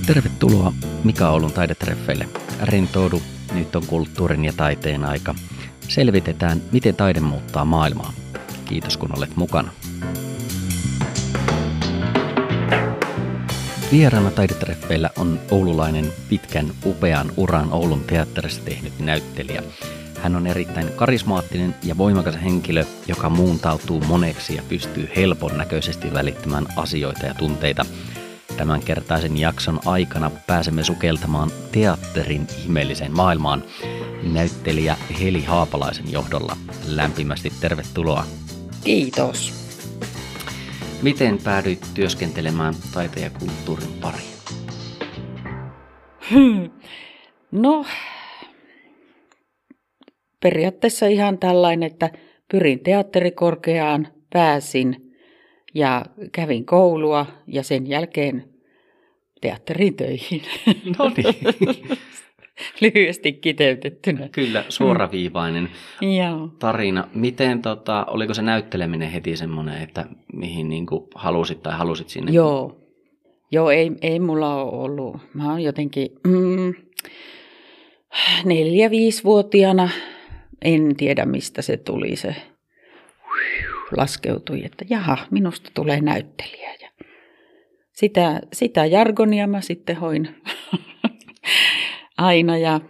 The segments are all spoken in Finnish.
Tervetuloa Mika Oulun taidetreffeille. Rentoudu, nyt on kulttuurin ja taiteen aika. Selvitetään, miten taide muuttaa maailmaa. Kiitos kun olet mukana. Vieraana taidetreffeillä on oululainen pitkän upean uran Oulun teatterissa tehnyt näyttelijä. Hän on erittäin karismaattinen ja voimakas henkilö, joka muuntautuu moneksi ja pystyy helpon näköisesti välittämään asioita ja tunteita. Tämänkertaisen jakson aikana pääsemme sukeltamaan teatterin ihmeelliseen maailmaan näyttelijä Heli Haapalaisen johdolla. Lämpimästi tervetuloa. Kiitos. Miten päädyit työskentelemään taiteen ja kulttuurin pariin? No, periaatteessa ihan tällainen, että pyrin teatterikorkeaan, pääsin ja kävin koulua ja sen jälkeen teatterin töihin. No niin. Lyhyesti kiteytettynä. Kyllä, suoraviivainen Joo. tarina. Miten, oliko se näytteleminen heti semmoinen, että mihin niin kuin halusit sinne? Joo, ei mulla ole ollut. Mä oon jotenkin 4-5-vuotiaana, en tiedä mistä se tuli, se laskeutui, että jaha, minusta tulee näyttelijä. Ja sitä jargonia mä sitten hoin aina ja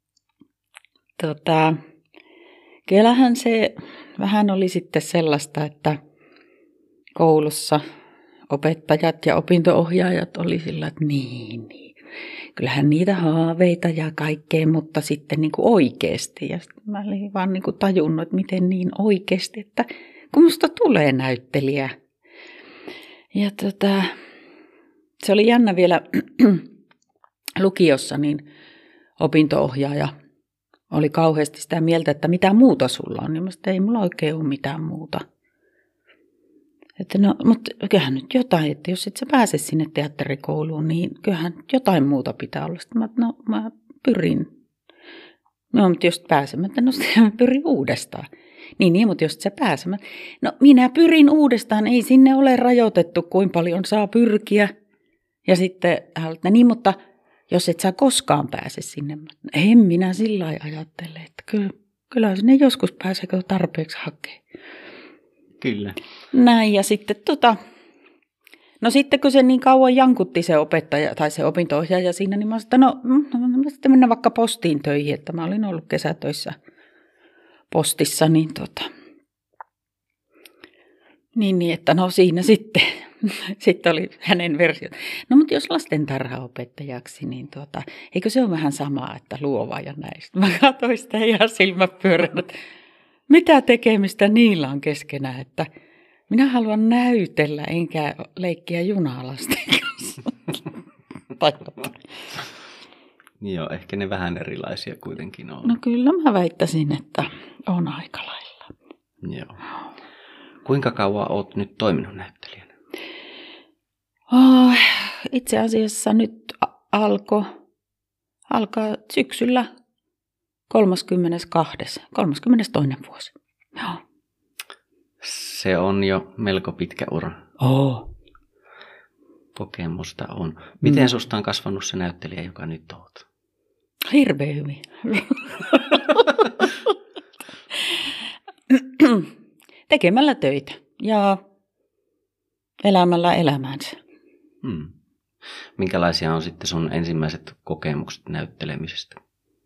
kyllähän se vähän oli sitten sellaista, että koulussa opettajat ja opinto-ohjaajat oli sillä, että niin. Kyllähän niitä haaveita ja kaikkea, mutta sitten niin kuin oikeasti. Ja mä olin vaan niin kuin tajunnut, että miten niin oikeasti, että kun musta tulee näyttelijä. Ja se oli jännä vielä lukiossa, niin opinto-ohjaaja oli kauheasti sitä mieltä, että mitä muuta sulla on. Niin mä sanoin, ei mulla oikein ole mitään muuta. Että no, mutta kyllähän nyt jotain, että jos et sä pääse sinne teatterikouluun, niin kyllähän jotain muuta pitää olla. Sitten mä pyrin. No, mutta jos pääsemättä, no sitten mä pyrin uudestaan. Niin, mutta jos et sä pääsemättä. No, minä pyrin uudestaan, ei sinne ole rajoitettu, kuinka paljon saa pyrkiä. Ja sitten, niin, mutta jos et sä koskaan pääse sinne, en minä sillä lailla ajattele, että kyllä sinne joskus pääsee, kun tarpeeksi hakee. Sitten näin ja sitten no sitten kun se niin kauan jankutti se opettaja tai se opinto-ohjaaja siinä, niin mä sanoin, että no sitten mennään vaikka postiin töihin, että mä olin ollut kesätöissä postissa, niin että no siinä sitten oli hänen versiot. No mutta jos lastentarhaopettajaksi, niin eikö se ole vähän samaa, että luova ja näistä. Mä katsoin sitä ihan silmäpyöränä, että mitä tekemistä niillä on keskenään, että minä haluan näytellä enkä leikkiä junaa lasten kanssa. Joo, ehkä ne vähän erilaisia kuitenkin on. No kyllä mä väittäisin, että on aika lailla. Joo. Kuinka kauan olet nyt toiminut näyttelijänä? Itse asiassa nyt alkaa syksyllä 32. vuosi. Joo. Se on jo melko pitkä ura. Kokemusta on. Miten susta on kasvanut se näyttelijä, joka nyt olet? Hirveän hyvin. Tekemällä töitä ja elämällä elämäänsä. Minkälaisia on sitten sun ensimmäiset kokemukset näyttelemisestä?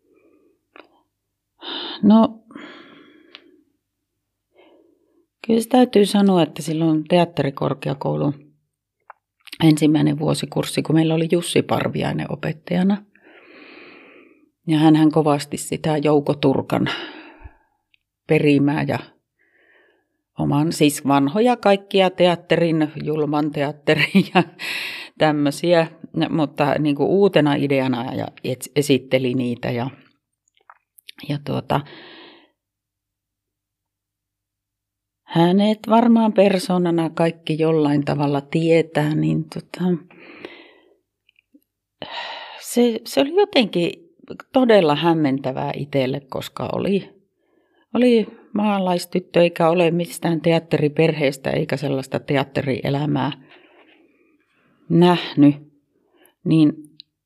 No, kyllä se täytyy sanoa, että silloin teatterikorkeakoulun ensimmäinen vuosikurssi, kun meillä oli Jussi Parviainen opettajana. Ja hänhän kovasti sitä Jouko Turkan perimää ja siis vanhoja kaikkia teatterin, julman teatterin ja tämmöisiä, mutta niin kuin uutena ideana ja esitteli niitä ja hänet varmaan persoonana kaikki jollain tavalla tietää, niin se oli jotenkin todella hämmentävää itselle, koska oli maalaistyttö eikä ole mistään teatteriperheestä eikä sellaista teatterielämää nähnyt. Niin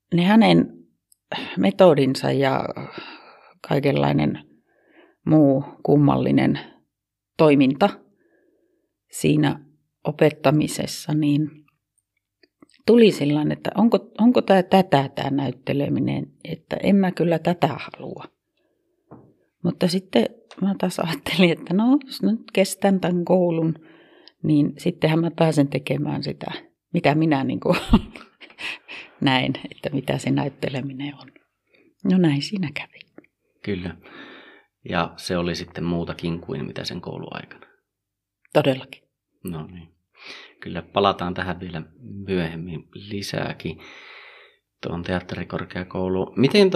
ne hänen metodinsa ja kaikenlainen muu kummallinen toiminta siinä opettamisessa, niin tuli sellainen, että onko tämä näytteleminen, että en mä kyllä tätä halua. Mutta sitten mä taas ajattelin, että no, jos nyt kestän tämän koulun, niin sittenhän mä pääsen tekemään sitä, mitä minä niin kuin näin, että mitä se näytteleminen on. No näin siinä kävi. Kyllä. Ja se oli sitten muutakin kuin mitä sen kouluaikana. Todellakin. No niin. Kyllä palataan tähän vielä myöhemmin lisääkin tuon teatterikorkeakouluun.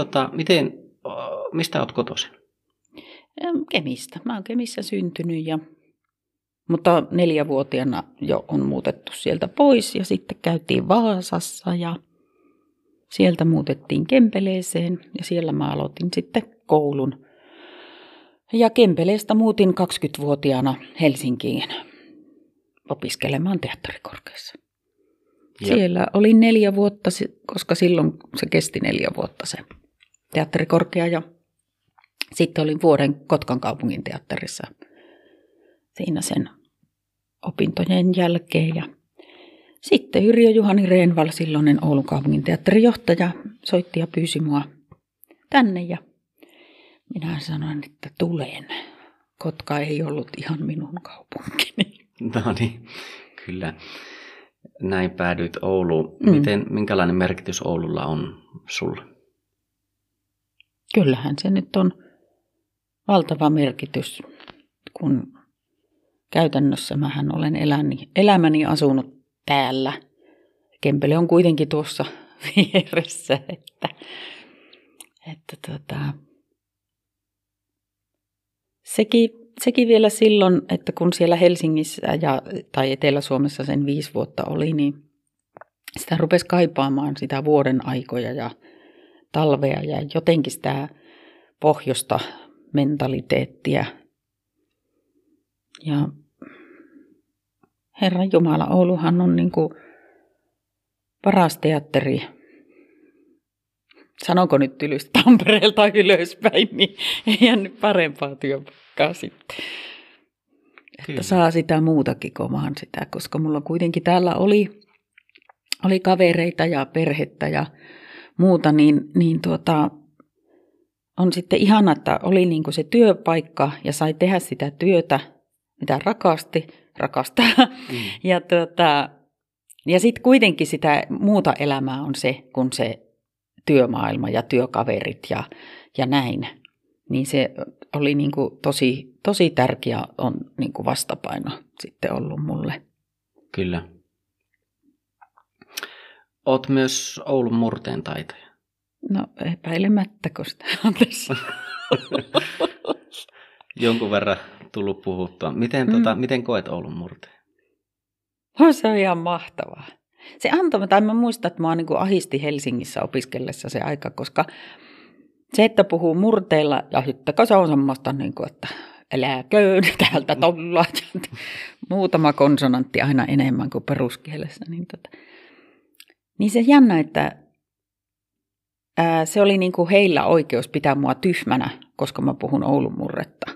Mistä olet kotoisin? Kemistä. Mä oon Kemissä syntynyt, mutta 4-vuotiaana jo on muutettu sieltä pois ja sitten käytiin Vaasassa ja sieltä muutettiin Kempeleeseen ja siellä mä aloitin sitten koulun. Ja Kempeleestä muutin 20-vuotiaana Helsinkiin opiskelemaan teatterikorkeassa. Siellä olin 4 vuotta, koska silloin se kesti 4 vuotta se teatterikorkea ja sitten olin vuoden Kotkan kaupungin teatterissa siinä sen opintojen jälkeen. Ja sitten Yrjö Juhani Reenval, silloinen Oulun kaupungin teatterijohtaja, soitti ja pyysi mua tänne. Ja minä sanoin, että tulen. Kotka ei ollut ihan minun kaupunkini. No niin, kyllä. Näin päädyit Ouluun. Minkälainen merkitys Oululla on sulle? Kyllähän se nyt on valtava merkitys, kun käytännössä mähän olen elämäni asunut täällä. Kempele on kuitenkin tuossa vieressä, että sekin vielä silloin, että kun siellä Helsingissä tai Etelä-Suomessa sen 5 vuotta oli, niin sitä rupesi kaipaamaan sitä vuoden aikoja ja talvea ja jotenkin sitä pohjoista mentaliteettia. Ja Herran Jumala, Ouluhan on niin kuin paras teatteri. Sanonko nyt tylystä Tampereelta ylöspäin, niin ei jäänyt parempaa työpaikkaa sitten. Että saa sitä muutakin komaan sitä, koska mulla kuitenkin täällä oli kavereita ja perhettä ja muuta, niin on sitten ihana, että oli niin kuin se työpaikka ja sai tehdä sitä työtä, mitä rakastaa. Ja sitten kuitenkin sitä muuta elämää on se, kun se työmaailma ja työkaverit ja näin. Niin se oli niin kuin tosi tärkeä on niin kuin vastapaino sitten ollut mulle. Kyllä. Oot myös Oulun murteen taitaja. No epäilemättä, kun sitä on tässä. Jonkun verran tullut puhuttua. Miten koet Oulun murteen? Se on ihan mahtavaa. Se antoi, tai mä muistan, että mä niin kuin ahisti Helsingissä opiskellessa se aika, koska se, että puhuu murteilla ja sitten se on semmoista, niin kuin, että eläköön täältä tolla. Muutama konsonantti aina enemmän kuin peruskielessä. Niin se jännä, että se oli niin kuin heillä oikeus pitää mua tyhmänä, koska mä puhun Oulun murretta.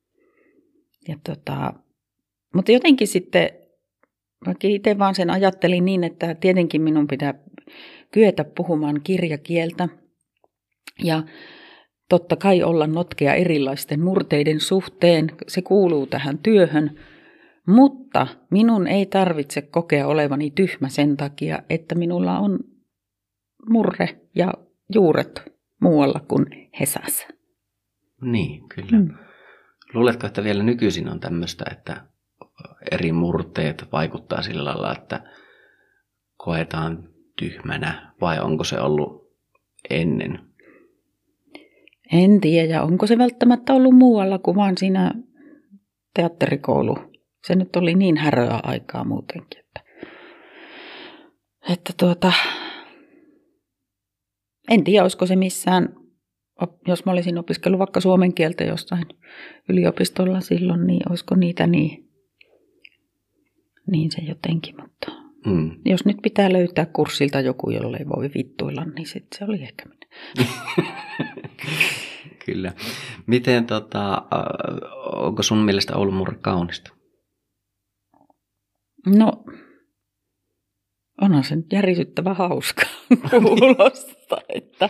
Mutta jotenkin sitten mäkin itse vaan sen ajattelin niin, että tietenkin minun pitää kyetä puhumaan kirjakieltä ja totta kai olla notkea erilaisten murteiden suhteen. Se kuuluu tähän työhön, mutta minun ei tarvitse kokea olevani tyhmä sen takia, että minulla on murre ja juuret muualla kuin Hesassa. Niin, kyllä. Luuletko, että vielä nykyisin on tämmöistä, että eri murteet vaikuttaa sillä lailla, että koetaan tyhmänä, vai onko se ollut ennen? En tiedä, onko se välttämättä ollut muualla kuin vaan siinä teatterikoulu. Se nyt oli niin häröä aikaa muutenkin, että en tiedä, olisiko se missään, jos mä olisin opiskellut vaikka suomen kieltä jossain yliopistolla silloin, niin olisiko niitä niin se jotenkin, mutta Jos nyt pitää löytää kurssilta joku, jolle ei voi vittuilla, niin sitten se oli ehkä minä. Kyllä. Miten, onko sun mielestä Oulun murre kaunista? No, onhan se nyt järisyttävä hauska kuulosta, että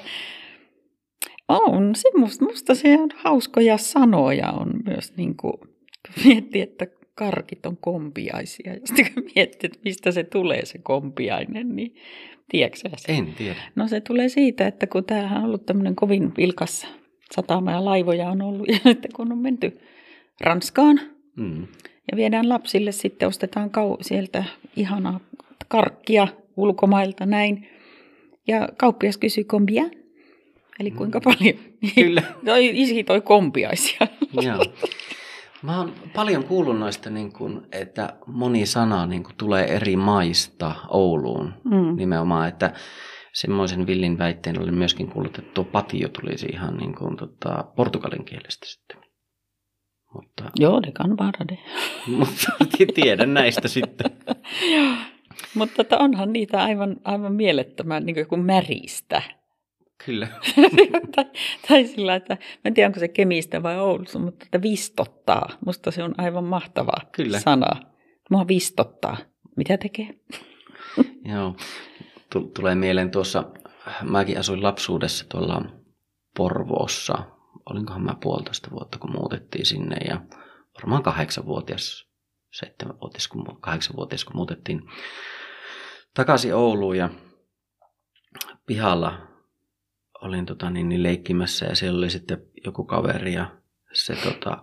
on se musta se on hauskoja sanoja on myös niin kuin, miettii, että karkit on kompiaisia. Ja sitten kun miettii, että mistä se tulee se kompiainen, niin tiedätkö sä sen? En tiedä. No se tulee siitä, että kun tämähän on ollut tämmöinen kovin vilkas satama ja laivoja on ollut. Ja sitten kun on menty Ranskaan ja viedään lapsille, sitten ostetaan sieltä ihanaa karkkia ulkomailta näin. Ja kauppias kysyy combien? Eli kuinka paljon? Kyllä. Isi toi kompiaisia. Joo. Mä oon paljon kuullut noista, niin kun, että moni sana niin kun tulee eri maista Ouluun nimenomaan, että semmoisen villin väitteen oli myöskin kuullut, että tuo patio tulisi ihan niin kuin, portugalin kielestä sitten. Mutta, joo, de kan vara det. Mutta tiedän näistä sitten. Mutta onhan niitä aivan mielettömän niin kuin märistä. Kyllä. tai sillä, että mä en tiedä, onko se Kemistä vai Oulussa, mutta että vistottaa. Musta se on aivan mahtava sana. Mua vistottaa. Mitä tekee? Joo. Tulee mieleen tuossa, mäkin asuin lapsuudessa tuolla Porvoossa. Olinkohan mä 1,5 vuotta, kun muutettiin sinne ja varmaan 8-vuotias, 8-vuotias, kun muutettiin takaisin Ouluun ja pihalla olin leikkimässä ja siellä oli sitten joku kaveri ja se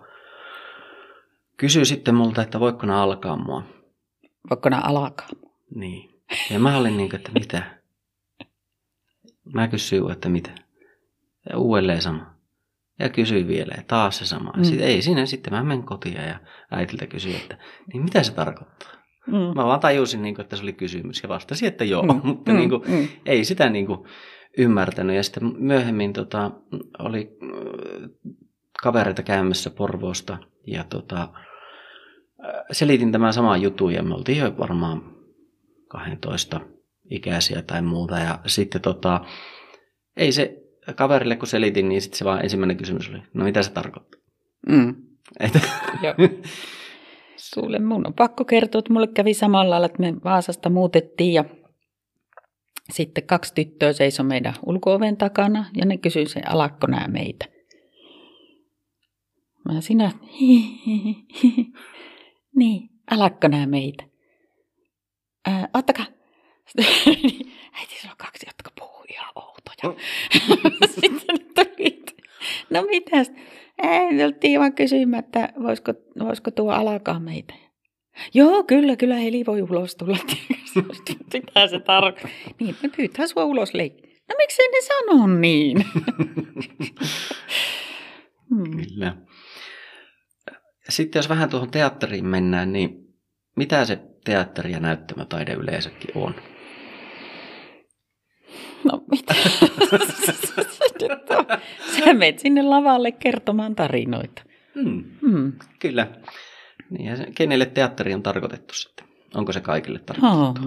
kysyi sitten multa, että voiko nää alkaa mua. Voiko nää alkaa? Niin. Ja mä olin niin kuin, että mitä? Mä kysyin, että mitä? Ja uudelleen sama. Ja kysyin vielä ja taas se sama. Ei siinä sitten mä menen kotiin ja äitiltä kysyin, että niin mitä se tarkoittaa? Mä vaan tajusin, niin kuin, että se oli kysymys ja vastasin, että joo. Mutta niin kuin, ei sitä niin kuin ymmärtänyt. Ja sitten myöhemmin oli kavereita käymässä Porvoosta ja selitin tämän saman jutun ja me oltiin jo varmaan 12 ikäisiä tai muuta. Ja sitten ei se kaverille kun selitin, niin sitten se vaan ensimmäinen kysymys oli, no mitä se tarkoittaa? Joo. Sulle mun on pakko kertoa, että mulle kävi samalla lailla, että me Vaasasta muutettiin ja sitten 2 tyttöä seisoi meidän ulko-oven takana ja ne kysyi se, alakko nää meitä? Mä sinä, niin, alakko nää meitä? Ottakaa. Äiti, sulla on 2, jotka puhuu ihan outoja. Sitten tuli, no mitäs? Ei, oltiin vaan kysymättä, että voisiko tuo alkaa meitä. Joo, kyllä Heli voi ulos tulla. Mitä se tarkoittaa? Niin, me pyytää sua ulos leikkiä. No miksei ne sano niin? Kyllä. Sitten jos vähän tuohon teatteriin mennään, niin mitä se teatteri ja näyttämötaide yleensäkin on? No mitä? Sä menet sinne lavalle kertomaan tarinoita. Kyllä. Niin, ja kenelle teatteri on tarkoitettu sitten? Onko se kaikille tarkoitettu?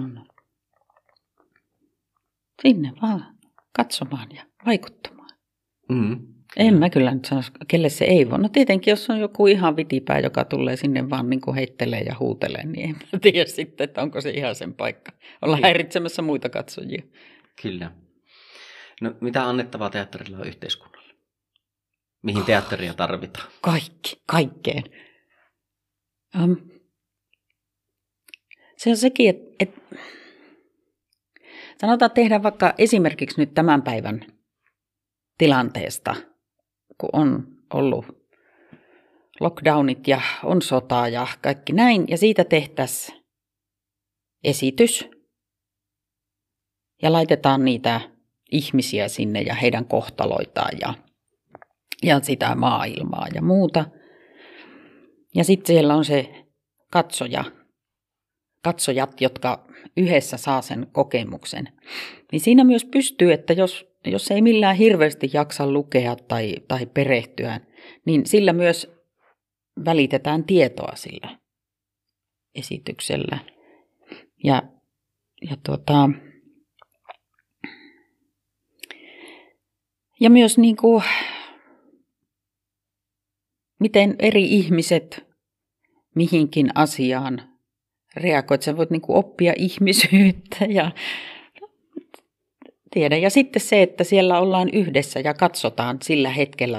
Sinne vaan katsomaan ja vaikuttamaan. En mä kyllä nyt sano, kelle se ei voi. No tietenkin, jos on joku ihan vitipää, joka tulee sinne vaan niin kuin heittelee ja huutelee, niin en mä tiedä sitten, että onko se ihan sen paikka. Olla häiritsemässä muita katsojia. Kyllä. No mitä annettavaa teatterilla on yhteiskunnalle? Mihin teatteria tarvitaan? Kaikkeen. Se on sekin, että sanotaan tehdä vaikka esimerkiksi nyt tämän päivän tilanteesta, kun on ollut lockdownit ja on sota ja kaikki näin, ja siitä tehtäisiin esitys ja laitetaan niitä ihmisiä sinne ja heidän kohtaloitaan ja sitä maailmaa ja muuta. Ja sitten siellä on se katsojat, jotka yhdessä saa sen kokemuksen. Niin siinä myös pystyy, että jos ei millään hirveästi jaksa lukea tai perehtyä, niin sillä myös välitetään tietoa sillä esityksellä. Ja ja myös niin kuin, miten eri ihmiset mihinkin asiaan reagoivat. Sä voit niin kuin oppia ihmisyyttä ja tiedä. Ja sitten se, että siellä ollaan yhdessä ja katsotaan sillä hetkellä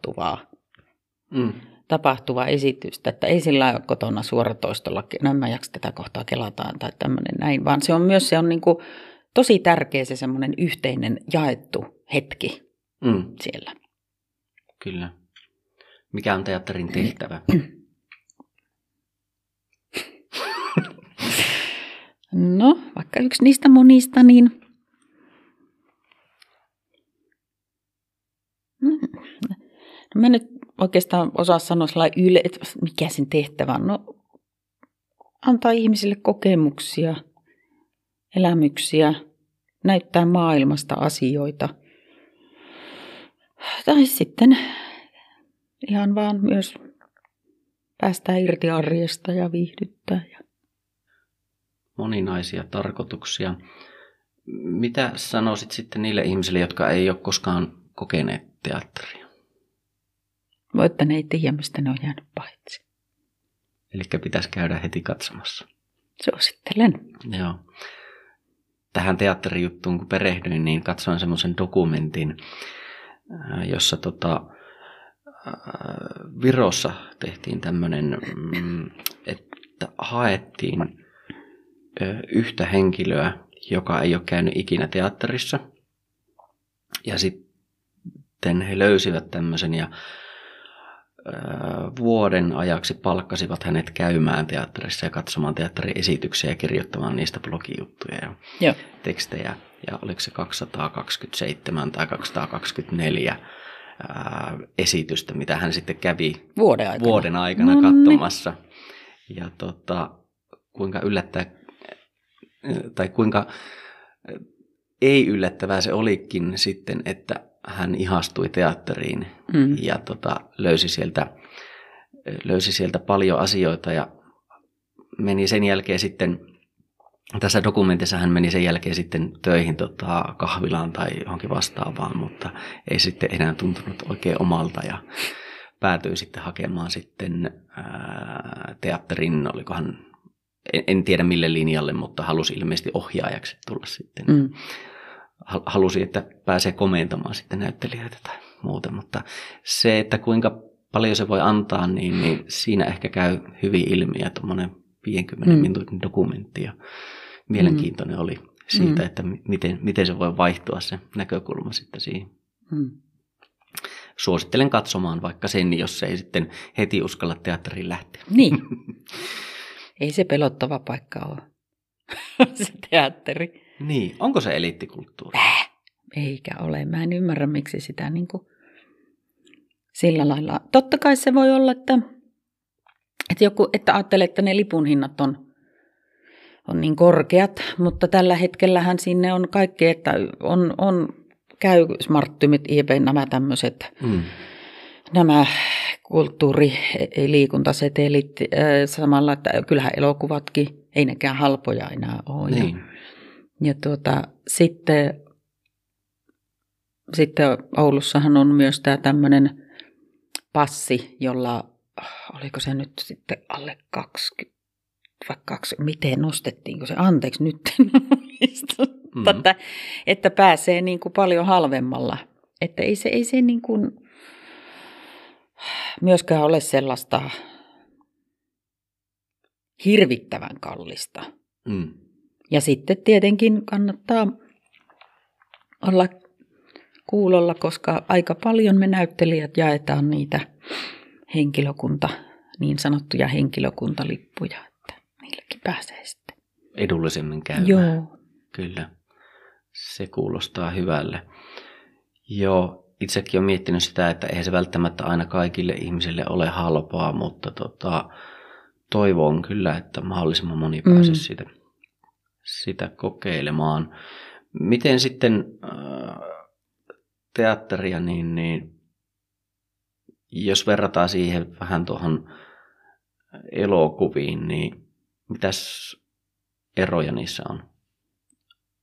tapahtuvaa esitystä. Että ei sillä ole kotona suoratoistolla, no en mä jaksa tätä kohtaa kelataan tai tämmöinen näin, vaan se on niin kuin tosi tärkeä se semmoinen yhteinen jaettu hetki siellä. Kyllä. Mikä on teatterin tehtävä? No, vaikka yksi niistä monista, niin no mä nyt oikeastaan osaa sanoa sellainen että mikä sen tehtävä on. No, antaa ihmisille kokemuksia, elämyksiä, näyttää maailmasta asioita. Tai sitten ihan vaan myös päästää irti arjesta ja viihdyttää. Moninaisia tarkoituksia. Mitä sanoisit sitten niille ihmisille, jotka ei ole koskaan kokeneet teatteria? Että ne ei tiedä, mistä ne on jäänyt paitsi. Eli pitäisi käydä heti katsomassa. Suosittelen. Joo. Tähän teatterijuttuun kun perehdyin, niin katsoin semmoisen dokumentin, jossa Virossa tehtiin tämmöinen, että haettiin yhtä henkilöä, joka ei ole käynyt ikinä teatterissa. Ja sitten he löysivät tämmöisen ja vuoden ajaksi palkkasivat hänet käymään teatterissa ja katsomaan teatteriesityksiä ja kirjoittamaan niistä blogijuttuja ja tekstejä. Ja oliko se 227 tai 224 esitystä, mitä hän sitten kävi vuoden aikana katsomassa. Ja kuinka kuinka ei yllättävää se olikin sitten, että hän ihastui teatteriin ja löysi sieltä paljon asioita ja meni sen jälkeen sitten, tässä dokumentissa hän meni sen jälkeen sitten töihin kahvilaan tai johonkin vastaavaan, mutta ei sitten enää tuntunut oikein omalta ja päätyi sitten hakemaan sitten teatterin, olikohan, en tiedä mille linjalle, mutta halusi ilmeisesti ohjaajaksi tulla sitten. Halusi, että pääsee komentamaan sitten näyttelijöitä tai muuta, mutta se, että kuinka paljon se voi antaa, niin siinä ehkä käy hyvin ilmi, ja tuommoinen 50 minuutin dokumentti ja mielenkiintoinen oli siitä, että miten se voi vaihtua se näkökulma sitten siihen. Suosittelen katsomaan vaikka sen, jos se ei sitten heti uskalla teatteriin lähteä. Niin. Ei se pelottava paikka ole, se teatteri. Niin, onko se eliittikulttuuri? Eikä ole. Mä en ymmärrä, miksi sitä niin kuin sillä lailla. Totta kai se voi olla, että ajattelee, että ne lipun hinnat on niin korkeat, mutta tällä hetkellähän sinne on kaikki, että käy smarttymit, nämä tämmöiset, nämä kulttuuri- ja liikuntasetelit samalla, että kyllähän elokuvatkin, ei nekään halpoja enää ole. Niin. Ja sitten Oulussahan on myös tämä tämmöinen passi, jolla, oliko se nyt sitten alle 20, vaikka miten nostettiinko se, anteeksi nyt että pääsee niin kuin paljon halvemmalla. Että ei se niin kuin myöskään ole sellaista hirvittävän kallista. Ja sitten tietenkin kannattaa olla kuulolla, koska aika paljon me näyttelijät jaetaan niitä niin sanottuja henkilökuntalippuja, että niilläkin pääsee sitten edullisemmin käymään. Joo. Kyllä, se kuulostaa hyvälle. Joo, itsekin olen miettinyt sitä, että eihän se välttämättä aina kaikille ihmisille ole halpaa, mutta toivon kyllä, että mahdollisimman moni pääsisi sitä kokeilemaan. Miten sitten teatteria, niin jos verrataan siihen vähän tuohon elokuviin, niin mitäs eroja niissä on?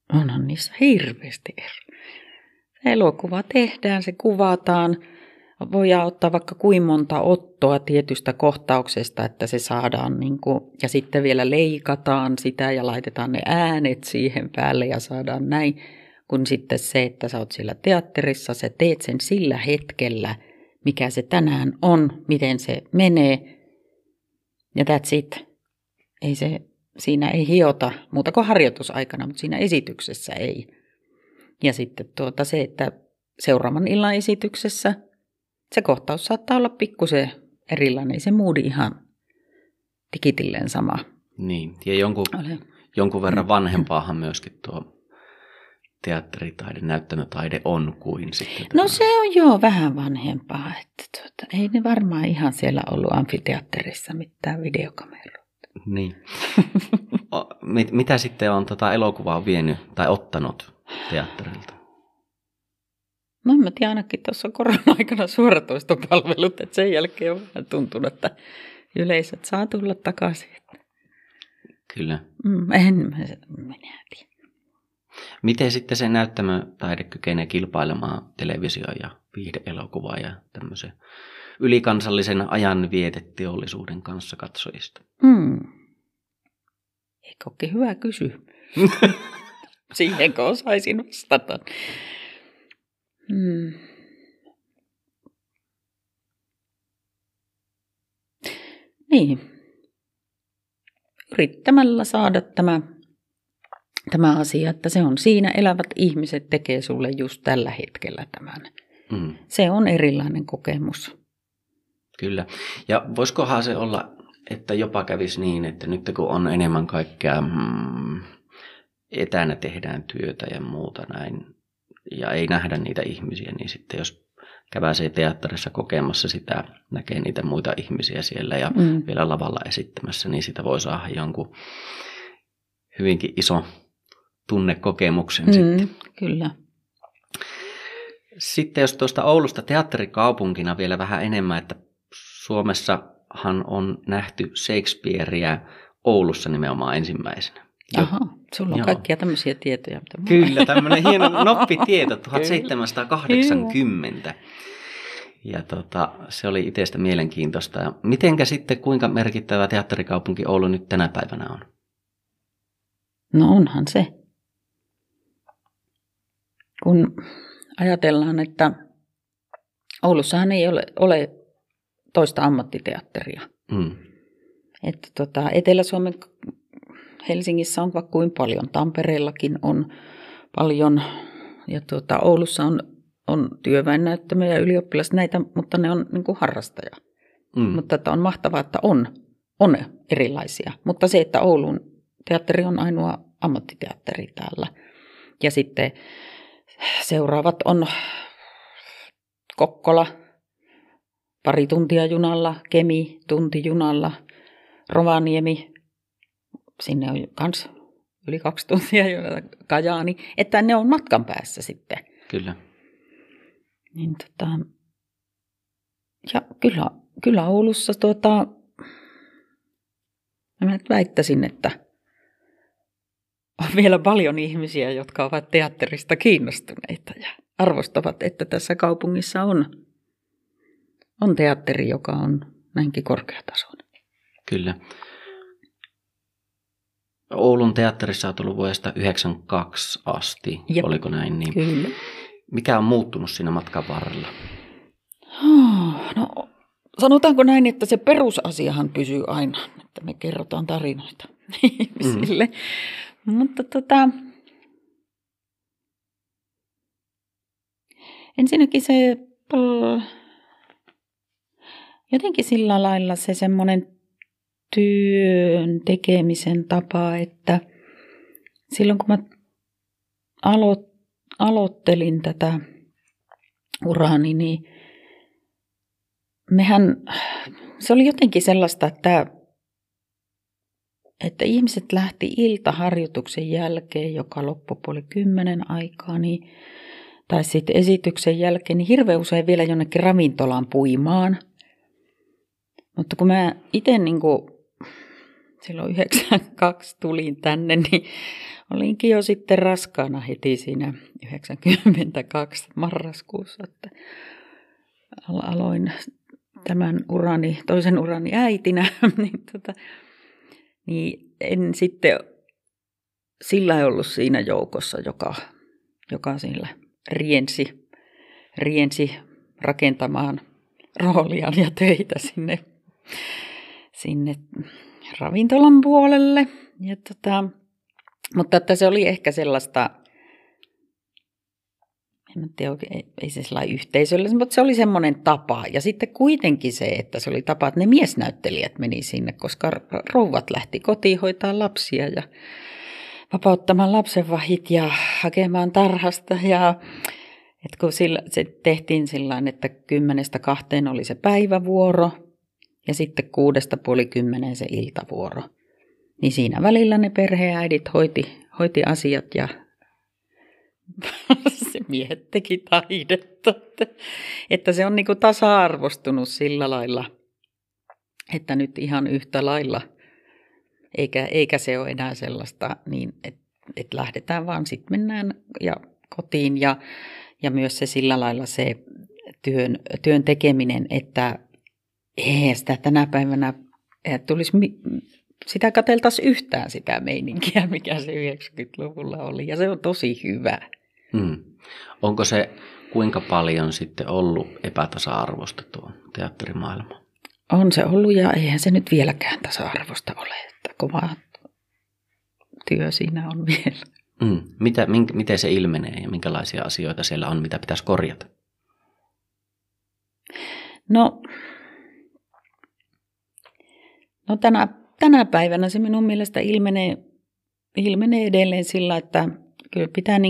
onhan niissä hirveästi ero. Se elokuva tehdään, se kuvataan. Voidaan ottaa vaikka kuinka monta ottoa tietystä kohtauksesta, että se saadaan, ja sitten vielä leikataan sitä ja laitetaan ne äänet siihen päälle ja saadaan näin. Kun sitten se, että sä oot siellä teatterissa, sä teet sen sillä hetkellä, mikä se tänään on, miten se menee. Ja that's it. Siinä ei hiota muuta kuin harjoitusaikana, mutta siinä esityksessä ei. Ja sitten se, että seuraavan illan esityksessä se kohtaus saattaa olla pikkusen erilainen, se moodi ihan tikitilleen sama. Niin, ja jonkun verran vanhempaahan myöskin tuo teatteritaide, näyttämötaide on kuin sitten. No se on vähän vanhempaa, että ei ne varmaan ihan siellä ollut amfiteatterissa mitään videokameraa. Niin. Mitä sitten on elokuvaa vienyt tai ottanut teatterilta? No en mä tiedä, ainakin tuossa korona-aikana suoratoistopalvelut, että sen jälkeen on vähän tuntunut, että yleisöt saa tulla takaisin. Kyllä. En minä tiedä. Miten sitten se näyttämötaide kykenee kilpailemaan televisio- ja viihde-elokuvaa ja tämmöisen ylikansallisen ajanvieteteollisuuden kanssa katsojista? Eikö olekin hyvä kysymys? Siihenkö osaisin vastata? Niin. Yrittämällä saada tämä asia, että se on siinä, elävät ihmiset tekee sulle just tällä hetkellä tämän. Se on erilainen kokemus. Kyllä. Ja voisikohan se olla, että jopa kävisi niin, että nyt kun on enemmän kaikkea etänä tehdään työtä ja muuta näin, ja ei nähdä niitä ihmisiä, niin sitten jos käväisee teatterissa kokemassa sitä, näkee niitä muita ihmisiä siellä ja vielä lavalla esittämässä, niin sitä voi saada jonkun hyvinkin iso tunnekokemuksen sitten. Kyllä. Sitten jos tuosta Oulusta teatterikaupunkina vielä vähän enemmän, että Suomessahan on nähty Shakespearea Oulussa nimenomaan ensimmäisenä. Aha, sulla on kaikkia tämmöisiä tietoja. Kyllä, tämmöinen hieno noppitieto, 1780. Ja se oli itsestä mielenkiintoista. Ja mitenkä sitten, kuinka merkittävä teatterikaupunki Oulu nyt tänä päivänä on? No onhan se. Kun ajatellaan, että Oulussahan ei ole toista ammattiteatteria. Että Etelä-Suomen Helsingissä on vaikka kuin paljon, Tampereellakin on paljon ja Oulussa on työväennäyttämö ja ylioppilas näitä, mutta ne on niin kuin harrastaja. Mutta että on mahtavaa, että on erilaisia. Mutta se, että Oulun teatteri on ainoa ammattiteatteri täällä. Ja sitten seuraavat on Kokkola, pari tuntia junalla, Kemi, tunti junalla, Rovaniemi, sinne on myös yli 2 tuntia junalla, Kajaani, että ne on matkan päässä sitten. Kyllä. Niin ja kyllä Oulussa mä nyt väittäisin, että on vielä paljon ihmisiä, jotka ovat teatterista kiinnostuneita ja arvostavat, että tässä kaupungissa on teatteri, joka on näinkin korkeatasoinen. Kyllä. Oulun teatterissa on tullut vuodesta 1992 asti, oliko näin? Niin kyllä. Mikä on muuttunut siinä matkan varrella? No, sanotaanko näin, että se perusasiahan pysyy aina, että me kerrotaan tarinoita ihmisille. Mutta ensinnäkin se jotenkin sillä lailla se semmoinen työn tekemisen tapa, että silloin kun mä aloittelin tätä uraani, niin se oli jotenkin sellaista, että ihmiset lähti iltaharjoituksen jälkeen, joka loppui 9:30 aikaa, tai sitten esityksen jälkeen, niin hirveän usein vielä jonnekin ravintolaan puimaan. Mutta kun mä itse silloin 92 tulin tänne, niin olinkin jo sitten raskaana heti siinä 92 marraskuussa, että aloin tämän toisen urani äitinä, niin en sitten sillä ollut siinä joukossa, joka sillä riensi rakentamaan roolia ja töitä sinne ravintolan puolelle. Ja mutta että se oli ehkä sellaista, en tiedä oikein, ei se sellainen yhteisöllinen, mutta se oli semmoinen tapa. Ja sitten kuitenkin se, että se oli tapa, että ne miesnäyttelijät meni sinne, koska rouvat lähti kotiin hoitaa lapsia ja vapauttamaan lapsenvahit ja hakemaan tarhasta. Ja että kun se tehtiin sillain, että 10-2 oli se päivävuoro ja sitten 6:30 se iltavuoro. Niin siinä välillä ne perheäidit hoiti asiat ja se miehet teki taidetta. Että se on niinku tasa-arvostunut sillä lailla, että nyt ihan yhtä lailla, eikä se ole enää sellaista niin, että lähdetään vaan sitten mennään ja kotiin ja myös se sillä lailla se työn tekeminen, että ei sitä tänä päivänä sitä katseltaisiin yhtään sitä meininkiä, mikä se 90-luvulla oli. Ja se on tosi hyvä. Onko se kuinka paljon sitten ollut epätasa-arvoista tuo teatterimaailma? On se ollut ja eihän se nyt vieläkään tasa-arvoista ole. Että kova työ siinä on vielä. Miten se ilmenee ja minkälaisia asioita siellä on, mitä pitäisi korjata? No tänä päivänä se minun mielestä ilmenee edelleen sillä, että kyllä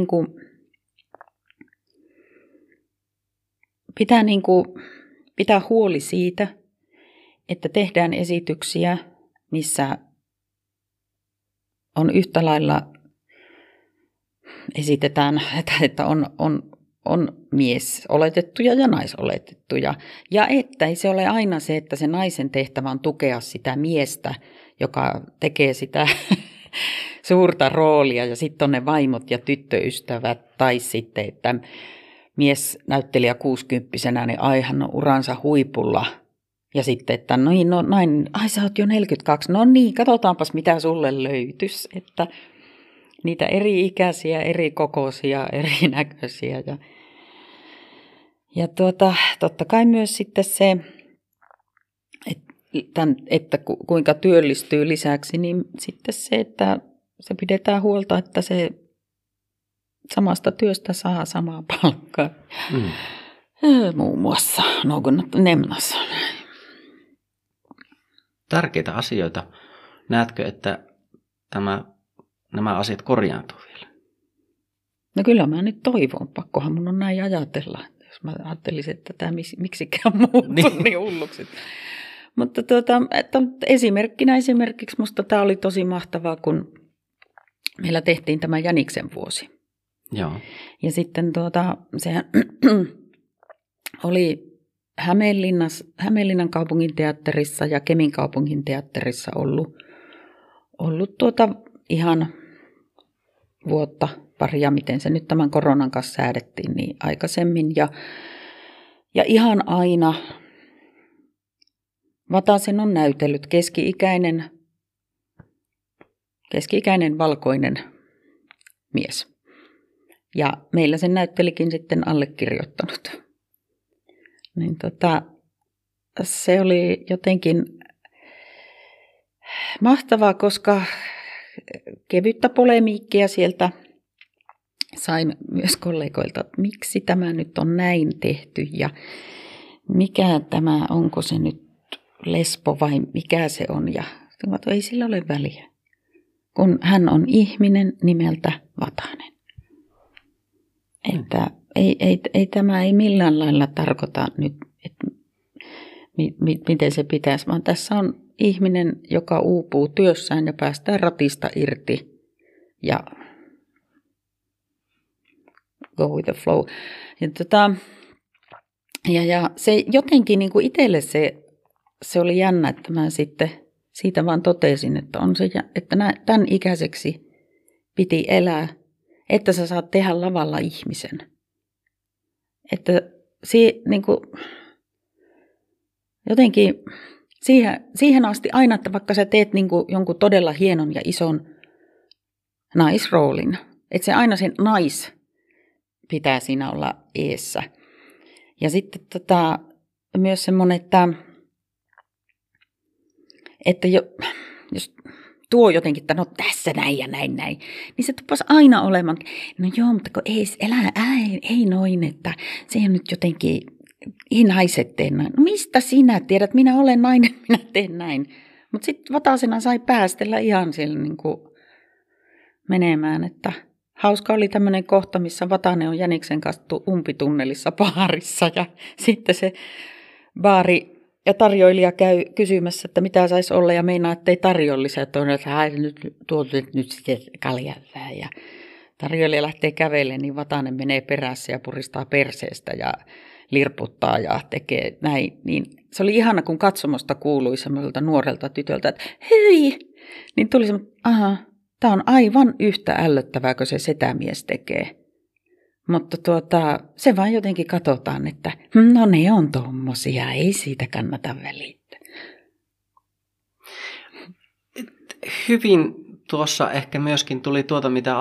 pitää huoli siitä, että tehdään esityksiä, missä on yhtä lailla esitetään, että on miesoletettuja ja naisoletettuja. Ja että ei se ole aina se, että se naisen tehtävä on tukea sitä miestä, joka tekee sitä suurta roolia. Ja sitten on ne vaimot ja tyttöystävät. Tai sitten, että miesnäyttelijä 60-vuotiaana, niin hän on uransa huipulla. Ja sitten, että sä oot jo 42. No niin, katsotaanpas mitä sulle löytyisi. Että niitä eri ikäisiä, eri kokoisia, eri näköisiä. Ja totta kai myös sitten se, että kuinka työllistyy lisäksi, niin sitten se, että se pidetään huolta, että se samasta työstä saa samaa palkkaa. Muun muassa något nämnas. Tärkeitä asioita. Näetkö, että nämä asiat korjaantuu vielä? No kyllä mä nyt toivon. Pakkohan mun on näin ajatella. Jos mä ajattelisin, että tämä miksikään muuttuu niin hulluksi. Mutta esimerkiksi musta tämä oli tosi mahtavaa, kun meillä tehtiin tämä Jäniksen vuosi. Joo. Ja sitten sehän oli Hämeenlinnan kaupungin teatterissa ja Kemin kaupungin teatterissa ollut ihan vuotta paria, miten se nyt tämän koronan kanssa säädettiin, niin aikaisemmin. Ja ihan aina Vatasen on näytellyt keski-ikäinen valkoinen mies. Ja meillä sen näyttelikin sitten allekirjoittanut. Niin se oli jotenkin mahtavaa, koska kevyttä polemiikkia sieltä sain myös kollegoilta, että miksi tämä nyt on näin tehty ja mikä tämä, onko se nyt lesbo vai mikä se on. Ja ei sillä ole väliä, kun hän on ihminen nimeltä Vatanen. Että ei tämä ei millään lailla tarkoita nyt, että miten se pitäisi, vaan tässä on ihminen, joka uupuu työssään ja päästään ratista irti ja go with the flow. Ja se jotenkin niin kuin itselle se oli jännä, että mä sitten Siitä vaan totesin, että on se, että tämän ikäiseksi piti elää, että sä saat tehdä lavalla ihmisen. Että niin kuin, jotenkin siihen asti aina, että vaikka sä teet niin kuin jonkun todella hienon ja ison naisroolin, että se aina sen pitää siinä olla eessä. Ja sitten myös semmoinen, että jos tuo jotenkin, että no tässä näin ja näin, niin se tuppasi aina olemaan, no joo, mutta kun ei noin, että se on nyt jotenkin, ei naiset tee näin. No mistä sinä tiedät, minä olen nainen, minä teen näin. Mutta sitten Vatasena sai päästellä ihan siellä niin kuin menemään, että hauska oli tämmöinen kohta, missä Vatanen on Jäniksen kanssa umpitunnelissa baarissa ja sitten se baari ja tarjoilija käy kysymässä, että mitä saisi olla ja meinaa, että ei tarjollisia. Että on, että nyt sitten kaljaa. Ja tarjoilija lähtee kävelemään, niin Vatanen menee perässä ja puristaa perseestä ja lirputtaa ja tekee näin. Niin se oli ihana, kun katsomosta kuului semmoiselta nuorelta tytöltä, että hyi! Niin tuli semmoinen, tämä on aivan yhtä ällöttävää, kun se setämies tekee. Mutta se vaan jotenkin katsotaan, että no ne on tommosia, ei siitä kannata välittää. Hyvin tuossa ehkä myöskin tuli mitä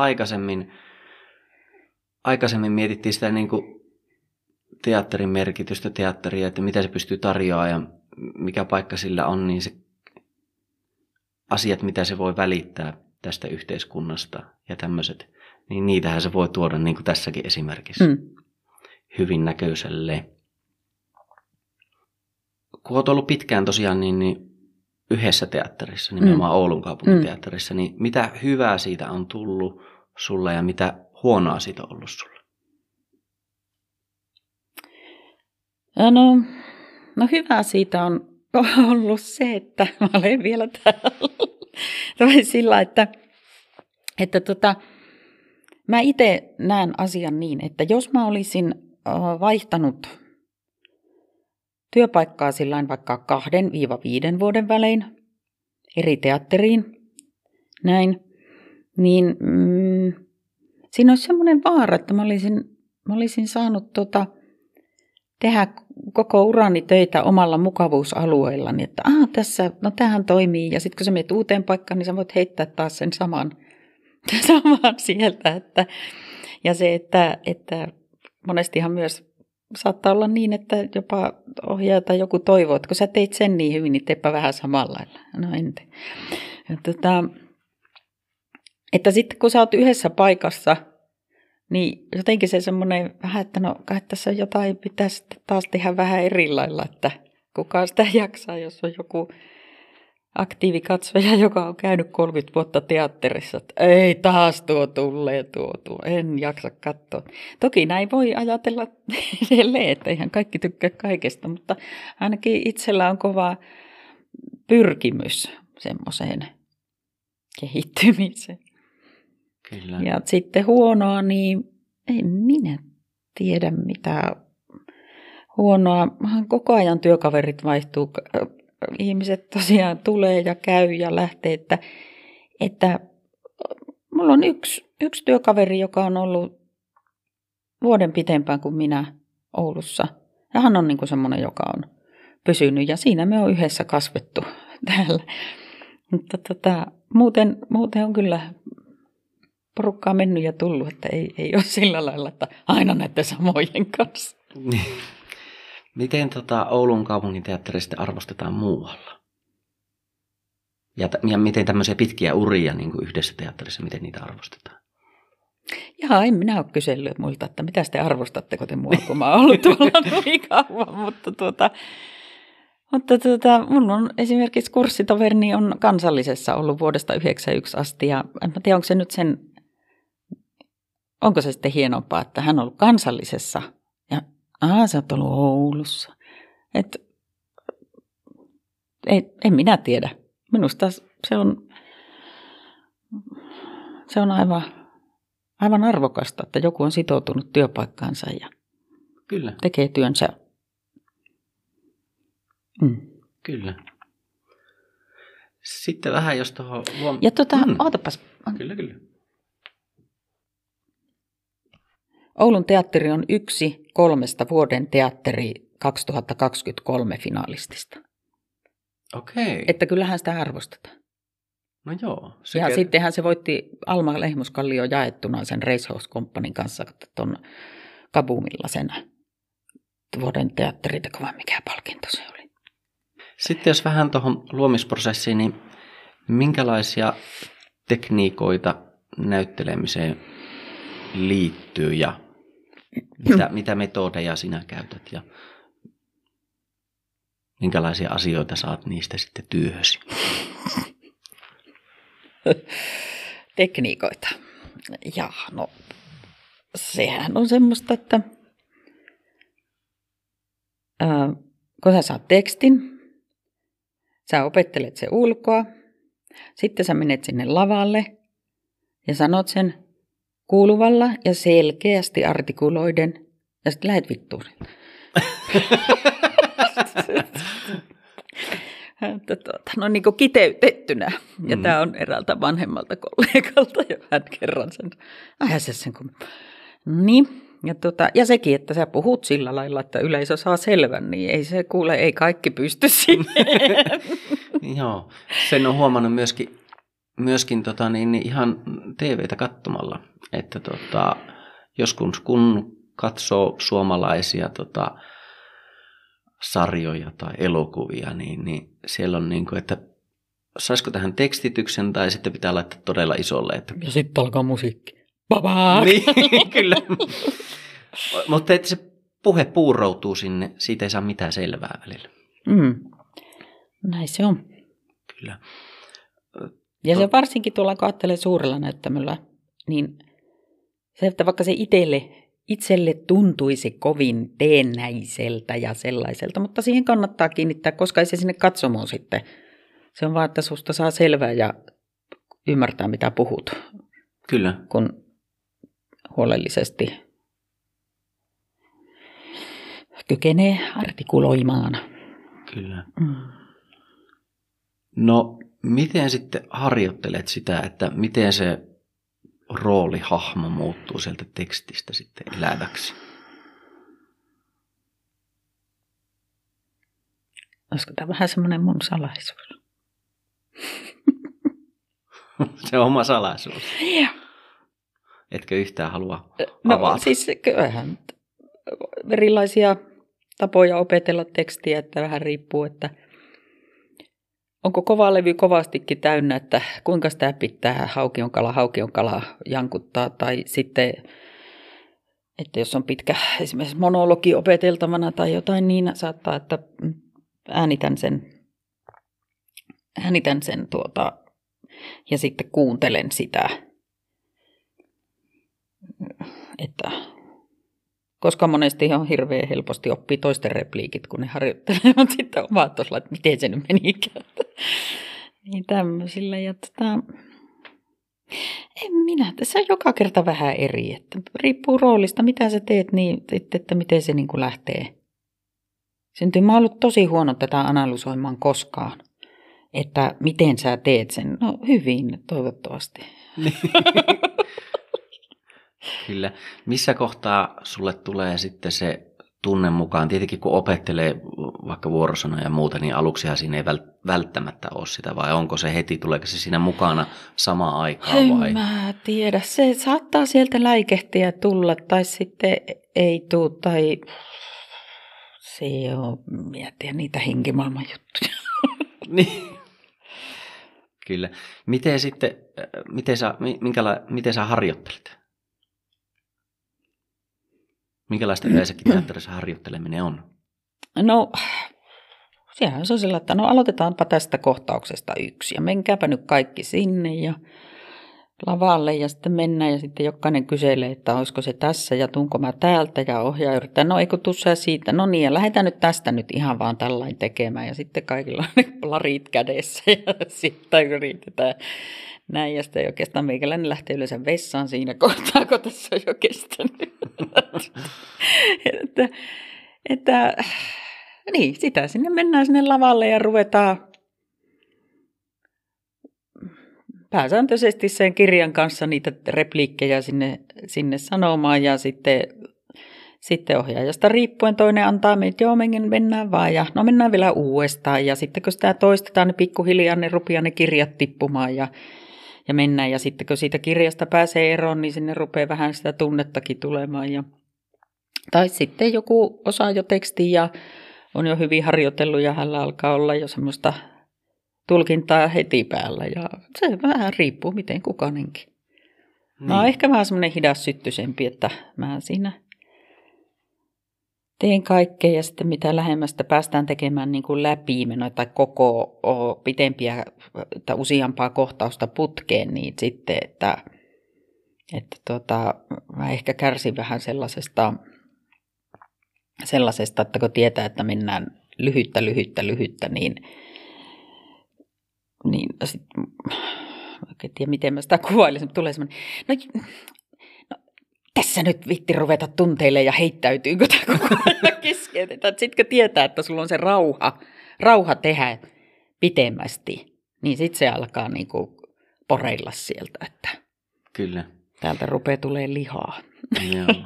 aikaisemmin mietittiin sitä niin kuin teatterin merkitystä, teatteria, että mitä se pystyy tarjoamaan ja mikä paikka sillä on, niin se asiat, mitä se voi välittää tästä yhteiskunnasta ja tämmöiset, niin niitähän se voi tuoda niin kuin tässäkin esimerkissä hyvin näköiselle. Kun olet ollut pitkään tosiaan niin yhdessä teatterissa, nimenomaan Oulun kaupungin teatterissa, niin mitä hyvää siitä on tullut sulle ja mitä huonoa siitä on ollut sulle? No hyvää siitä on ollut se, että mä olen vielä täällä. Sillä, että mä itse näen asian niin, että jos mä olisin vaihtanut työpaikkaa sillain vaikka 2-5 vuoden välein eri teatteriin, näin, niin siinä olisi semmoinen vaara, että mä olisin saanut tehdä koko urani töitä omalla mukavuusalueellani, että tämähän toimii, ja sitten kun sä menet uuteen paikkaan, niin sä voit heittää taas sen saman sieltä, ja se, että monestihan myös saattaa olla niin, että jopa ohjaaja tai joku toivoo, että kun sä teit sen niin hyvin, niin teepä vähän samalla lailla. No en tee. Että sitten kun sä oot yhdessä paikassa, niin jotenkin se semmoinen vähän, että no kai tässä jotain pitäisi taas tehdä vähän eri lailla, että kukaan sitä jaksaa, jos on joku aktiivikatsoja, joka on käynyt 30 vuotta teatterissa, että ei taas tuo, en jaksa katsoa. Toki näin voi ajatella edelleen, että eihän kaikki tykkää kaikesta, mutta ainakin itsellä on kova pyrkimys semmoiseen kehittymiseen. Kyllä. Ja sitten huonoa, niin en minä tiedä mitä huonoa. Koko ajan työkaverit vaihtuu. Ihmiset tosiaan tulee ja käy ja lähtee, että mulla on yksi työkaveri, joka on ollut vuoden pitempään kuin minä Oulussa. Ja hän on niin kuin semmoinen, joka on pysynyt ja siinä me on yhdessä kasvettu täällä. Mutta muuten on kyllä porukkaa mennyt ja tullut, että ei ole sillä lailla, että aina näiden samojen kanssa. Miten Oulun kaupunginteatterista arvostetaan muualla? Ja miten tämmöisiä pitkiä uria niin kuin yhdessä teatterissa, miten niitä arvostetaan? Jaa, en minä ole kysellyt muilta, että mitä te arvostatteko te mua, kun mä oon ollut tuolla niin kauan. Mutta mun on esimerkiksi kurssitoverini on Kansallisessa ollut vuodesta 1991 asti. Ja en tiedä, onko se sitten hienompaa, että hän on ollut Kansallisessa ja sä oot ollut Oulussa. En minä tiedä. Minusta se on aivan arvokasta, että joku on sitoutunut työpaikkaansa ja Kyllä. tekee työnsä. Kyllä. Sitten vähän jos tuohon... Ja ootapas. Kyllä. Oulun teatteri on yksi 3 vuoden teatteri 2023 finalistista. Okei. Että kyllähän sitä arvostetaan. No joo. Ja sittenhän se voitti Alma Lehmuskallio jaettuna sen Racehouse Companyn kanssa tuon Kabumilla sen vuoden teatteriteko, vai mikä palkinto se oli. Sitten jos vähän tuohon luomisprosessiin, niin minkälaisia tekniikoita näyttelemiseen liittyy ja mitä metodeja sinä käytät ja minkälaisia asioita saat niistä sitten työhösi? Tekniikoita. Ja no, sehän on semmoista, että kun sä saat tekstin, sä opettelet se ulkoa, sitten sä menet sinne lavalle ja sanot sen kuuluvalla ja selkeästi artikuloiden ja sitten lähet vittuun. No niin kuin kiteytettynä. Ja tämä on eräältä vanhemmalta kollegalta, jo hän kerran sen. Sen kun... Niin. Ja sekin, että sä puhut sillä lailla, että yleisö saa selvän, niin ei se kuule, ei kaikki pysty sinne. Joo, sen on huomannut myöskin ihan TVtä katsomalla, että joskus kun katsoo suomalaisia sarjoja tai elokuvia, niin siellä on niin kuin, että saisiko tähän tekstityksen tai sitten pitää laittaa todella isolle. Että... Ja sitten alkaa musiikki. Babaa! Niin, kyllä. Mutta että se puhe puuroutuu sinne, siitä ei saa mitään selvää välillä. Näin se on. Kyllä. Ja se varsinkin tuolla, kun ajattelee suurella näyttämöllä, niin se, että vaikka se itselle tuntuisi kovin teennäiseltä ja sellaiselta, mutta siihen kannattaa kiinnittää, koska ei se sinne katsomoon sitten. Se on vaan, että susta saa selvää ja ymmärtää, mitä puhut. Kyllä. Kun huolellisesti kykenee artikuloimaan. Kyllä. No, miten sitten harjoittelet sitä, että miten se roolihahmo muuttuu sieltä tekstistä sitten eläväksi? Olisiko tämä vähän semmoinen mun salaisuus? Se on oma salaisuus. Joo. Etkö yhtään halua No avata? siis kyllähän erilaisia tapoja opetella tekstiä, että vähän riippuu, että onko kova levy kovastikin täynnä, että kuinka sitä pitää haukion kala jankuttaa, tai sitten, että jos on pitkä esimerkiksi monologi opeteltavana tai jotain, niin saattaa, että äänitän sen ja sitten kuuntelen sitä, että koska monesti on hirveän helposti oppii toisten repliikit, kun ne harjoittelee, mutta sitten omat tuossa, että miten se nyt menikään. Niin tämmöisillä. Ja en minä, se on joka kerta vähän eri. Että riippuu roolista, mitä sä teet, niin että miten se niin kuin lähtee. Mä oon ollut tosi huono tätä analysoimaan koskaan. Että miten sä teet sen. No hyvin, toivottavasti. Kyllä. Missä kohtaa sulle tulee sitten se tunne mukaan? Tietenkin kun opettelee vaikka vuorosanoja ja muuta, niin aluksihan siinä ei välttämättä ole sitä, vai onko se heti, tuleeko se siinä mukana samaan aikaan vai? En mä tiedä. Se saattaa sieltä läikehtiä tulla tai sitten ei tule tai se on miettiä niitä henkimaailman juttuja. Niin. Kyllä. Miten sä harjoittelet? Minkälaista yleensäkin teatterissa harjoitteleminen on? No, sehän on sillä, että no aloitetaanpa tästä kohtauksesta 1 ja menkääpä nyt kaikki sinne ja lavalle ja sitten mennään ja sitten jokainen kyselee, että olisiko se tässä ja tuunko mä täältä ja ohjaa yrittää, no eikö tuossa siitä, no niin ja lähdetään nyt tästä nyt ihan vaan tällainen tekemään ja sitten kaikilla on ne larit kädessä ja sitten yritetään näin ja sitten oikeastaan meikäläinen lähtee yleensä vessaan siinä kohtaa, kun tässä on jo kestänyt. Niin, sitä sinne mennään sinne lavalle ja ruvetaan pääsääntöisesti sen kirjan kanssa niitä repliikkejä sinne sanomaan ja sitten ohjaajasta riippuen toinen antaa meitä, joo mennään vaan ja no mennään vielä uudestaan ja sitten kun sitä toistetaan, niin pikkuhiljaa ne rupeaa ne kirjat tippumaan ja mennään ja sitten kun siitä kirjasta pääsee eroon, niin sinne rupeaa vähän sitä tunnettakin tulemaan tai sitten joku osaa jo tekstin ja on jo hyvin harjoitellut ja hänellä alkaa olla jo semmoista tulkintaa heti päällä ja se vähän riippuu miten kukainenkin. Niin. Mä oon ehkä vähän semmoinen hidassyttyisempi, että mä siinä teen kaikkea ja sitten mitä lähemmästä päästään tekemään niin kuin läpimenoja tai koko pitempiä tai useampaa kohtausta putkeen, niin sitten, että mä ehkä kärsin vähän sellaisesta, että kun tietää, että mennään lyhyttä, niin sit, en tiedä miten mä sitä kuvailisin, mutta tulee semmoinen, no tässä nyt vitti ruveta tunteilemaan ja heittäytyykö tämä koko ajan keskeytetään. Sitten kun tietää, että sulla on se rauha tehdä pitemmästi, niin sitten se alkaa niinku poreilla sieltä, että kyllä. Täältä rupeaa tulemaan lihaa. Joo.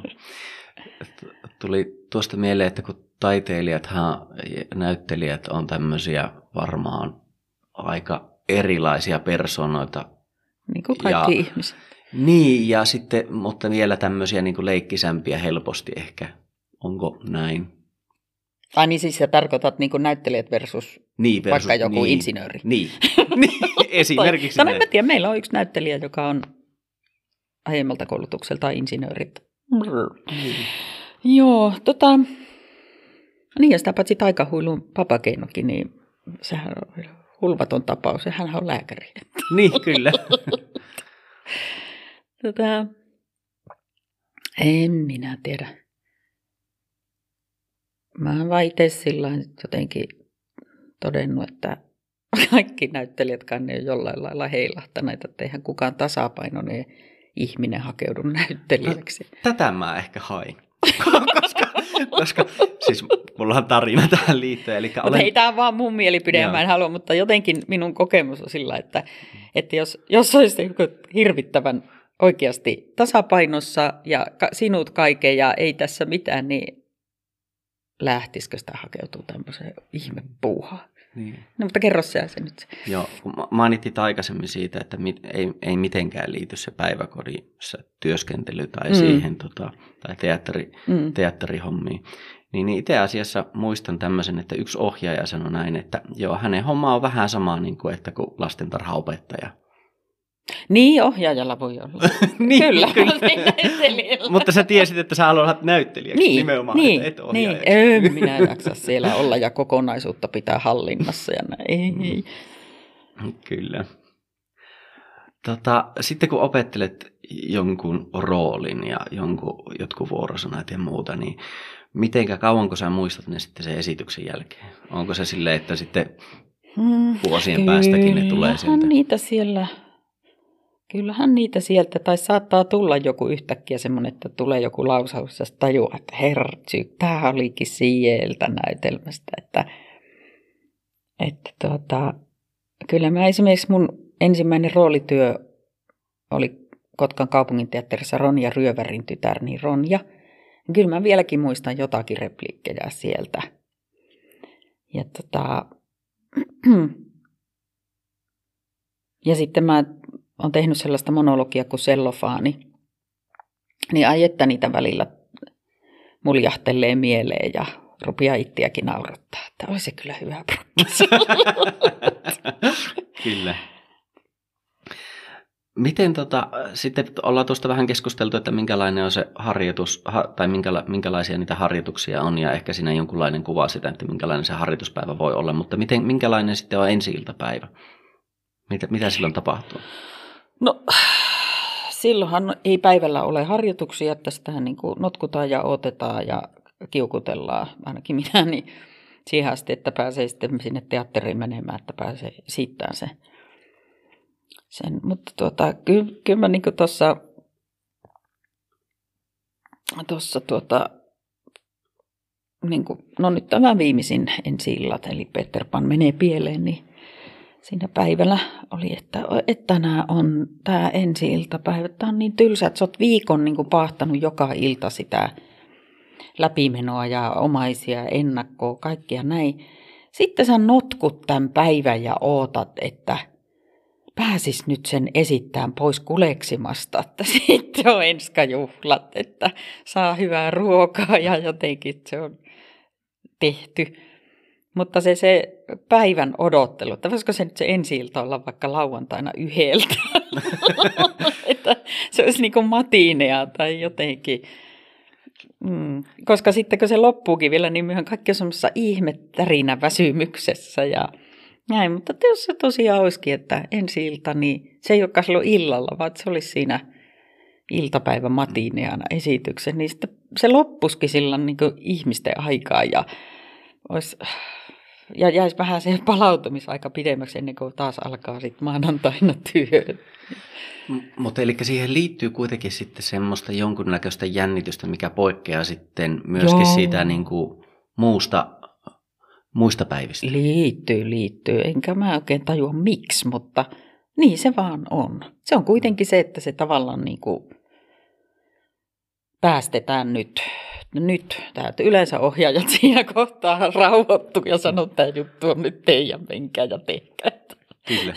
Tuli tuosta mieleen, että kun taiteilijathan, näyttelijät on tämmöisiä varmaan aika erilaisia persoonoita. Niin kuin kaikki ihmiset. Niin, ja sitten, mutta vielä tämmöisiä niin kuin leikkisämpiä helposti ehkä. Onko näin? Ai niin siis sä tarkoitat niin kuin näyttelijät versus vaikka joku insinööri. Niin, esimerkiksi tai en tiedä, meillä on yksi näyttelijä, joka on aiemmalta koulutukselta insinöörit. Joo, niin ja sitä paitsi taikahuilun papakeinokin, niin sehän on hulvaton tapaus, ja hänhän on lääkäri. Niin, kyllä. En minä tiedä. Mä oon vaan itse sillain jotenkin todennut, että kaikki näyttelijätkaan ei ole jollain lailla heilahtaneet, että eihän kukaan tasapainoinen ihminen hakeudu näyttelijäksi. No, tätä mä ehkä hain. koska siis mulla on tarina tähän liittyen. Mutta ei tämä on vaan mun mielipide, mä en halua, mutta jotenkin minun kokemus on sillä, että jos olisi hirvittävän oikeasti tasapainossa ja sinut kaiken ja ei tässä mitään, niin lähtisikö sitä hakeutua tämmöiseen ihmepuuhaan? Niin. No mutta kerro se nyt. Joo, kun mainittiin aikaisemmin siitä, että ei mitenkään liity se päiväkodissa työskentely tai siihen tai teatterihommiin. Niin itse asiassa muistan tämmöisen, että yksi ohjaaja sanoi näin, että joo, hänen homma on vähän sama niin kuin, että kuin lastentarhaopettaja. Niin, ohjaajalla voi olla. Niin, kyllä. Mutta sä tiesit, että sä haluat näyttelijäksi nimenomaan, et ohjaajaksi. En minä jaksa siellä olla ja kokonaisuutta pitää hallinnassa ja näin. Kyllä. Sitten kun opettelet jonkun roolin ja jotkut vuorosanat ja muuta, niin mitenkä kauanko sä muistat ne sitten sen esityksen jälkeen? Onko se silleen, että sitten vuosien päästäkin ne tulee sieltä? Kyllähän niitä sieltä, tai saattaa tulla joku yhtäkkiä semmoinen, että tulee joku lausaus ja tajuaa, että hertsy, tämä olikin sieltä näytelmästä. Kyllä mä esimerkiksi mun ensimmäinen roolityö oli Kotkan kaupunginteatterissa Ronja Ryövärin tytär, niin Ronja. Kyllä mä vieläkin muistan jotakin repliikkejä sieltä. Ja sitten mä oon tehnyt sellaista monologia kuin Sellofaani. Niin ai että niitä välillä muljahtelee mieleen ja rupeaa itseäkin naurattaa. Että olisi kyllä hyvä prokkis. Kyllä. Miten sitten ollaan tuosta vähän keskusteltu, että minkälainen on se harjoitus, tai minkälaisia niitä harjoituksia on, ja ehkä siinä jonkunlainen kuva sitä, että minkälainen se harjoituspäivä voi olla, mutta minkälainen sitten on ensi-iltapäivä? Mitä silloin tapahtuu? No, silloinhan ei päivällä ole harjoituksia, että sitä niin kuin notkutaan ja otetaan ja kiukutellaan, ainakin minä, niin siihen asti, että pääsee sitten sinne teatteriin menemään, että pääsee siittämään sen. Mutta kyllä mä niin kuin tuossa niin kuin, no nyt tämä viimeisin ensi-illat, eli Peter Pan menee pieleen, niin siinä päivällä oli, että nämä on tämä ensi-iltapäivä. Tämä on niin tylsä, että sä oot viikon niin kuin paahtanut joka ilta sitä läpimenoa ja omaisia ennakkoa, kaikkia näin. Sitten sä notkut tämän päivän ja ootat, että pääsis nyt sen esittämään pois kuleksimasta, että sitten on enskajuhlat, että saa hyvää ruokaa ja jotenkin se on tehty. Mutta se päivän odottelu, että voisiko se nyt se ensi-ilta olla vaikka lauantaina 1, että se olisi niin kuin matiinea tai jotenkin. Koska sitten kun se loppuukin vielä, niin myöhän kaikki on semmoisessa ihmettärinä väsymyksessä ja näin. Mutta jos se tosiaan olisikin, että ensi-ilta, niin se ei olekaan silloin illalla, vaan se olisi siinä iltapäivän matiineana esityksen, niin sitten se loppuisikin silloin niin kuin ihmisten aikaa ja jäisi vähän se palautumisaika pidemmäksi ennen kuin taas alkaa sitten maanantaina työ. Mutta eli siihen liittyy kuitenkin sitten semmoista jonkunnäköistä jännitystä, mikä poikkeaa sitten myöskin siitä niin kuin muista päivistä. Liittyy. Enkä mä oikein tajua miksi, mutta niin se vaan on. Se on kuitenkin se, että se tavallaan niin kuin päästetään nyt. Täältä yleensä ohjaajat siinä kohtaa rauhoittuu ja sanoo, että tämä juttu on nyt teidän, menkää ja tehkää. Kyllä.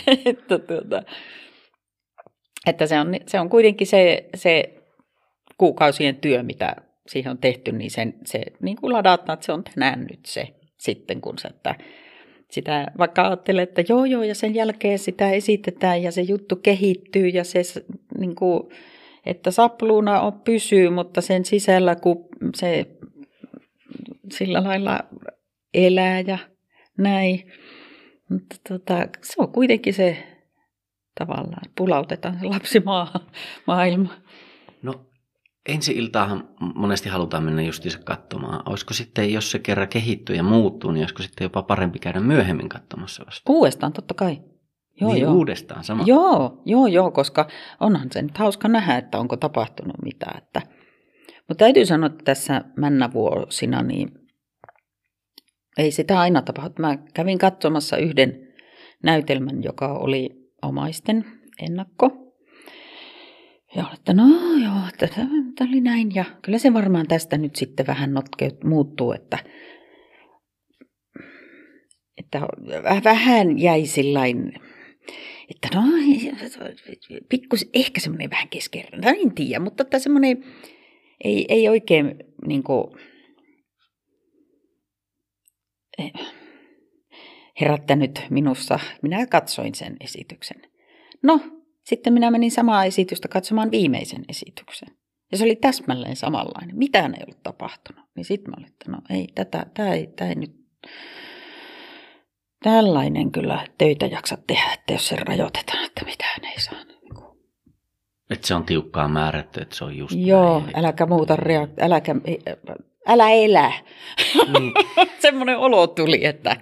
että se on kuitenkin se kuukausien työ, mitä siihen on tehty, niin se niin kuin ladataan, että se on tänään nyt se sitten, kun sitä vaikka ajattelee, että joo, ja sen jälkeen sitä esitetään ja se juttu kehittyy ja se niin kuin, että sapluuna pysyy, mutta sen sisällä, kun se sillä lailla elää ja näin. Mutta se on kuitenkin se tavallaan, pulautetaan se lapsi maailma. No ensi-iltaahan monesti halutaan mennä justiinsa katsomaan. Olisiko sitten, jos se kerran kehittyy ja muuttuu, niin olisiko sitten jopa parempi käydä myöhemmin katsomassa vasta? Uudestaan, totta kai. Joo. Uudestaan sama. Joo, koska onhan se nyt hauska nähdä, että onko tapahtunut mitään. Mutta täytyy sanoa, että tässä männävuosina niin ei sitä aina tapahdu. Mä kävin katsomassa yhden näytelmän, joka oli omaisten ennakko. Ja että tämä oli näin. Ja kyllä se varmaan tästä nyt sitten vähän muuttuu, että vähän jäi sillain, että ehkä semmoinen vähän keskeinen, en tiedä, mutta että semmoinen ei oikein niin kuin, herättänyt minussa. Minä katsoin sen esityksen. No, sitten minä menin samaa esitystä katsomaan viimeisen esityksen. Ja se oli täsmälleen samanlainen. Mitään ei ollut tapahtunut. Niin sitten mä olin, että no ei, tämä ei nyt tällainen kyllä töitä jaksa tehdä, että jos se rajoitetaan, että mitään ei saa. Että se on tiukkaan määrätty, että se on just joo, näin. äläkä muuta älä elä. Niin. Semmoinen olo tuli, että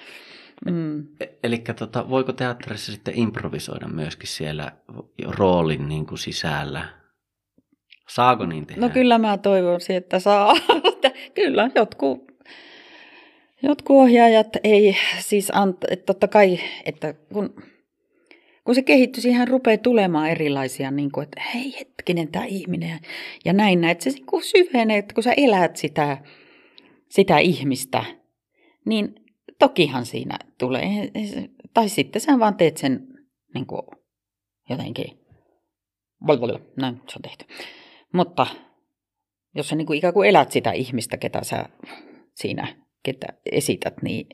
Eli voiko teatterissa sitten improvisoida myöskin siellä roolin niin kuin sisällä? Saako niin tehdä? No kyllä mä toivoisin, että saa. Kyllä, jotkut ohjaajat ei siis että totta kai, että kun se kehittyy, siihen rupeaa tulemaan erilaisia, niin kuin, että hei hetkinen tämä ihminen ja näin, että se kun syvenee, että kun sä elät sitä ihmistä, niin tokihan siinä tulee, tai sitten sä vaan teet sen niin kuin jotenkin, näin se on tehty. Mutta jos sä niin kuin ikään kuin elät sitä ihmistä, ketä sä siinä, ketä esität, niin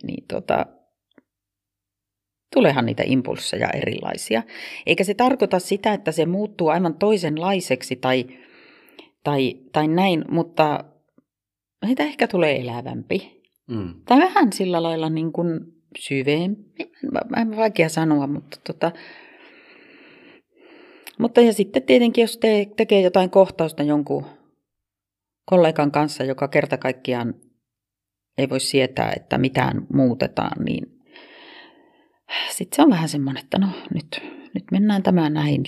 tuleehan niitä impulsseja erilaisia. Eikä se tarkoita sitä, että se muuttuu aivan toisenlaiseksi tai näin, mutta siitä ehkä tulee elävämpi. Tai vähän sillä lailla niin kuin syvempi. Vaikea sanoa, mutta ja sitten tietenkin, jos tekee jotain kohtausta jonkun kollegan kanssa, joka kerta kaikkiaan ei voi sietää, että mitään muutetaan, niin sitten se on vähän semmoinen, että no nyt mennään tämä näin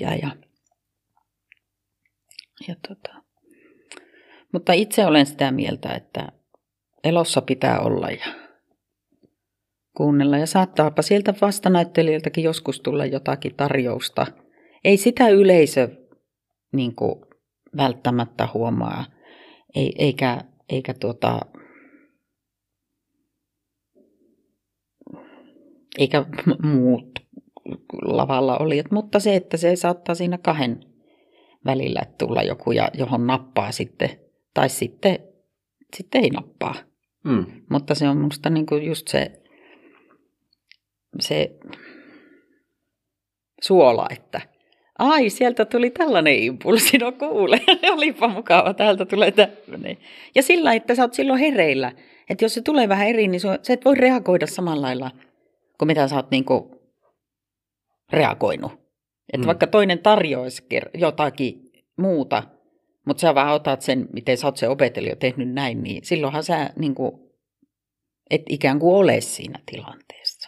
mutta itse olen sitä mieltä, että elossa pitää olla ja kuunnella. Ja saattaapa sieltä vastanäyttelijöiltäkin joskus tulla jotakin tarjousta. Ei sitä yleisö niin kuin, välttämättä huomaa, eikä muut lavalla olijat, mutta se, että se saattaa siinä kahden välillä tulla joku, johon nappaa sitten, tai sitten ei nappaa. Mutta se on minusta niin kuin just se suola, että ai, sieltä tuli tällainen impulssi, no kuule, olipa mukava, täältä tulee tämmöinen. Ja sillä, että sä oot silloin hereillä, että jos se tulee vähän eri, niin sä et voi reagoida samalla lailla, kuin mitä sä oot niinku reagoinut. Että vaikka toinen tarjoaisi jotakin muuta, mutta sä vaan otat sen, miten sä oot se opetelija tehnyt näin, niin silloinhan sä niinku, et ikään kuin ole siinä tilanteessa.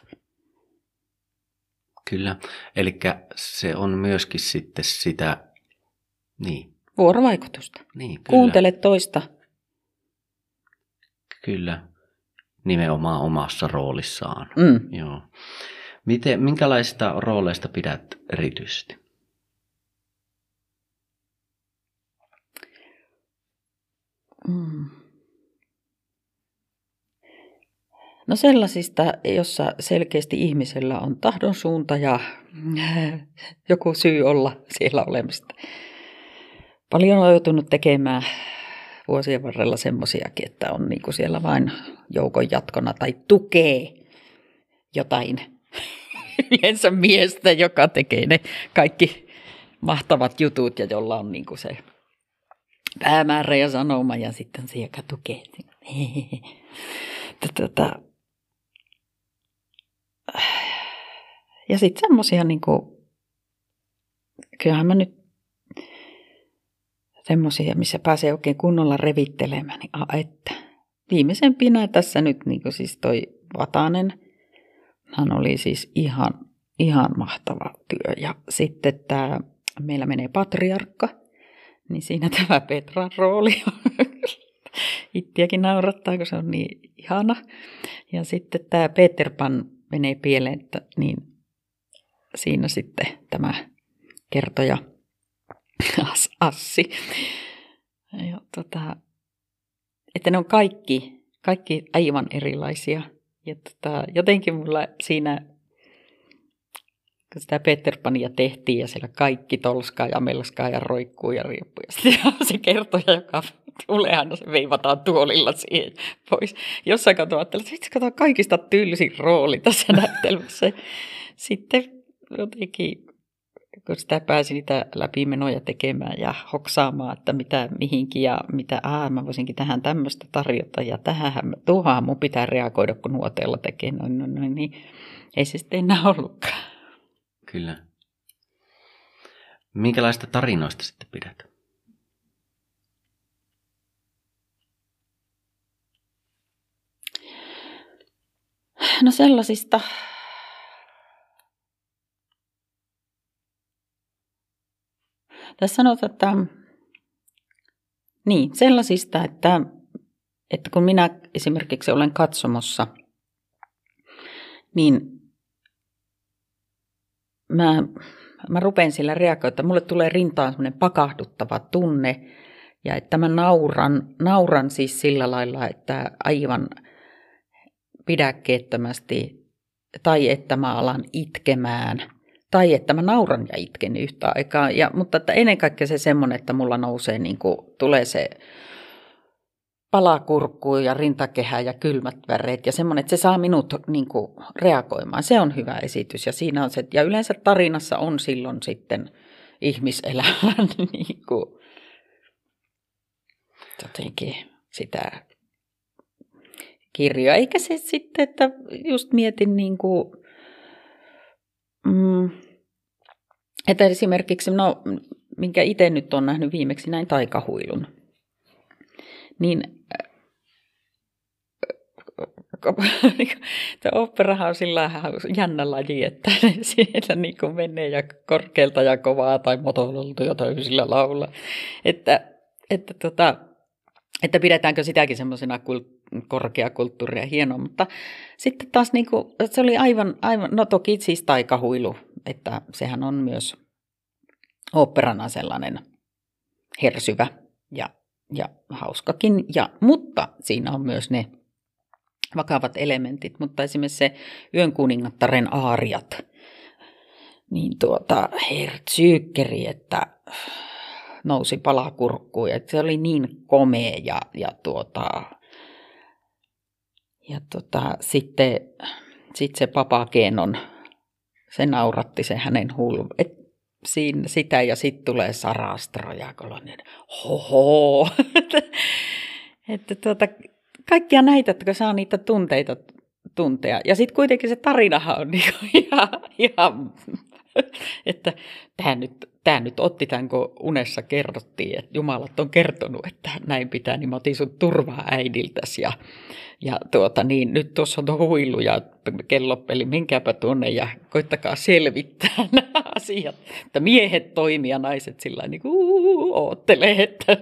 Kyllä, eli se on myöskin sitten sitä, niin. Vuorovaikutusta. Niin, kyllä. Kuuntele toista. Kyllä, nimenomaan omassa roolissaan. Joo. Minkälaisista rooleista pidät erityisesti? No sellaisista, jossa selkeästi ihmisellä on tahdon suunta ja joku syy olla siellä olemista. Paljon on joutunut tekemään vuosien varrella semmoisiakin, että on niinku siellä vain joukon jatkona tai tukee jotain yleensä miestä, joka tekee ne kaikki mahtavat jutut ja jolla on niinku se päämäärä ja sanoma ja sitten se, joka tukee. Ja sitten semmoisia, niinku, kyllähän mä nyt semmoisia, missä pääsee oikein kunnolla revittelemään, niin että viimeisempinä tässä nyt niinku siis toi Vatanen, hän oli siis ihan mahtava työ. Ja sitten tämä, meillä menee Patriarkka, niin siinä tämä Petran rooli ittiäkin naurattaa, kun se on niin ihana. Ja sitten tämä Peter Pan menee pieleen, että niin siinä sitten tämä kertoja Assi. Ja että ne on kaikki aivan erilaisia. Ja jotenkin mulla siinä, kun sitä Peter Pania tehtiin ja siellä kaikki tolskaa ja melskaa ja roikkuu ja riippuu. Ja sitten se kertoja, joka tulee aina, se veivataan tuolilla siihen pois. Jossain kato ajattelin, että kato kaikista tylsin rooli tässä näyttelyssä. Sitten jotenkin, kun sitä pääsi niitä läpimenoja tekemään ja hoksaamaan, että mitä mihinkin ja mitä, mä voisinkin tähän tämmöistä tarjota ja tuohon mun pitää reagoida, kun nuoteella tekee noin, niin ei se sitten enää ollutkaan. Kyllä. Minkälaista tarinoista sitten pidät? No sellaisista, tässä sanotaan, että niin, sellaisista, että kun minä esimerkiksi olen katsomossa, niin mä rupean sillä reagoimaan, että mulle tulee rintaan semmoinen pakahduttava tunne, ja että mä nauran siis sillä lailla, että aivan pidäkkeettömästi, tai että mä alan itkemään, tai että mä nauran ja itken yhtä aikaa. Mutta että ennen kaikkea se semmoinen, että mulla nousee, niin kuin, tulee se palakurkku ja rintakehä ja kylmät väreet ja semmoinen, että se saa minut niin kuin, reagoimaan. Se on hyvä esitys ja siinä on se, ja yleensä tarinassa on silloin sitten ihmiselämän niin kuin, jotenkin sitä kirjoa. Eikä se sitten, että just mietin niin kuin, että esimerkiksi, minkä itse nyt olen nähnyt viimeksi näin taikahuilun, niin operahan on sillä jännä laji, että siellä niin kuin menee ja korkealta ja kovaa tai motololta ja täysillä laulaa. Että pidetäänkö sitäkin semmoisena korkeakulttuuria ja hienoa, mutta sitten taas niin kuin, se oli aivan, no toki siis taikahuilu, että sehän on myös oopperana sellainen hersyvä ja hauskakin, mutta siinä on myös ne vakavat elementit, mutta esimerkiksi se Yön kuningattaren aariat, niin hertsyykkeri, että nousi palakurkkuun, että se oli niin komea ja sitten se Papagenon, se nauratti se hänen hullu, siinä sitä ja sitten tulee Sarastro ja kolonen, hoho, että kaikkia näitä, että saa niitä tunteita tuntea. Ja sitten kuitenkin se tarinahan on niinku ihan että tämä nyt otti tämän, kun unessa kerrottiin, että Jumalat on kertonut, että näin pitää, niin mä otin sun turvaa äidiltäsi. Ja niin, nyt tuossa on huilu ja kellopeli, menkääpä tuonne ja koittakaa selvittää nämä asiat. Että miehet toimii ja naiset sillä niin kuin oottelee, että...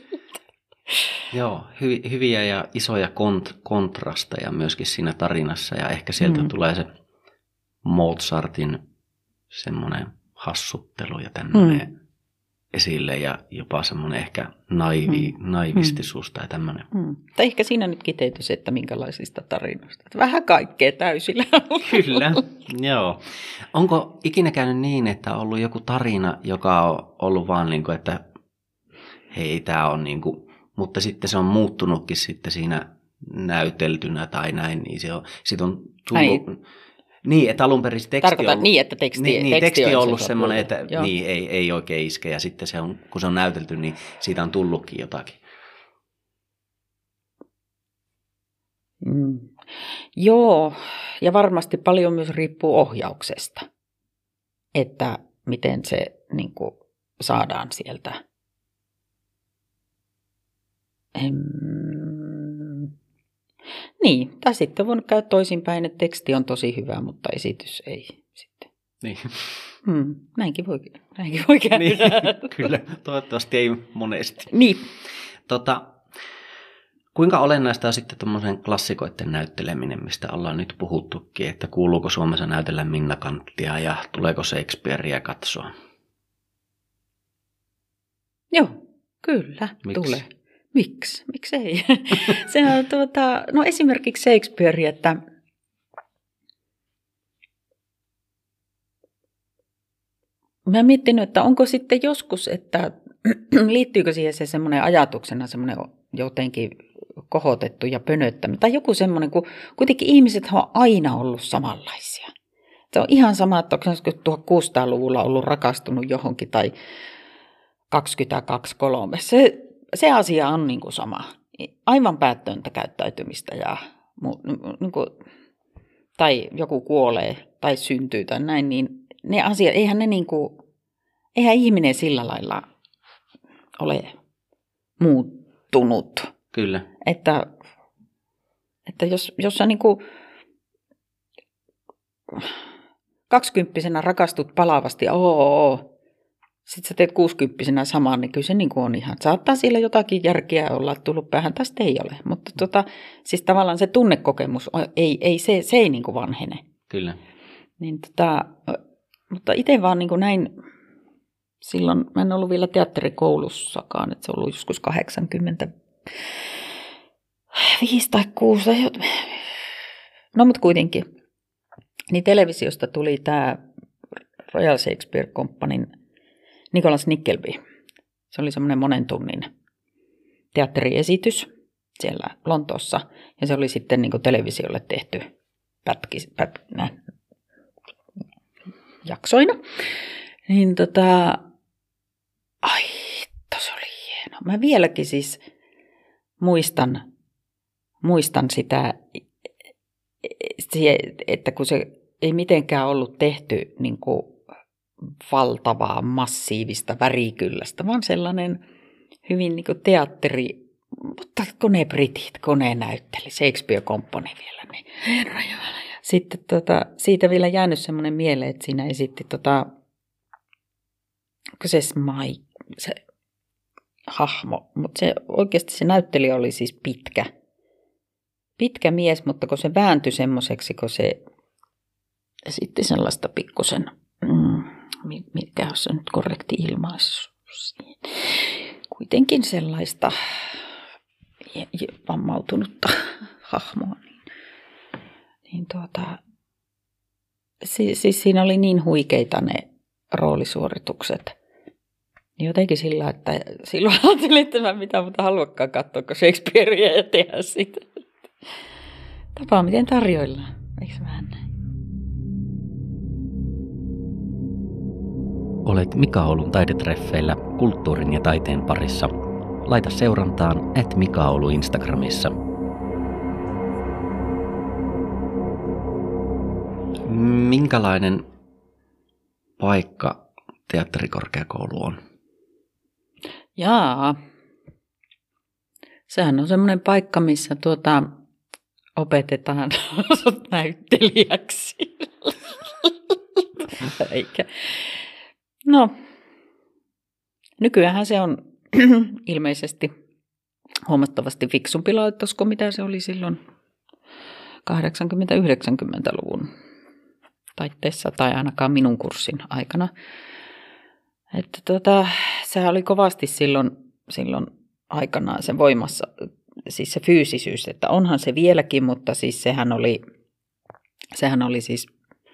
Joo, hyviä ja isoja kontrasteja myöskin siinä tarinassa ja ehkä sieltä tulee se Mozartin semmoinen hassuttelu ja tämmöinen esille ja jopa semmoinen ehkä naivistisuus tai tämmöinen. Tai ehkä siinä nyt kiteytys, että minkälaisista tarinoista. Vähän kaikkea täysillä. Kyllä, joo. Onko ikinä käynyt niin, että on ollut joku tarina, joka on ollut vaan niin kuin, että hei, tämä on niin kuin, mutta sitten se on muuttunutkin sitten siinä näyteltynä tai näin, niin se on tullut... Niin, että alun perin teksti on ollut, niin, että teksti on ollut semmoinen, että niin, ei oikein iske, ja sitten se on, kun se on näytelty, niin siitä on tullutkin jotakin. Joo, ja varmasti paljon myös riippuu ohjauksesta, että miten se niin kuin, saadaan sieltä. Niin, tai sitten on voinut käydä toisinpäin, että teksti on tosi hyvä, mutta esitys ei sitten. Niin. Näinkin voi käydä. Niin, kyllä, toivottavasti ei monesti. Niin. Kuinka olennaista on sitten tuommoisen klassikoiden näytteleminen, mistä ollaan nyt puhuttukin, että kuuluuko Suomessa näytellä Minna Canttia ja tuleeko Shakespearea katsoa? Joo, kyllä, tulee. Miksi ei? Se on no esimerkiksi Shakespeare, että mä miettinyt, että onko sitten joskus, että liittyykö siihen se semmoinen ajatuksena semmoinen jotenkin kohotettu ja pönöttäminen. Tai joku semmoinen, kun kuitenkin ihmiset on aina ollut samanlaisia. Se on ihan sama, että onko 1600-luvulla ollut rakastunut johonkin tai 22-3. Se asia on niin kuin sama. Aivan päättöntä käyttäytymistä ja niin kuin, tai joku kuolee tai syntyy tai näin, niin ne asiat, eihän ihminen sillä lailla ole muuttunut. Kyllä. Että jos sä niin kuin 20-vuotiaana rakastut palavasti, sitten sä teet 60-vuotiaana samaan, niin kyllä se niin kuin on ihan. Saattaa siellä jotakin järkeä olla tullut päähän, tästä ei ole. Mutta siis tavallaan se tunnekokemus, se ei niin kuin vanhene. Kyllä. Niin mutta itse vaan niin kuin näin, silloin mä en ollut vielä teatterikoulussakaan, että se on ollut joskus 85 tai 6. No mutta kuitenkin. Niin televisiosta tuli tämä Royal Shakespeare Companyn Nicholas Nickleby. Se oli semmoinen monen tunnin teatteriesitys siellä Lontoossa. Ja se oli sitten niin kuin televisiolle tehty jaksoina. Niin se oli hieno. Mä vieläkin siis muistan sitä, että kun se ei mitenkään ollut tehty niin kuin valtavaa, massiivista, värikyllästä, vaan sellainen hyvin niin kuin teatteri, mutta kun ne näytteli, Shakespeare Company vielä, niin sitten siitä vielä jäänyt semmoinen mieleen, että siinä esitti se hahmo, mutta se, oikeasti se näyttelijä oli siis pitkä pitkä mies, mutta kun se vääntyi semmoiseksi, kun se esitti sellaista pikkusen, mikä on se nyt korrekti ilmaisu, kuitenkin sellaista vammautunutta hahmoa. Siis siinä oli niin huikeita ne roolisuoritukset. Jotenkin sillä, että silloin ajattelin, että mä mitään muuta haluakaan katsoa, kun Shakespearea ja tehdä sitä. Tapaa miten tarjoillaan. Eikö vähän näin? Olet Mika Oulun taidetreffeillä kulttuurin ja taiteen parissa. Laita seurantaan @mikaoulu Instagramissa. Minkälainen paikka teatterikorkeakoulu on? Jaa. Sehän on semmoinen paikka, missä opetetaan näyttelijäksi. Eikä. No, nykyäänhän se on ilmeisesti huomattavasti fiksumpi laitos kuin mitä se oli silloin 80-90-luvun taitteessa tai ainakaan minun kurssin aikana. Että sehän oli kovasti silloin aikanaan se voimassa, siis se fyysisyys, että onhan se vieläkin, mutta siis sehän oli siis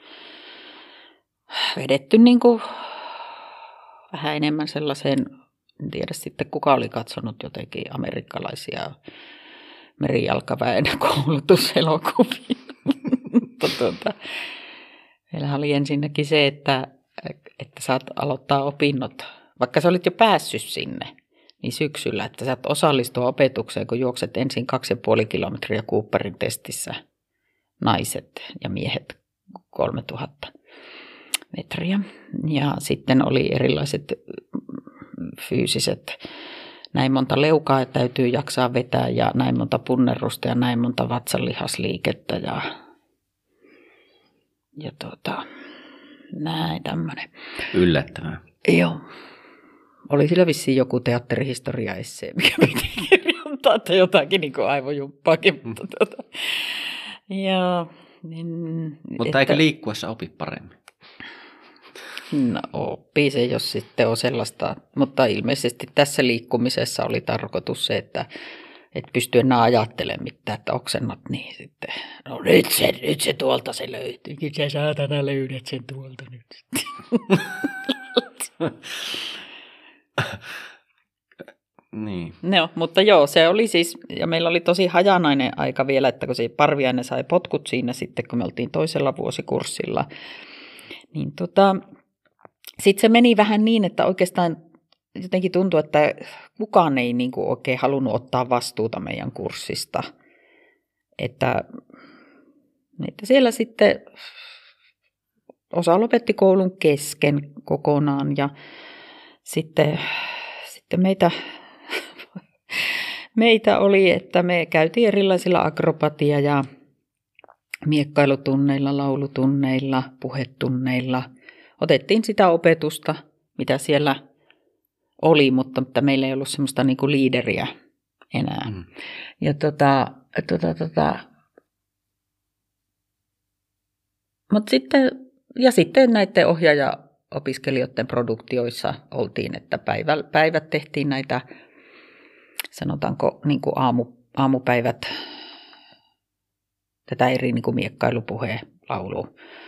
vedetty niin kuin vähän enemmän sellaiseen, en tiedä sitten kuka oli katsonut jotenkin amerikkalaisia merijalkaväen koulutuselokuvia. Mutta meillähän oli ensinnäkin se, että saat aloittaa opinnot, vaikka sä olit jo päässyt sinne, niin syksyllä, että saat osallistua opetukseen, kun juokset ensin 2,5 kilometriä Cooperin testissä, naiset ja miehet 3000 metriä. Ja sitten oli erilaiset fyysiset, näin monta leukaa täytyy jaksaa vetää ja näin monta punnerusta ja näin monta vatsanlihasliikettä ja näin tämmöinen. Yllättävää. Joo. Oli sillä vissiin joku teatterihistoria-essee, mikä piti kirjoittaa, että jotakin niin kuin aivojumppaakin. Mutta eikö liikkuessa opi paremmin? No oppii se, jos sitten on sellaista, mutta ilmeisesti tässä liikkumisessa oli tarkoitus se, että et pysty enää ajattelemaan mitään, että oksennat niin sitten. No nyt se tuolta se löytyy. Sä saatana löydät sen tuolta nyt sitten. Niin. No, mutta joo, se oli siis, ja meillä oli tosi hajanainen aika vielä, että kun se Parviainen sai potkut siinä sitten, kun me oltiin toisella vuosikurssilla, niin sitten se meni vähän niin, että oikeastaan jotenkin tuntui, että kukaan ei niin kuin oikein halunnut ottaa vastuuta meidän kurssista. Että siellä sitten osa lopetti koulun kesken kokonaan ja sitten meitä oli, että me käytiin erilaisilla akrobatia- ja miekkailutunneilla, laulutunneilla, puhetunneilla. Otettiin sitä opetusta, mitä siellä oli, mutta meillä ei ollut semmoista niinku liideriä enää. Mm. Ja sitten näiden ohjaaja-opiskelijoiden produktioissa oltiin, että päivät tehtiin näitä, sanotaanko niinku aamupäivät, tätä eri niinku miekkailupuhe, laulu,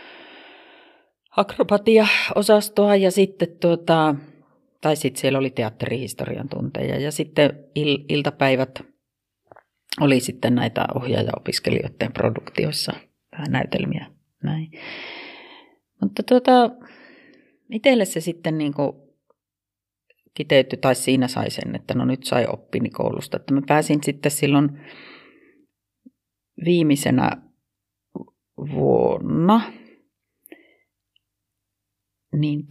akrobatia-osastoa ja sitten tai sitten siellä oli teatterihistorian tunteja ja sitten iltapäivät oli sitten näitä ohjaaja-opiskelijoiden produktioissa vähän näytelmiä näin. Mutta itselle se sitten niinku kiteytyi tai siinä sai sen, että no nyt sai oppini koulusta, että mä pääsin sitten silloin viimeisenä vuonna niin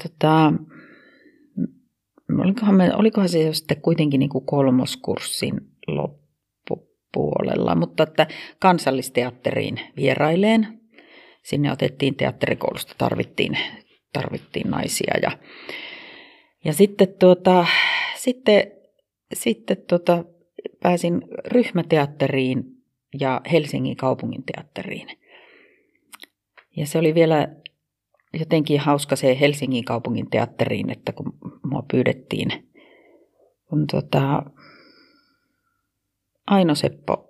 olikohan se jo sitten kuitenkin niin kuin kolmoskurssin loppupuolella, mutta että Kansallisteatteriin vieraileen. Sinne otettiin teatterikoulusta, tarvittiin naisia ja sitten pääsin ryhmäteatteriin ja Helsingin kaupunginteatteriin. Ja se oli vielä jotenkin hauska se Helsingin kaupunginteatteriin, että kun mua pyydettiin, kun Aino-Seppo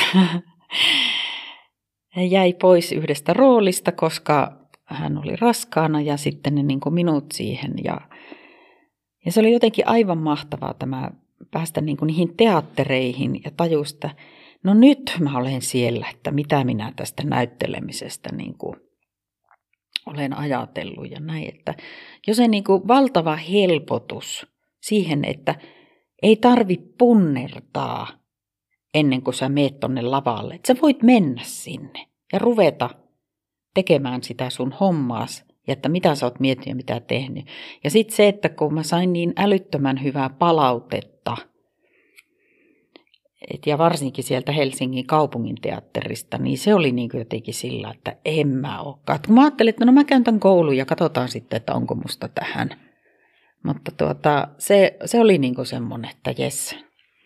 jäi pois yhdestä roolista, koska hän oli raskaana ja sitten ne niin kuin minut siihen. Ja se oli jotenkin aivan mahtavaa tämä päästä niin kuin niihin teattereihin ja tajusta, no nyt mä olen siellä, että mitä minä tästä näyttelemisestä niin kuin olen ajatellut ja näin. Että jos se niin kuin valtava helpotus siihen, että ei tarvitse punnertaa ennen kuin sä meet tonne lavalle. Että sä voit mennä sinne ja ruveta tekemään sitä sun hommaas ja että mitä sä oot miettinyt ja mitä tehnyt. Ja sitten se, että kun mä sain niin älyttömän hyvää palautetta, ja varsinkin sieltä Helsingin kaupunginteatterista, niin se oli niin kuin jotenkin sillä, että en mä olekaan. Kun mä ajattelin, että no mä käyn tämän koulun ja katsotaan sitten, että onko musta tähän. Mutta se oli niin kuin semmoinen, että jes,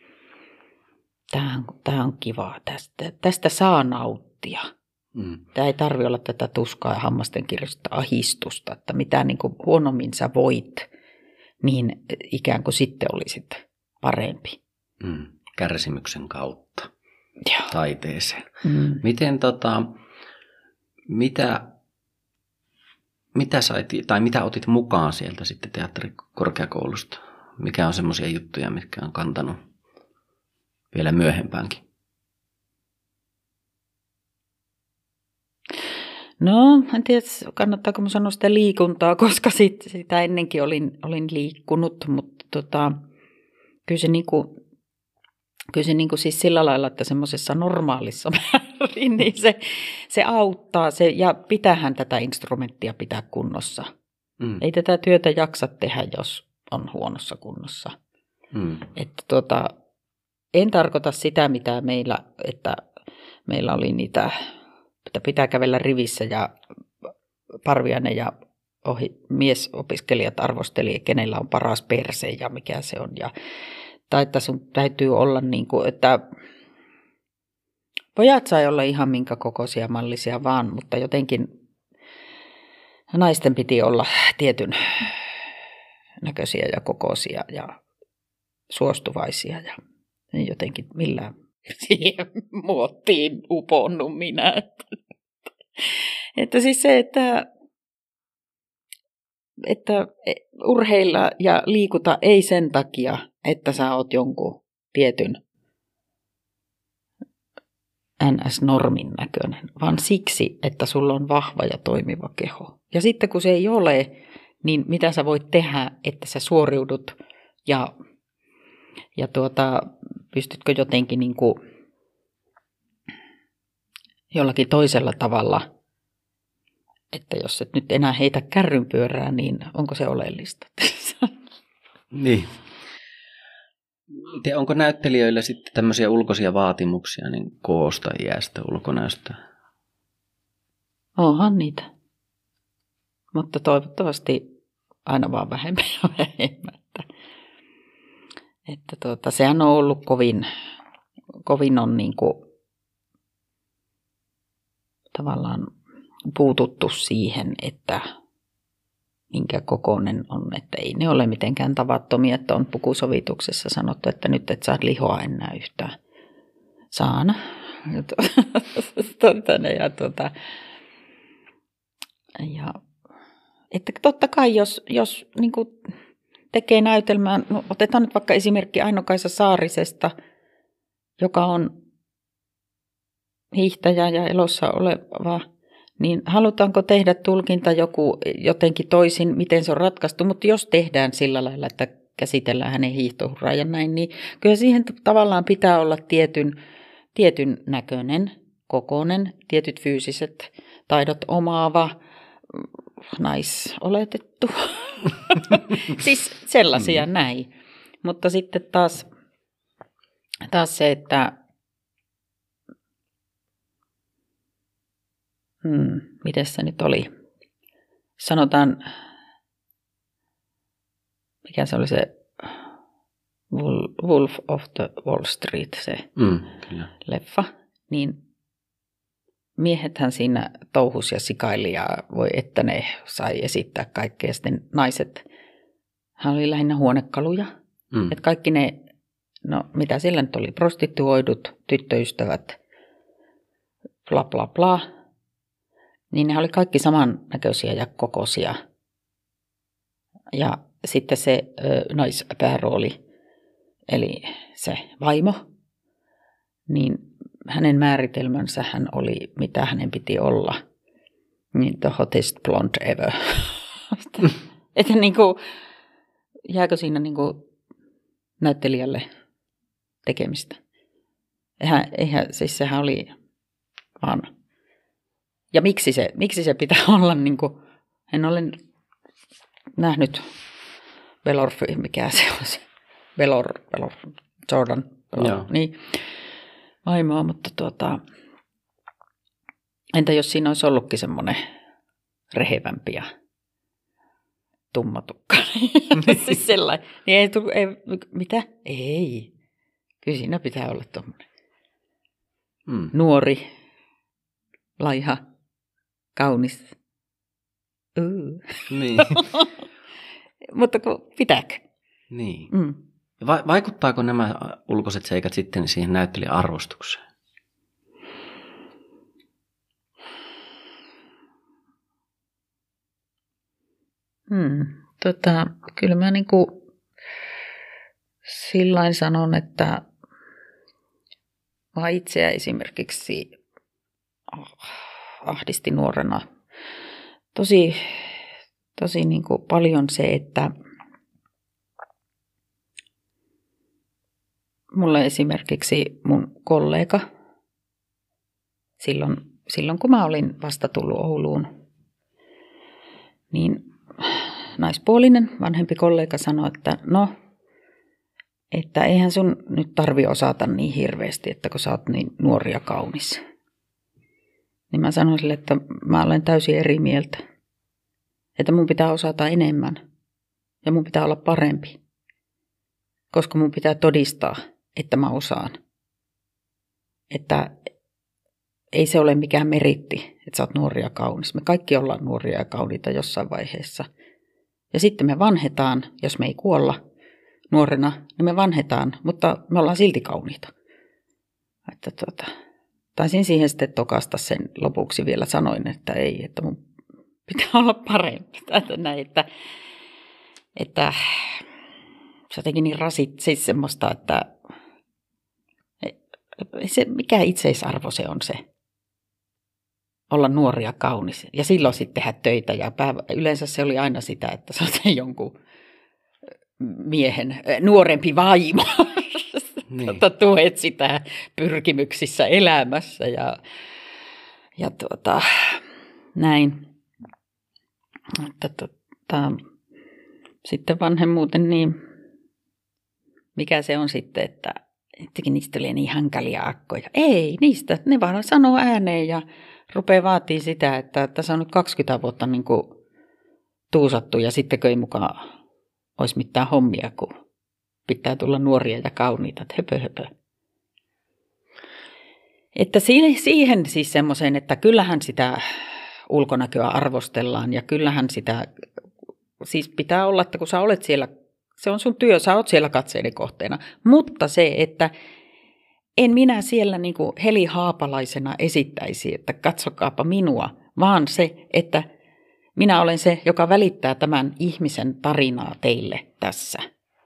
tämä on kivaa, tästä saa nauttia. Tämä ei tarvitse olla tätä tuskaa ja hammasten kirjoista ahistusta, että mitä niin kuin huonommin sä voit, niin ikään kuin sitten olisit parempi. Kärsimyksen kautta. Joo. Taiteeseen. Miten mitä sait, tai mitä otit mukaan sieltä sitten teatterikorkeakoulusta? Mikä on semmoisia juttuja, mitkä on kantanut vielä myöhempäänkin? No, en tiedä, kannattaako mä sanoa sitä liikuntaa, koska sitä ennenkin olin liikkunut, mutta kyllä se niinku siis sillä lailla, että semmoisessa normaalissa määrin, niin se auttaa ja pitäähän tätä instrumenttia pitää kunnossa. Ei tätä työtä jaksa tehdä, jos on huonossa kunnossa. Että en tarkoita sitä, mitä että meillä oli niitä, että pitää kävellä rivissä ja Parviainen ja miesopiskelijat arvosteli, kenellä on paras perse ja mikä se on. Tai että sun täytyy olla niin kuin, että pojat sai olla ihan minkä kokoisia mallisia vaan, mutta jotenkin naisten piti olla tietyn näköisiä ja kokoisia ja suostuvaisia ja jotenkin millään siihen muottiin uponnut minä. Että siis se, että urheilla ja liikuta ei sen takia, että sä oot jonkun tietyn NS-normin näköinen, vaan siksi, että sulla on vahva ja toimiva keho. Ja sitten kun se ei ole, niin mitä sä voit tehdä, että sä suoriudut ja pystytkö jotenkin niin kuin jollakin toisella tavalla, että jos et nyt enää heitä kärrynpyörää, niin onko se oleellista? Niin. Onko näyttelijöillä sitten tämmöisiä ulkoisia vaatimuksia niin koosta, iästä, ulkonäöstä? Onhan niitä. Mutta toivottavasti aina vaan vähemmän ja vähemmän. Että sehän on ollut kovin on niin kuin tavallaan puututtu siihen, että minkä kokoinen on, että ei ne ole mitenkään tavattomia, että on pukusovituksessa sanottu, että nyt et saa lihoa enää yhtään. Saana. Ja että totta kai, jos niin kuin tekee näytelmää, no otetaan nyt vaikka esimerkki Aino-Kaisa Saarisesta, joka on hiihtäjä ja elossa oleva, niin halutaanko tehdä tulkinta jotenkin toisin, miten se on ratkaistu, mutta jos tehdään sillä lailla, että käsitellään hänen hiihtohuraa ja näin, niin kyllä siihen tavallaan pitää olla tietyn näköinen, kokoinen, tietyt fyysiset taidot omaava, naisoletettu. Siis sellaisia näin. Mutta sitten taas se, että miten se nyt oli? Sanotaan, mikä se oli se Wolf of the Wall Street, se kyllä. leffa. niin miehethän siinä touhus ja sikaili ja voi että ne sai esittää kaikkea. Sitten naiset, hän oli lähinnä huonekaluja. Että kaikki ne, no mitä siellä nyt oli, prostituoidut, tyttöystävät, bla bla bla. Niin ne oli kaikki samannäköisiä ja kokoisia. Ja sitten se naispäärooli, eli se vaimo, niin hänen määritelmänsä hän oli, mitä hänen piti olla. Niin the hottest blonde ever. Että niinku, jääkö siinä niinku näyttelijälle tekemistä? Siis sehän oli vaan. Ja miksi se pitää olla niinku, en ole nähnyt mikä se on se, Jordan, niin, vaimoa, mutta entä jos siinä olisi ollutkin semmoinen rehevämpi ja tummatukka, siis sellainen, niin mitä? Ei, kyllä siinä pitää olla tommoinen nuori, laiha, kaunis. Niin. Mutta pitääkö? Niin. Vaikuttaako nämä ulkoiset seikat sitten siihen näyttelijän arvostukseen? Kyllä mä niinku sillain sanon, että mä itseä esimerkiksi ahdisti nuorena tosi niinku paljon se, että mulle esimerkiksi mun kollega, silloin kun mä olin vasta tullut Ouluun, niin naispuolinen vanhempi kollega sanoi, että eihän sun nyt tarvi osata niin hirveästi, että kun sä oot niin nuori ja kaunis. Niin mä sanoin sille, että mä olen täysin eri mieltä. Että mun pitää osata enemmän ja mun pitää olla parempi, koska mun pitää todistaa, että mä osaan. Että ei se ole mikään meritti, että sä oot nuori ja kaunis. Me kaikki ollaan nuoria ja kauniita jossain vaiheessa. Ja sitten me vanhetaan, jos me ei kuolla nuorena, niin me vanhetaan, mutta me ollaan silti kauniita. Että taisin siihen sitten tokasta sen lopuksi vielä sanoin, että ei, että mun pitää olla parempi. Että se jotenkin niin siis semmoista, että se, mikä itseisarvo se on se. Olla nuori ja kaunis. Ja silloin sitten tehdä töitä. Ja yleensä se oli aina sitä, että sä oot jonkun miehen nuorempi vaimo. Niin. Tuet sitä pyrkimyksissä elämässä ja näin. Sitten vanhemmuuten, niin mikä se on sitten, että niistä tulee niin hankalia akkoja. Ei niistä, ne vaan sanoo ääneen ja rupeaa vaatii sitä, että tässä on nyt 20 vuotta niin kuin tuusattu ja sittenkö ei mukaan olisi mitään hommia, kun pitää tulla nuoria ja kauniita, että höpö. Että siihen siis semmoiseen, että kyllähän sitä ulkonäköä arvostellaan ja kyllähän sitä, siis pitää olla, että kun sä olet siellä, se on sun työ, sä oot siellä katseiden kohteena, mutta se, että en minä siellä niin kuin Heli Haapalaisena esittäisi, että katsokaapa minua, vaan se, että minä olen se, joka välittää tämän ihmisen tarinaa teille tässä.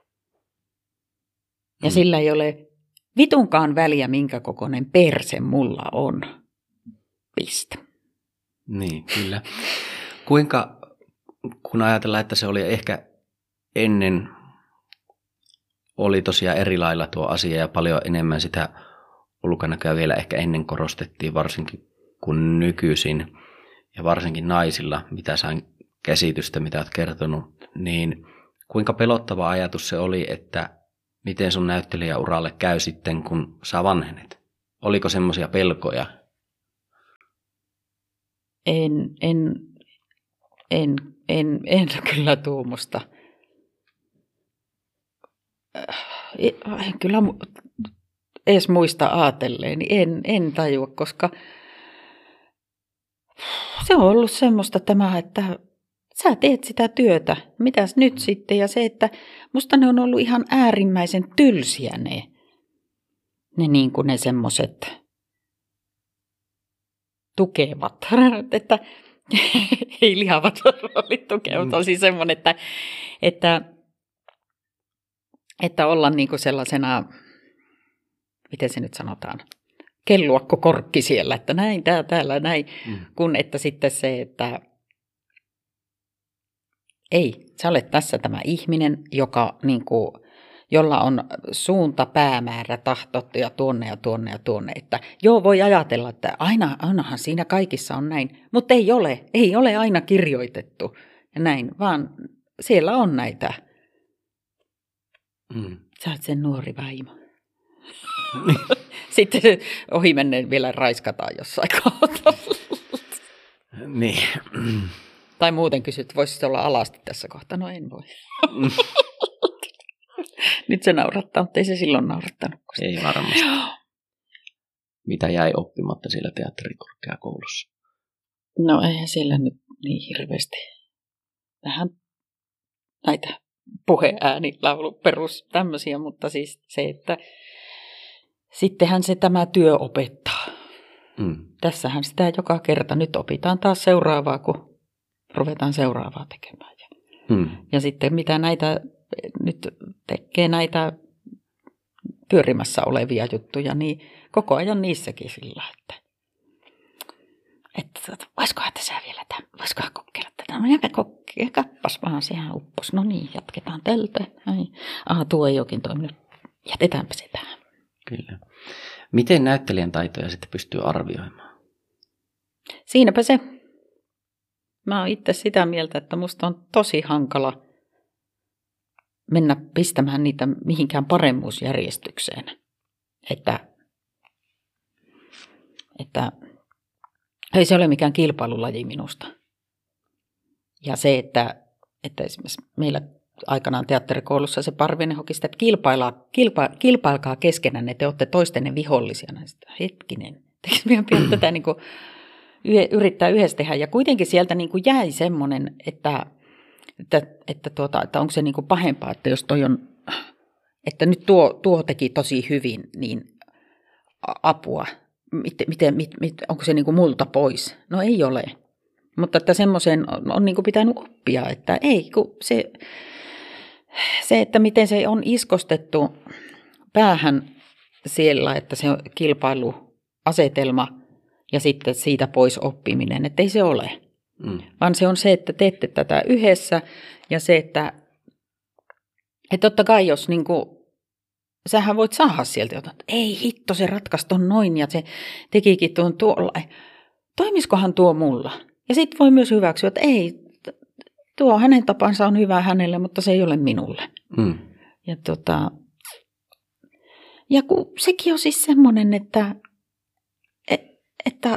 Ja sillä ei ole vitunkaan väliä, minkä kokoinen perse mulla on. Piste. Niin, kyllä. Kuinka, kun ajatellaan, että se oli ehkä ennen, oli tosiaan eri lailla tuo asia ja paljon enemmän sitä ulkonäköä vielä ehkä ennen korostettiin, varsinkin kuin nykyisin ja varsinkin naisilla, mitä sain käsitystä, mitä olet kertonut, niin kuinka pelottava ajatus se oli, että miten sun näyttelijäuralle käy sitten, kun sä vanhenet? Oliko semmoisia pelkoja? En kyllä tuumusta. Kyllä edes muista aatelleen, niin en tajua, koska se on ollut semmoista tämä, että sä teet sitä työtä, mitäs nyt sitten, ja se, että musta ne on ollut ihan äärimmäisen tylsiä ne niin kuin ne semmoiset tukevat, että ei lihavat roolit tukevat, on siis semmoinen, että olla niin kuin sellaisena, miten se nyt sanotaan, kelluakko korkki siellä, että näin, täällä, näin, kun että sitten se, että ei, sä olet tässä tämä ihminen, joka, niin kuin, jolla on suunta, päämäärä, tahto ja tuonne ja tuonne ja tuonne. Että joo, voi ajatella, että ainahan siinä kaikissa on näin, mutta ei ole aina kirjoitettu ja näin, vaan siellä on näitä. Sä olet sen nuori vaimo. Sitten ohimennen vielä raiskataan jossain kohtaa. Niin. Tai muuten kysyt, voisitko olla alasti tässä kohtaa? No en voi. Nyt se naurattaa, mutta ei se silloin naurattanut. Ei varmasti. Mitä jäi oppimatta siellä teatterikorkeakoulussa? No eihän siellä nyt niin hirveästi. Vähän näitä puheäänilaulu perus tämmöisiä, mutta siis se, että sittenhän se tämä työ opettaa. Tässähän sitä joka kerta. Nyt opitaan taas seuraavaa, kun ruvetaan seuraavaa tekemään. Ja sitten mitä näitä nyt tekee näitä pyörimässä olevia juttuja, niin koko ajan niissäkin sillä, että voisikohan tässä vielä tämän, voisikohan kokeilla tätä. No kappas vaan, sehän uppos. No niin, jatketaan tältä. Tuo ei oikein toiminut. Jätetäänpä se tähän. Kyllä. Miten näyttelijän taitoja sitten pystyy arvioimaan? Siinäpä se. Mä oon itse sitä mieltä, että musta on tosi hankala mennä pistämään niitä mihinkään paremmuusjärjestykseen. Että ei se ole mikään kilpailulaji minusta. Ja se, että esimerkiksi meillä aikanaan teatterikoulussa se Parviainen hoki sitä, että kilpailkaa keskenään, että te olette toistenne vihollisia. Hetkinen, meidän pitää tätä niin kuin yrittää yhdessä tehdä. Ja kuitenkin sieltä niin kuin jäi semmoinen, että onko se niin kuin pahempaa, että jos toi on, että nyt tuo teki tosi hyvin, niin apua. Onko se niin kuin multa pois? No ei ole. Mutta että semmoisen on niin kuin pitänyt oppia, että ei, kun se, että miten se on iskostettu päähän siellä, että se kilpailuasetelma ja sitten siitä pois oppiminen, että ei se ole. Vaan se on se, että teette tätä yhdessä ja se, että totta kai jos niin kuin, sähän voit saada sieltä jotain, että ei hitto, se ratkaisi ton noin ja se tekikin tuon tuolla. Toimiskohan tuo mulla? Ja sitten voi myös hyväksyä, että ei, tuo hänen tapansa on hyvä hänelle, mutta se ei ole minulle. Ja kun sekin on siis semmoinen, että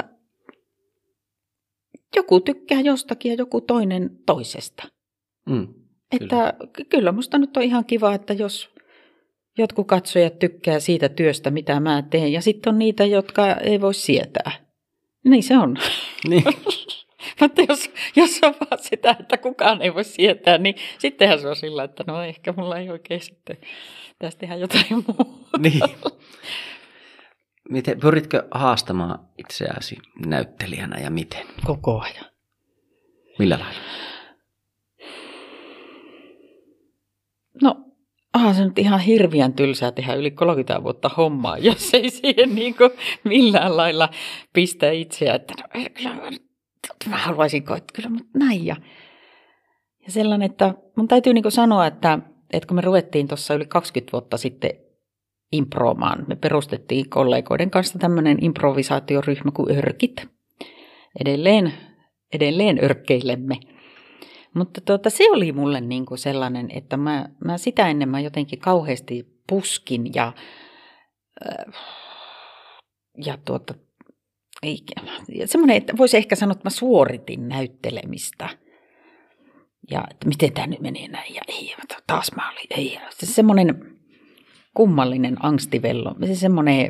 joku tykkää jostakin ja joku toinen toisesta. Että kyllä musta nyt on ihan kiva, että jos jotkut katsojat tykkää siitä työstä, mitä mä teen, ja sitten on niitä, jotka ei voi sietää. Niin se on. Niin. Mutta jos on vaan sitä, että kukaan ei voi sietää, niin sittenhän se on sillä, että no ehkä mulla ei oikein sitten pitäisi tehdä jotain muuta. Niin. Pyritkö haastamaan itseäsi näyttelijänä ja miten? Koko ajan. Millä lailla? No, se nyt ihan hirveän tylsää tehdä yli 30 vuotta hommaa, jos ei siihen niin kuin millään lailla pistä itseä, että no, kyllä mä haluaisin koettaa, kyllä mutta näin. Ja sellainen, että mun täytyy niin kuin sanoa, että kun me ruvettiin tuossa yli 20 vuotta sitten improomaan, me perustettiin kollegoiden kanssa tämmöinen improvisaatioryhmä kuin Örkit. Edelleen örkkeilemme. Mutta se oli mulle niin kuin sellainen, että mä sitä ennen mä jotenkin kauheasti puskin ja semmoinen, että voisi ehkä sanoa, että mä suoritin näyttelemistä. Ja että miten tämä nyt menee näin ja ei, taas mä olin, ei. Semmoinen, kummallinen angstivello. Se semmoinen,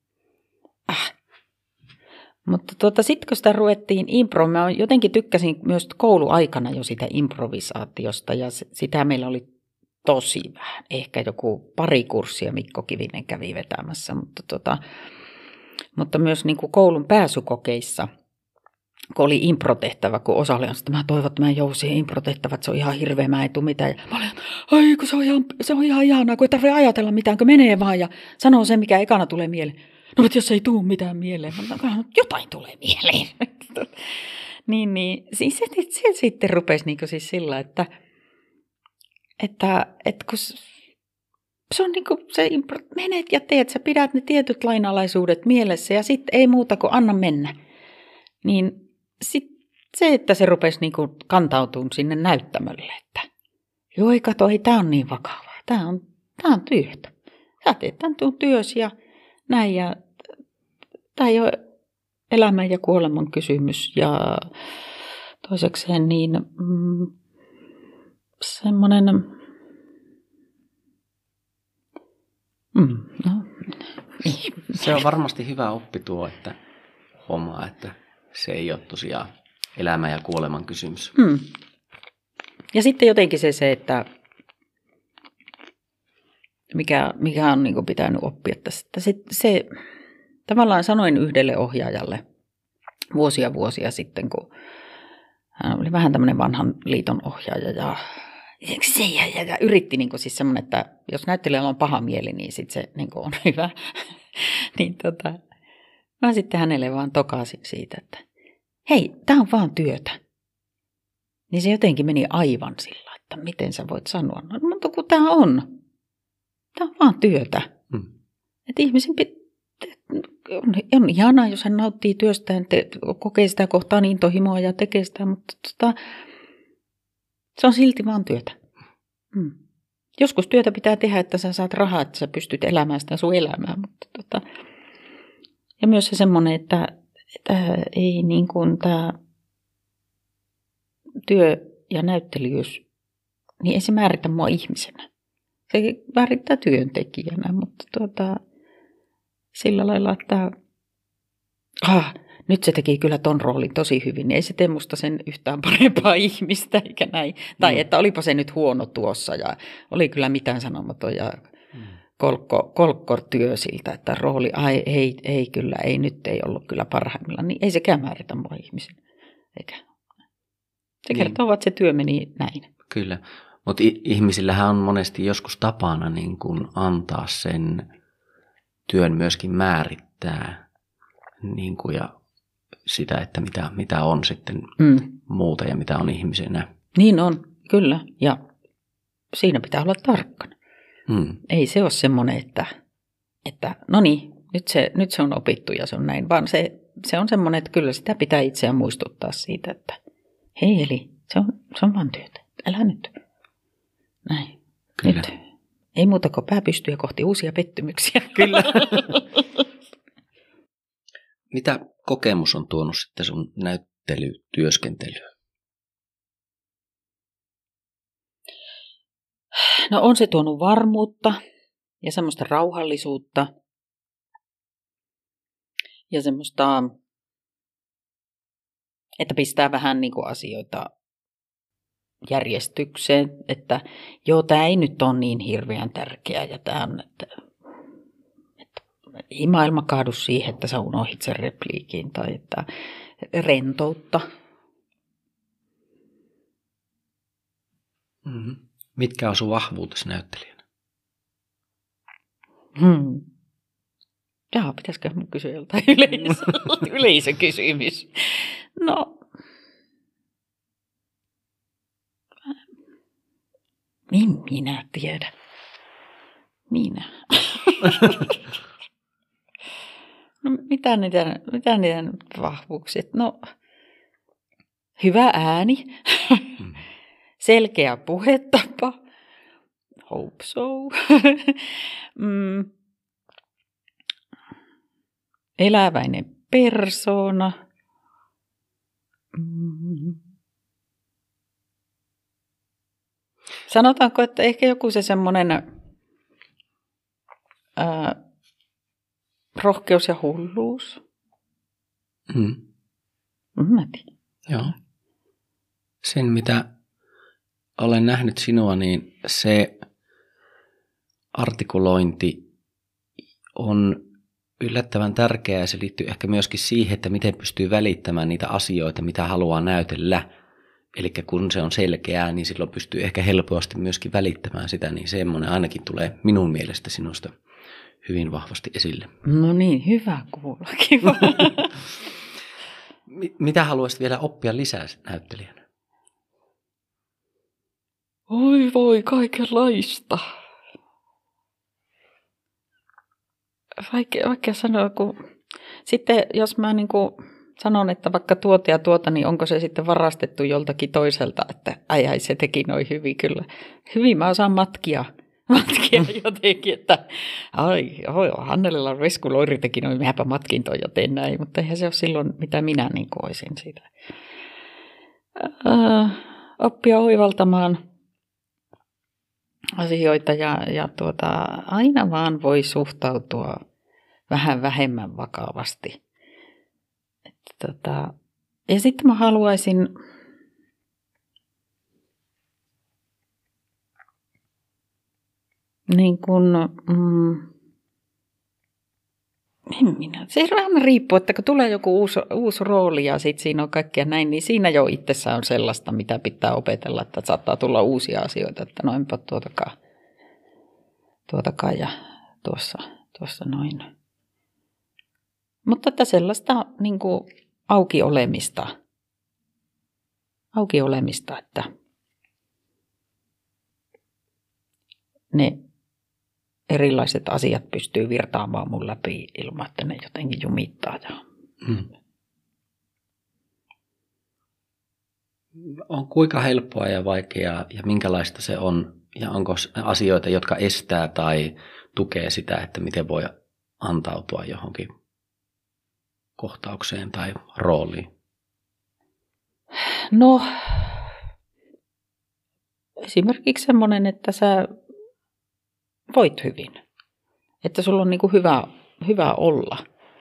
Mutta sitten kun sitä ruvettiin mä jotenkin tykkäsin myös kouluaikana jo sitä improvisaatiosta ja sitä meillä oli tosi vähän. Ehkä joku pari kurssia Mikko Kivinen kävi vetämässä, mutta myös niin kuin koulun pääsykokeissa, kun oli improtehtävä, kun osa oli, että mä toivon, että mä en joudu siihen improtehtävään, että se on ihan hirveä, mä en tule mitään. Ja mä olin, ai kun se on ihan ihanaa, kun ei tarvitse ajatella mitään, kun menee vaan ja sanoo sen, mikä ekana tulee mieleen. No, mutta jos ei tule mitään mieleen, jotain tulee mieleen. niin, siis se sitten rupesi niin kuin siis sillä, että kun se on niin kuin se menet ja teet, sä pidät ne tietyt lainalaisuudet mielessä ja sitten ei muuta kuin anna mennä. Niin sitten se, että se rupesi niin kuin kantautumaan sinne näyttämölle, että joo, ei kato, ei tämä on niin vakavaa, tämä on työtä. Sä teet tämän työsi ja näin ja tämä ei ole elämän ja kuoleman kysymys ja toisekseen niin semmoinen niin. Se on varmasti hyvä oppi tuo, että huomaa, että se ei ole tosiaan elämän ja kuoleman kysymys. Ja sitten jotenkin se että mikä on niin kuin pitänyt oppia tästä. Se tavallaan sanoin yhdelle ohjaajalle vuosia sitten, kun hän oli vähän tämmöinen vanhan liiton ohjaaja ja yritti niin kuin siis semmoinen, että jos näyttelijällä on paha mieli, niin sitten se niin kuin on hyvä. niin mä sitten hänelle vaan tokasin siitä, että hei, tämä on vaan työtä. Niin se jotenkin meni aivan sillä, että miten sä voit sanoa. No, mutta kun tämä on vaan työtä. Että ihmisen on ihanaa, jos hän nauttii työstään, kokee sitä kohtaa intohimoa ja tekee sitä, mutta se on silti vaan työtä. Joskus työtä pitää tehdä, että sä saat rahaa, että sä pystyt elämään sitä sun elämää. Mutta ja myös se semmoinen, että ei niin kuin tämä työ ja näyttelijyys, niin ei se määritä mua ihmisenä. Se määrittää työntekijänä, mutta sillä lailla, että nyt se teki kyllä ton roolin tosi hyvin, niin ei se tee musta sen yhtään parempaa ihmistä, eikä näin. Tai että olipa se nyt huono tuossa ja oli kyllä mitään sanomaton ja kolkkortyö siltä, että rooli, ei kyllä, ei nyt ei ollut kyllä parhaimmillaan, niin ei sekään määritä mua ihmisen. Eikä. Se kertoo, että se työ meni näin. Kyllä, mutta ihmisillähän on monesti joskus tapana niin kuin antaa sen työn myöskin määrittää niin kuin ja sitä, että mitä on sitten muuta ja mitä on ihmisenä. Niin on, kyllä. Ja siinä pitää olla tarkkana. Ei se ole semmoinen, että no niin, nyt se on opittu ja se on näin, vaan se on semmoinen, että kyllä sitä pitää itseään muistuttaa siitä, että hei, eli se on vaan työtä. Älä nyt. Näin. Kyllä. Nyt. Ei muuta kuin pää pystyy kohti uusia pettymyksiä. Kyllä. Mitä kokemus on tuonut sitten sun näyttelytyöskentelyyn? No on se tuonut varmuutta ja semmoista rauhallisuutta ja semmoista, että pistää vähän niin kuin asioita järjestykseen, että joo, tämä ei nyt ole niin hirveän tärkeää ja tämä on, että ei maailma kaadu siihen, että sä unohdit sen repliikin tai että rentoutta. Mm-hmm. Mitkä on sun vahvuutesi näyttelijänä? Pitäisikö mun kysyä joltain yleisökysymys? No, minä tiedän. Minä. No, mitä niitä vahvuuksia? No, hyvä ääni, selkeä puhetapa, hope so, eläväinen persoona, sanotaanko, että ehkä joku se semmoinen rohkeus ja hulluus. Mä tiedän. Joo. Sen, mitä olen nähnyt sinua, niin se artikulointi on yllättävän tärkeää ja se liittyy ehkä myöskin siihen, että miten pystyy välittämään niitä asioita, mitä haluaa näytellä. Eli kun se on selkeää, niin silloin pystyy ehkä helposti myöskin välittämään sitä, niin semmoinen ainakin tulee minun mielestä sinusta hyvin vahvasti esille. No niin, hyvä kuulla, kiva. Mitä haluaisit vielä oppia lisää näyttelijänä? Oi voi, kaikenlaista. Vaikea sanoa, kun sitten jos mä sanon, että vaikka tuota ja tuota, niin onko se sitten varastettu joltakin toiselta, että ai se teki noin hyvin kyllä. Hyvin mä osaan matkia jotenkin, että Hannelilla Vesku Loiri teki noin, mäpä matkin toi ja teen näin, mutta eihän se ole silloin, mitä minä olisin siitä. Oppia oivaltamaan asioita ja aina vaan voi suhtautua vähän vähemmän vakavasti. Ja sitten mä haluaisin se vähän riippuu, että kun tulee joku uusi rooli ja sitten siinä on kaikkea näin, niin siinä jo itsessään on sellaista, mitä pitää opetella, että saattaa tulla uusia asioita, että no enpä tuotakaan ja tuossa noin. Mutta että sellaista auki olemista, että ne erilaiset asiat pystyy virtaamaan mun läpi ilman, että ne jotenkin jumittaa. On kuinka helppoa ja vaikeaa ja minkälaista se on? Ja onko asioita, jotka estää tai tukee sitä, että miten voi antautua johonkin kohtaukseen tai rooliin? No, esimerkiksi semmoinen, että sä voit hyvin. Että sulla on hyvä olla.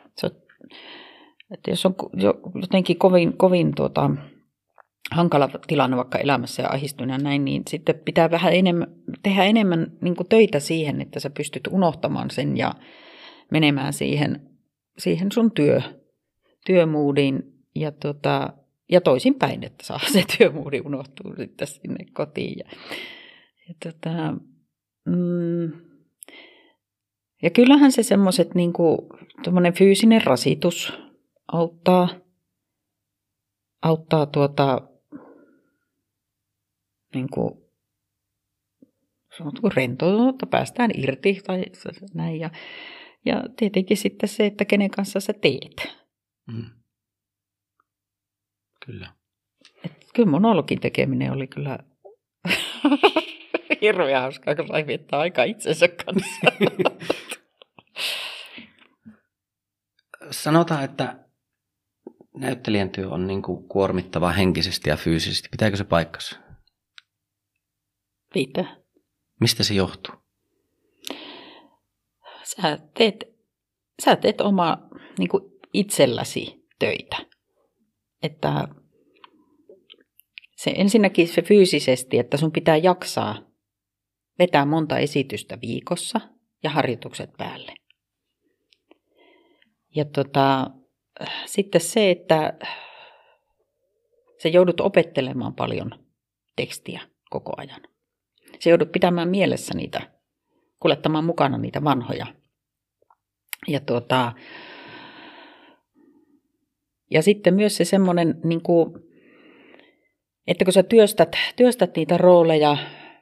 Että jos on jotenkin kovin hankala tilanne vaikka elämässä ja ahdistunut ja näin, niin sitten pitää vähän tehdä enemmän töitä siihen, että sä pystyt unohtamaan sen ja menemään siihen sun työmoodiin ja toisinpäin, että saa se työmoodi unohtua sitten sinne kotiin. Ja kyllähän se semmoiset tommonen fyysinen rasitus auttaa rentoutta, päästään irti tai näin. Ja tietenkin sitten se, että kenen kanssa sä teet. Kyllä. Kyllä monologin tekeminen oli kyllä hirveän hauskaa, kun sai viettää aikaa itsensä kanssa. Sanotaan, että näyttelijän työ on kuormittavaa henkisesti ja fyysisesti. Pitääkö se paikkansa? Pitää. Mistä se johtuu? Sä teet oma itselläsi töitä. Että se ensinnäkin se fyysisesti, että sun pitää jaksaa vetää monta esitystä viikossa ja harjoitukset päälle. Ja sitten se, että sä joudut opettelemaan paljon tekstiä koko ajan. Sä joudut pitämään mielessä niitä, kuljettamaan mukana niitä vanhoja. Ja sitten myös se semmoinen, että kun sä työstät niitä rooleja,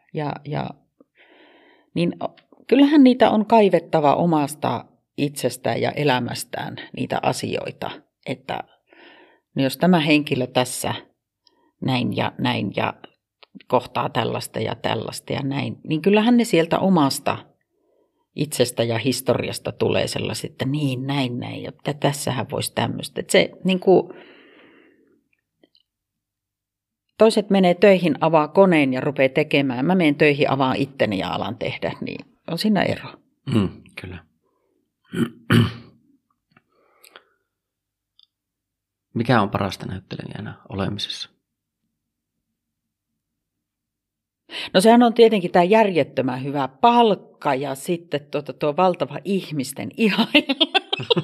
niin kyllähän niitä on kaivettava omasta itsestään ja elämästään niitä asioita. Että jos tämä henkilö tässä näin ja kohtaa tällaista ja näin, niin kyllähän ne sieltä omasta itsestä ja historiasta tulee sellaiset, että niin, näin, ja tässähän voisi tämmöistä. Että se toiset menee töihin, avaa koneen ja rupeaa tekemään. Mä menen töihin, avaan itteni ja alan tehdä, niin on siinä ero. Kyllä. Mikä on parasta näyttelijänä olemisessa? No sehän on tietenkin tämä järjettömän hyvä palkka ja sitten tuo valtava ihmisten ihailu.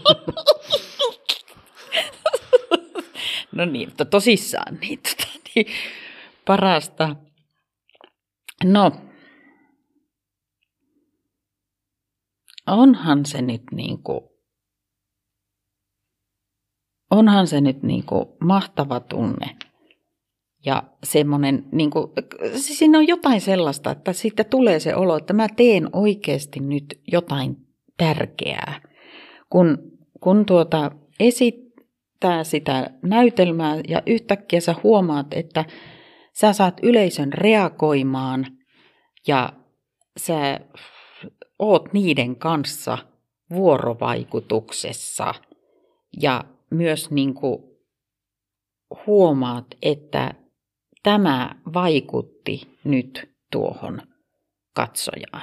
No niin, mutta tosissaan niin, niin parasta. No, onhan se nyt mahtava tunne. Ja semmoinen, siinä on jotain sellaista, että siitä tulee se olo, että mä teen oikeasti nyt jotain tärkeää. Kun esittää sitä näytelmää ja yhtäkkiä sä huomaat, että sä saat yleisön reagoimaan ja sä oot niiden kanssa vuorovaikutuksessa ja myös huomaat, että tämä vaikutti nyt tuohon katsojaan.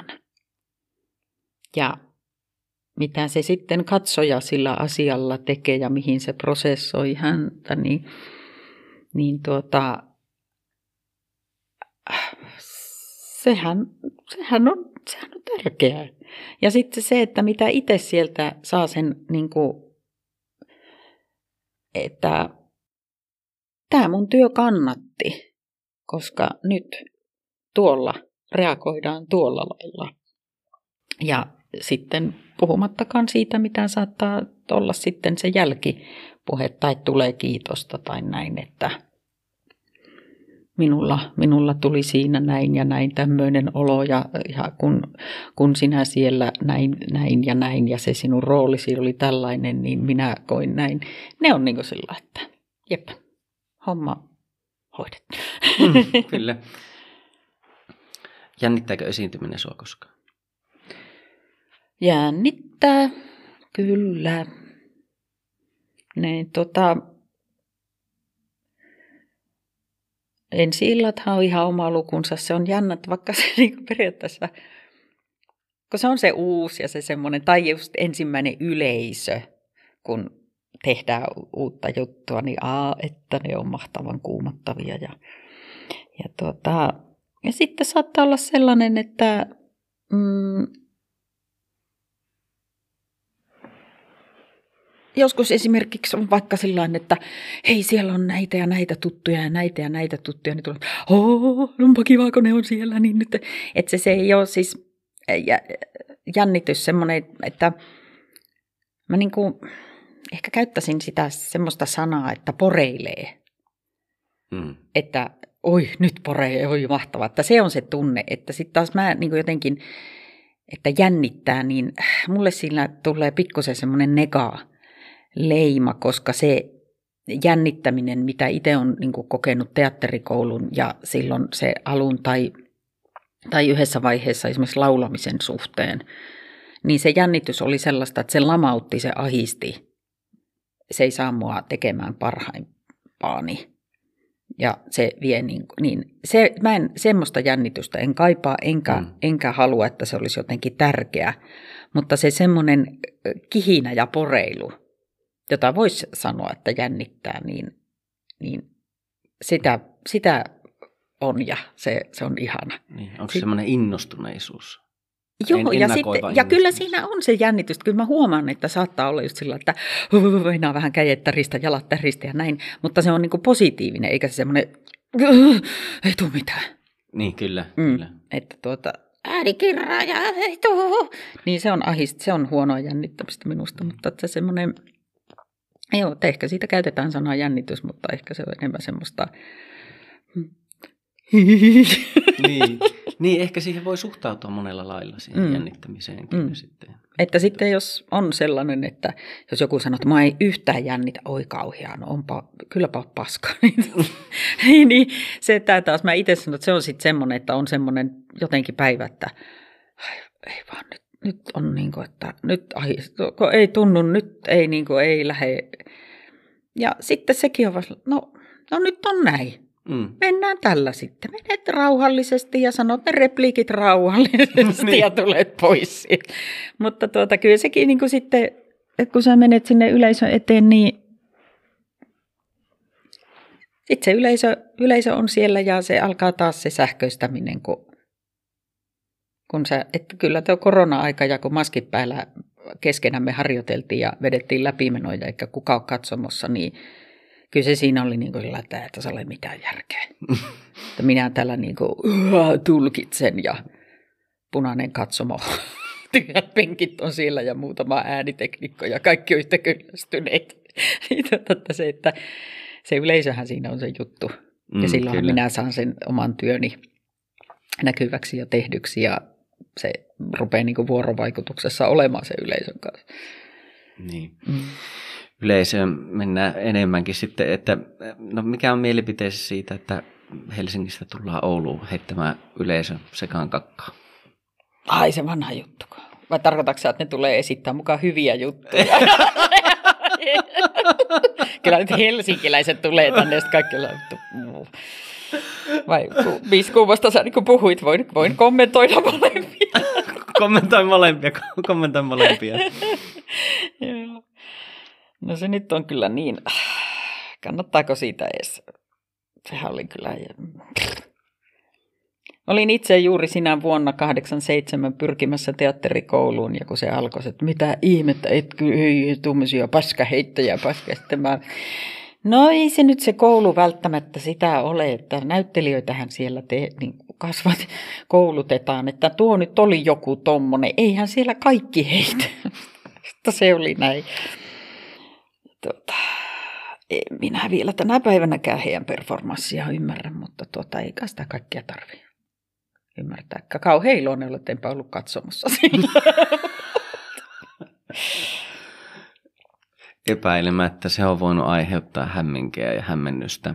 Ja mitä se sitten katsoja sillä asialla tekee ja mihin se prosessoi häntä, sehän on tärkeää. Ja sitten se, että mitä itse sieltä saa sen, että tämä mun työ kannatti, koska nyt tuolla reagoidaan tuolla lailla. Ja sitten puhumattakaan siitä, mitä saattaa olla sitten se jälkipuhe tai tulee kiitosta tai näin, että minulla tuli siinä näin ja näin tämmöinen olo ja kun sinä siellä näin ja näin ja se sinun roolisi oli tällainen, niin minä koin näin. Ne on sillä, että jep, homma hoidettu. Kyllä. Jännittääkö esiintyminen sua koskaan? Jännittää, kyllä. Ensi-illathan on ihan oma lukunsa. Se on jännä, vaikka se periaatteessa, kun se on se uusi ja se semmoinen, tai just ensimmäinen yleisö, kun tehdään uutta juttua, niin että ne on mahtavan kuumottavia. Ja sitten saattaa olla sellainen, että joskus esimerkiksi on vaikka sellainen, että hei, siellä on näitä ja näitä tuttuja ja näitä tuttuja, niin tulee, onpa kiva, kun ne on siellä, niin nyt, että se ei ole siis jännitys semmoinen, että mä ehkä käyttäisin sitä semmoista sanaa, että poreilee. Että oi, nyt poreilee, oi mahtavaa, että se on se tunne, että sitten taas mä jotenkin, että jännittää, niin mulle siinä tulee pikkusen semmoinen leima, koska se jännittäminen, mitä itse on kokenut teatterikoulun ja silloin se alun tai yhdessä vaiheessa esimerkiksi laulamisen suhteen, niin se jännitys oli sellaista, että se lamautti, se ahisti. Se ei saa mua tekemään parhaimpaani. Ja se vie mä en semmoista jännitystä en kaipaa, enkä halua, että se olisi jotenkin tärkeä. Mutta se semmoinen kihinä ja poreilu, jota voisi sanoa, että jännittää, niin sitä on ja se on ihana. Niin, onko se semmoinen innostuneisuus? Joo, ja kyllä siinä on se jännitys. Kyllä mä huomaan, että saattaa olla just sillä, että meinaa vähän kädet täristä, jalat täristä ja näin, mutta se on positiivinen, eikä se semmoinen, ei tule mitään. Niin, kyllä. Kyllä. Että äänikirra ja ei tuu. Niin se on huonoa jännittämistä minusta, mutta että semmoinen, joo, ehkä siitä käytetään sanaa jännitys, mutta ehkä se on enemmän semmoista. Niin, ehkä siihen voi suhtautua monella lailla siihen jännittämiseenkin. Että sitten jos on sellainen, että jos joku sanoo, että mä ei yhtään jännitä, oi kauheaa, no kylläpä paska. niin se taas mä itse sanon, että se on sitten semmoinen, että on semmoinen jotenkin päivä, että ei vaan nyt on että nyt ei tunnu, nyt ei ei lähde. Ja sitten sekin on vasta, no nyt on näin. Mennään tällä sitten. Menet rauhallisesti ja sanot ne repliikit rauhallisesti ja tulet pois siitä. Mutta kyllä sekin niin kuin sitten, että kun sä menet sinne yleisön eteen, niin itse yleisö on siellä ja se alkaa taas se sähköistäminen, että kyllä tuo korona-aika ja kun maskit päällä keskenämme harjoiteltiin ja vedettiin läpimenoja eikä kukaan ole katsomossa, niin kyllä se siinä oli niin kuin sillä, että ei tässä ole mitään järkeä. Että minä täällä niin kuin, tulkitsen ja punainen katsomo, tyhjät penkit on siellä ja muutama ääniteknikko ja kaikki on yhtä kyllästyneet. Että se yleisöhän siinä on se juttu. Ja silloin minä saan sen oman työni näkyväksi ja tehdyksi ja se rupeaa niin kuin vuorovaikutuksessa olemaan se yleisön kanssa. Niin. Yleisöön mennään enemmänkin sitten, että no mikä on mielipiteesi siitä, että Helsingistä tullaan Ouluun heittämään yleisön sekaan kakkaa? Ai se vanha juttu. Vai tarkoitatko sä, että ne tulee esittää mukaan hyviä juttuja? Kyllä nyt helsinkiläiset tulee tänne, ja kaikki laittu. Vai 5 kuusta sä niin puhuit, voin kommentoida molempia. Kommentoin molempia. Joo. No se nyt on kyllä niin, kannattaako siitä edes? Sehän oli kyllä, olin itse juuri sinä vuonna 87 pyrkimässä teatterikouluun, ja kun se alkoi, että mitä ihmettä, ei tuommoisia paskaheittäjiä, no ei se nyt se koulu välttämättä sitä ole, että näyttelijöitähän siellä niin koulutetaan, että tuo nyt oli joku tommonen, eihän siellä kaikki heitä. Se oli näin. Minä vielä tänä päivänäkään heidän performanssia ymmärrä, mutta eikä sitä kaikkia tarvitse ymmärtää. Kauhean iloinen olet, enpä ollut katsomassa sillä. Epäilemättä se on voinut aiheuttaa hämminkeä ja hämmennystä.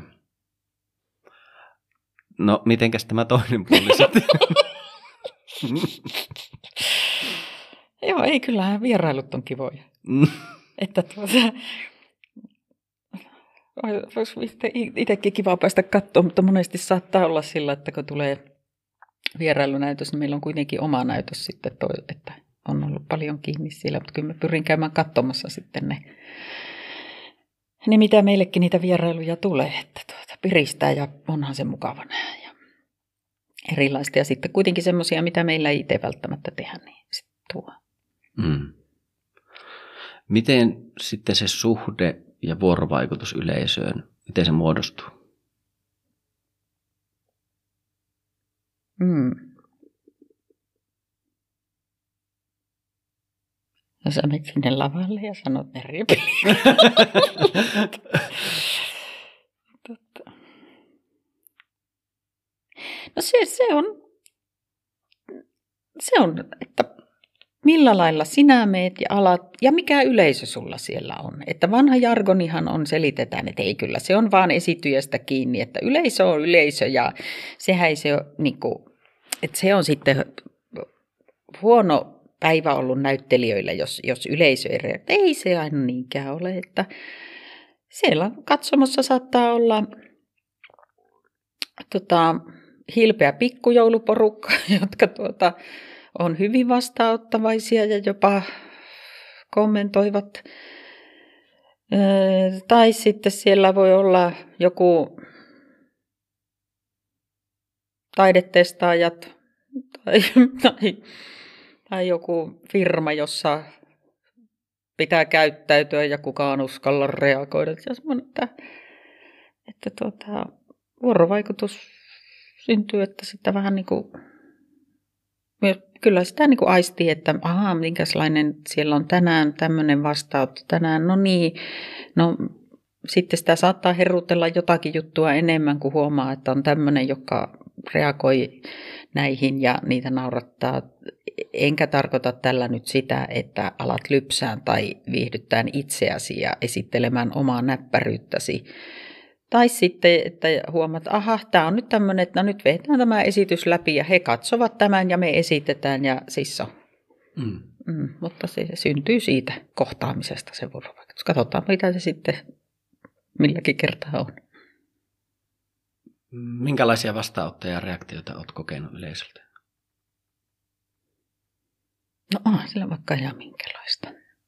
No, mitenkäs tämä toinen puoli sitten? Joo, ei kyllähän vierailut on kivoja. Että olisi itsekin kiva päästä katsomaan, mutta monesti saattaa olla sillä, että kun tulee vierailunäytös, niin meillä on kuitenkin oma näytös sitten, että on ollut paljon kiinni siellä, mutta kyllä mä pyrin käymään katsomassa sitten ne mitä meillekin niitä vierailuja tulee, että piristää ja onhan se mukava nähdä ja erilaista. Ja sitten kuitenkin semmoisia, mitä meillä ei itse välttämättä tehdä, niin sitten tuo. Miten sitten se suhde ja vuorovaikutus yleisöön, miten se muodostuu? No sä menet sinne lavalle ja sanot ne repliikit. No se on, että millä lailla sinä meet ja alat ja mikä yleisö sulla siellä on. Että vanha jargonihan on, selitetään, että ei kyllä, se on vaan esityjästä kiinni, että yleisö on yleisö ja sehän ei se ole, niin kuin, että se on sitten huono päivä ollut näyttelijöillä, jos yleisö ei se aina niinkään ole, että siellä katsomossa saattaa olla hilpeä pikkujouluporukka, jotka on hyvin vastaanottavaisia ja jopa kommentoivat. Tai sitten siellä voi olla joku taidetestaajat tai joku firma, jossa pitää käyttäytyä ja kukaan uskalla reagoida. Että vuorovaikutus syntyy, että sitä vähän niin kuin, kyllä sitä niin kuin aistii, että minkälainen siellä on tänään tämmöinen vastaanotto tänään, no niin, no sitten sitä saattaa herutella jotakin juttua enemmän, kuin huomaa, että on tämmöinen, joka reagoi näihin ja niitä naurattaa. Enkä tarkoita tällä nyt sitä, että alat lypsään tai viihdyttään itseäsi ja esittelemään omaa näppäryyttäsi. Tai sitten, että huomaat, että tämä on nyt tämmöinen, että nyt vedetään tämä esitys läpi ja he katsovat tämän ja me esitetään ja siis on. Mutta se syntyy siitä kohtaamisesta se vuorovaikutus. Katsotaan, mitä se sitten milläkin kertaa on. Minkälaisia vastaanottoja ja reaktioita olet kokenut yleisöltä? No on sillä vaikka ihan minkälaista.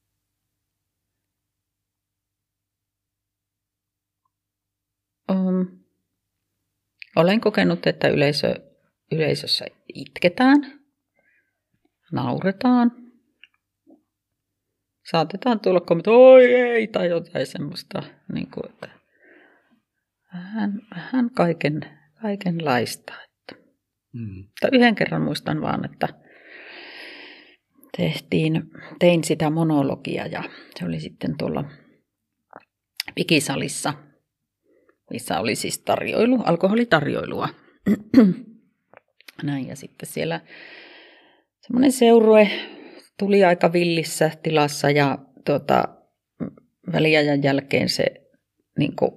Olen kokenut, että yleisössä itketään, nauretaan. Saatetaan tulla kommentti, oi ei, tai jotain semmoista, niin kuin, että vähän kaikenlaista. Yhden kerran muistan vaan, että tein sitä monologia ja se oli sitten tuolla Pikisalissa, missä oli siis alkoholitarjoilua. Näin, ja sitten siellä semmoinen seurue tuli aika villissä tilassa ja väliajan jälkeen se niin kuin,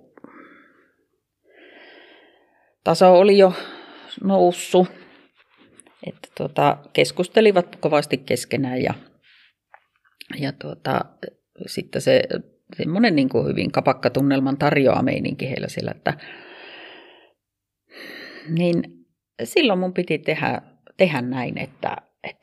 taso oli jo noussut, että keskustelivat kovasti keskenään ja sitten se semmoinen niin kuin hyvin kapakkatunnelman tarjoaa meininki heillä siellä, että niin silloin mun piti tehdä näin, että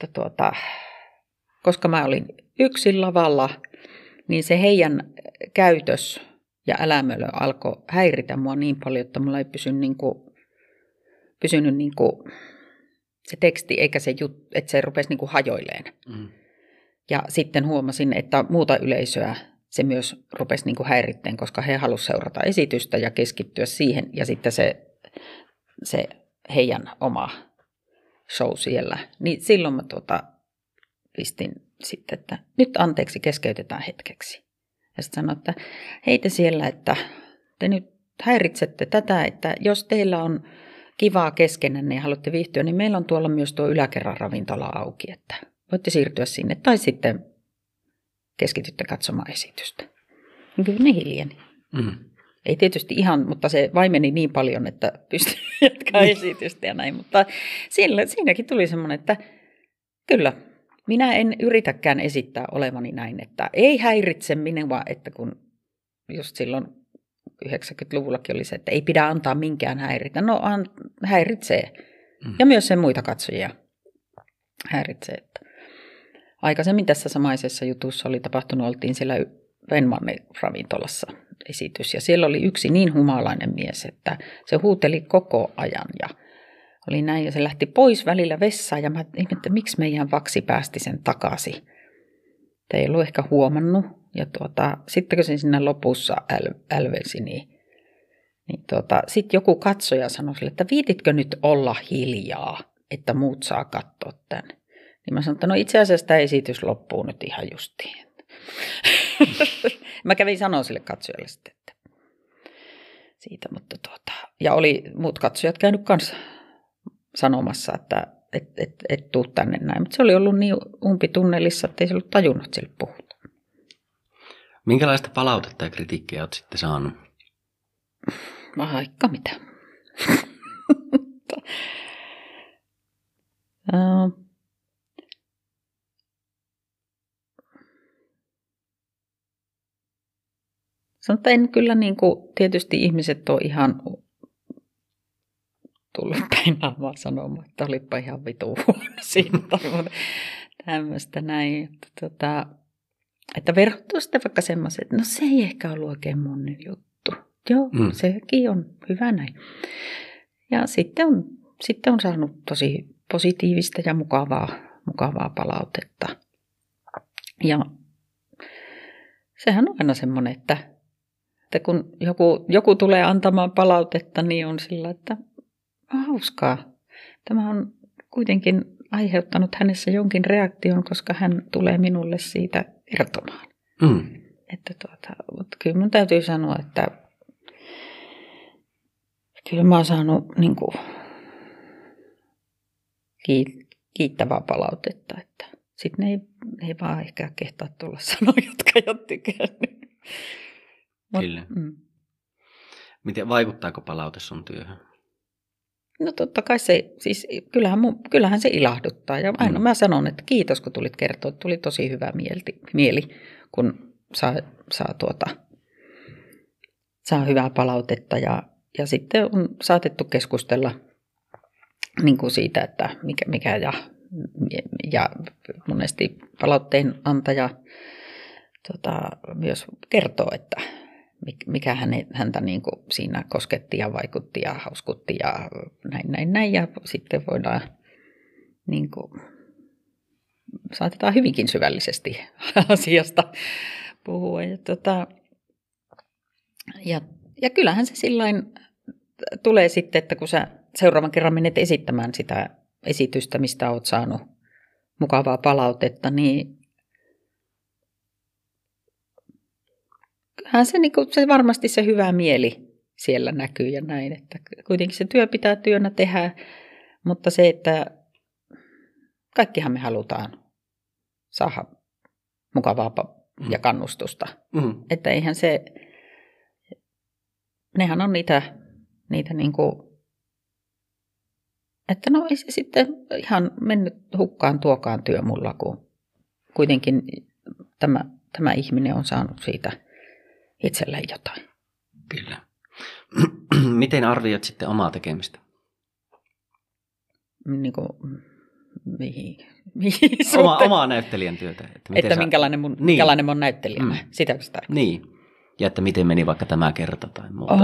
koska mä olin yksin lavalla, niin se heidän käytös ja älämölö alkoi häiritä mua niin paljon, että mulla ei pysynyt niin kuin se teksti, eikä se että se rupesi niin kuin hajoileen. Ja sitten huomasin, että muuta yleisöä se myös rupesi niin kuin häiritteen, koska he halusivat seurata esitystä ja keskittyä siihen. Ja sitten se heidän oma show siellä. Niin silloin mä pistin sitten, että nyt anteeksi, keskeytetään hetkeksi. Ja sitten sanoin, että heitä siellä, että te nyt häiritsette tätä, että jos teillä on kivaa keskenänne ja haluatte viihtyä, niin meillä on tuolla myös tuo yläkerran ravintola auki, että voitte siirtyä sinne tai sitten keskitytte katsomaan esitystä. Niin kyllä ne hiljeni. Ei tietysti ihan, mutta se vaimeni niin paljon, että pystyi jatkamaan esitystä ja näin. Mutta siinäkin tuli semmoinen, että kyllä, minä en yritäkään esittää olevani näin, että ei häiritse minua, että kun just silloin 90-luvullakin oli se, että ei pidä antaa minkään häiritä. No häiritsee. Ja myös sen muita katsojia häiritsee. Että aikaisemmin tässä samaisessa jutussa oli tapahtunut, oltiin siellä Venmannen ravintolassa esitys. Ja siellä oli yksi niin humalainen mies, että se huuteli koko ajan ja oli näin. Ja se lähti pois välillä vessaan ja mä ihmettelin, että miksi meidän vaksi päästi sen takaisin. Ei ollut ehkä huomannut. Ja sitten kun se siinä lopussa älvensi, niin sitten joku katsoja sanoi sille, että viititkö nyt olla hiljaa, että muut saa katsoa tämän. Niin mä sanoin, että no itse asiassa tämä esitys loppuu nyt ihan justiin. Mä kävin sanoa sille katsojalle sitten, että siitä, mutta ja oli muut katsojat käynyt kanssa sanomassa, että et tuu tänne näin. Mutta se oli ollut niin umpitunnelissa, että ei se ollut tajunnut sille puhuta. Minkälaista palautetta ja kritiikkiä olet sitten saanut? Vaikka mitä. Sanotaan, että en kyllä niin kuin, tietysti ihmiset on ihan tullut päin naamaa sanomaan, että olipa ihan vitu huono siitä, mutta tämmöistä näin. Että verrattuna sitten vaikka semmoiset, että no se ei ehkä ollut oikein mun juttu. Joo, sekin on hyvä näin. Ja sitten on saanut tosi positiivista ja mukavaa palautetta. Ja sehän on aina semmoinen, että kun joku tulee antamaan palautetta, niin on sillä, että hauskaa. Tämä on kuitenkin aiheuttanut hänessä jonkin reaktion, koska hän tulee minulle siitä kertomaan. Mutta kyllä minun täytyy sanoa, että kyllä mä oon saanut niin kuin, kiittävää palautetta. Että sitten ne ei vaan ehkä kehtaa tulla sanoa, jotka ei ole tykännyt. Kyllä. Miten vaikuttaako palaute sun työhön? No totta kai se, siis kyllähän se ilahduttaa. Ja aina mä sanon, että kiitos kun tulit kertoa. Tuli tosi hyvä mieli, kun saa hyvää palautetta. Ja sitten on saatettu keskustella niin kuin siitä, että mikä ja monesti palautteen antaja myös kertoo, että mikä häntä niin kuin siinä kosketti ja vaikutti ja hauskutti ja näin. Ja sitten voidaan, niin kuin, saatetaan hyvinkin syvällisesti asiasta puhua. Ja kyllähän se sillain tulee sitten, että kun sä seuraavan kerran menet esittämään sitä esitystä, mistä oot saanut mukavaa palautetta, niin kyllähän se varmasti se hyvä mieli siellä näkyy ja näin. Että kuitenkin se työ pitää työnä tehdä, mutta se, että kaikkihan me halutaan saada mukavaa ja kannustusta. Mm. Että eihän se, nehän on niitä niin kuin, että no ei se sitten ihan mennyt hukkaan tuokaan työ mulla, kun kuitenkin tämä ihminen on saanut siitä itselleen jotain. Kyllä. Miten arvioit sitten omaa tekemistä? Niin kuin, mihin omaa näyttelijän työtä. Että minkälainen mun näyttelijänä. Sitä sitä. Niin. Ja että miten meni vaikka tämä kerta tai muuta.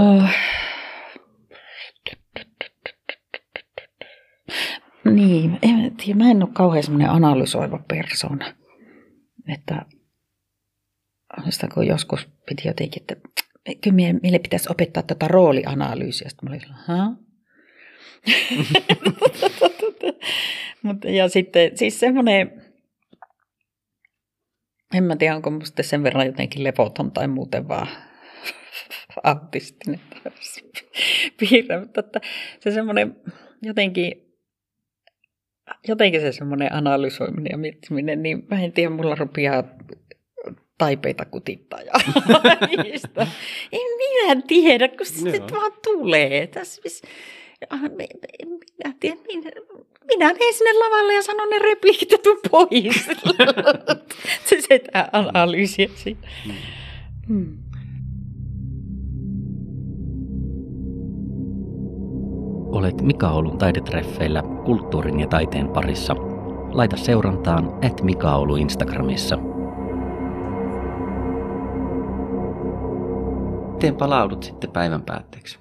Niin, mä en ole kauhean semmoinen analysoiva persona. Että kun joskus piti jotenkin, että kyllä meille pitäisi opettaa tätä roolianalyysiä. Sitten mä olin ja sitten siis semmoinen, en mä tiedä, onko musta sen verran jotenkin levoton tai muuten vaan autistinen piirre, mutta että se semmoinen jotenkin se semmoinen analysoiminen ja miettiminen, niin mä en tiedä, mulla rupeaa taipeita kutittaa ja niistä. En minä tiedä, kun se sitten vaan tulee. Minä menen sinne lavalle ja sanon ne repliikit ja tuun pois. Se tämä analyysiä siinä. Olet Mika Oulun taidetreffeillä kulttuurin ja taiteen parissa. Laita seurantaan @Mika Oulu Instagramissa. Miten palaudut sitten päivän päätteeksi?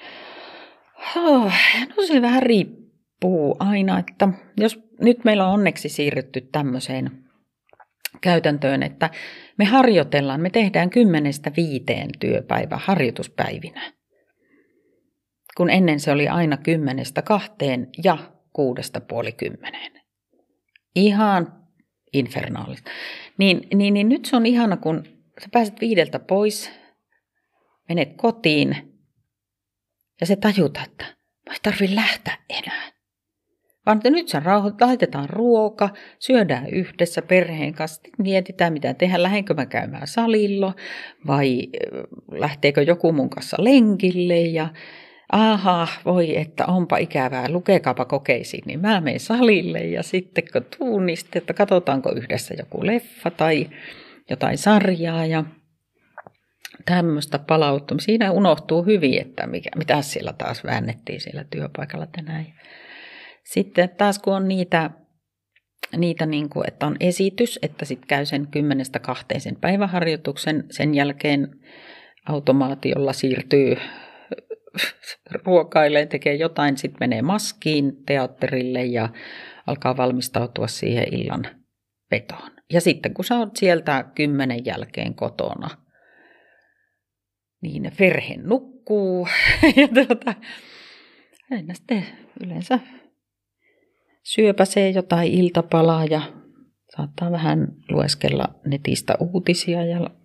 No se vähän riippuu aina, että jos nyt meillä on onneksi siirrytty tämmöiseen käytäntöön, että me harjoitellaan, me tehdään 10-5 työpäivä harjoituspäivinä. Kun ennen se oli aina 10-2 ja 6-5:30. Ihan infernaalista. Niin nyt se on ihana, kun sä pääset 5 pois, menet kotiin ja se tajuta, että mä ei tarvitse lähteä enää. Vaan että nyt laitetaan ruoka, syödään yhdessä perheen kanssa, mietitään mitä tehdään, lähdenkö mä käymään salilla vai lähteekö joku mun kanssa lenkille ja voi että onpa ikävää, lukekaapa kokeisiin, niin mä menen salille ja sitten kun tuun, niin sitten, että katsotaanko yhdessä joku leffa tai jotain sarjaa ja tämmöistä palauttumista. Siinä unohtuu hyvin, että mitä siellä taas väännettiin siellä työpaikalla tänään. Sitten taas kun on niitä niin kuin, että on esitys, että sitten käy sen 10-2 sen päiväharjoituksen, sen jälkeen automaatiolla siirtyy ruokailemaan, tekee jotain, sitten menee maskiin teatterille ja alkaa valmistautua siihen illan vetoon. Ja sitten kun sä oot sieltä 10 jälkeen kotona, niin perhe nukkuu ja aina sitten yleensä syöpäsee jotain iltapalaa ja saattaa vähän lueskella netistä uutisia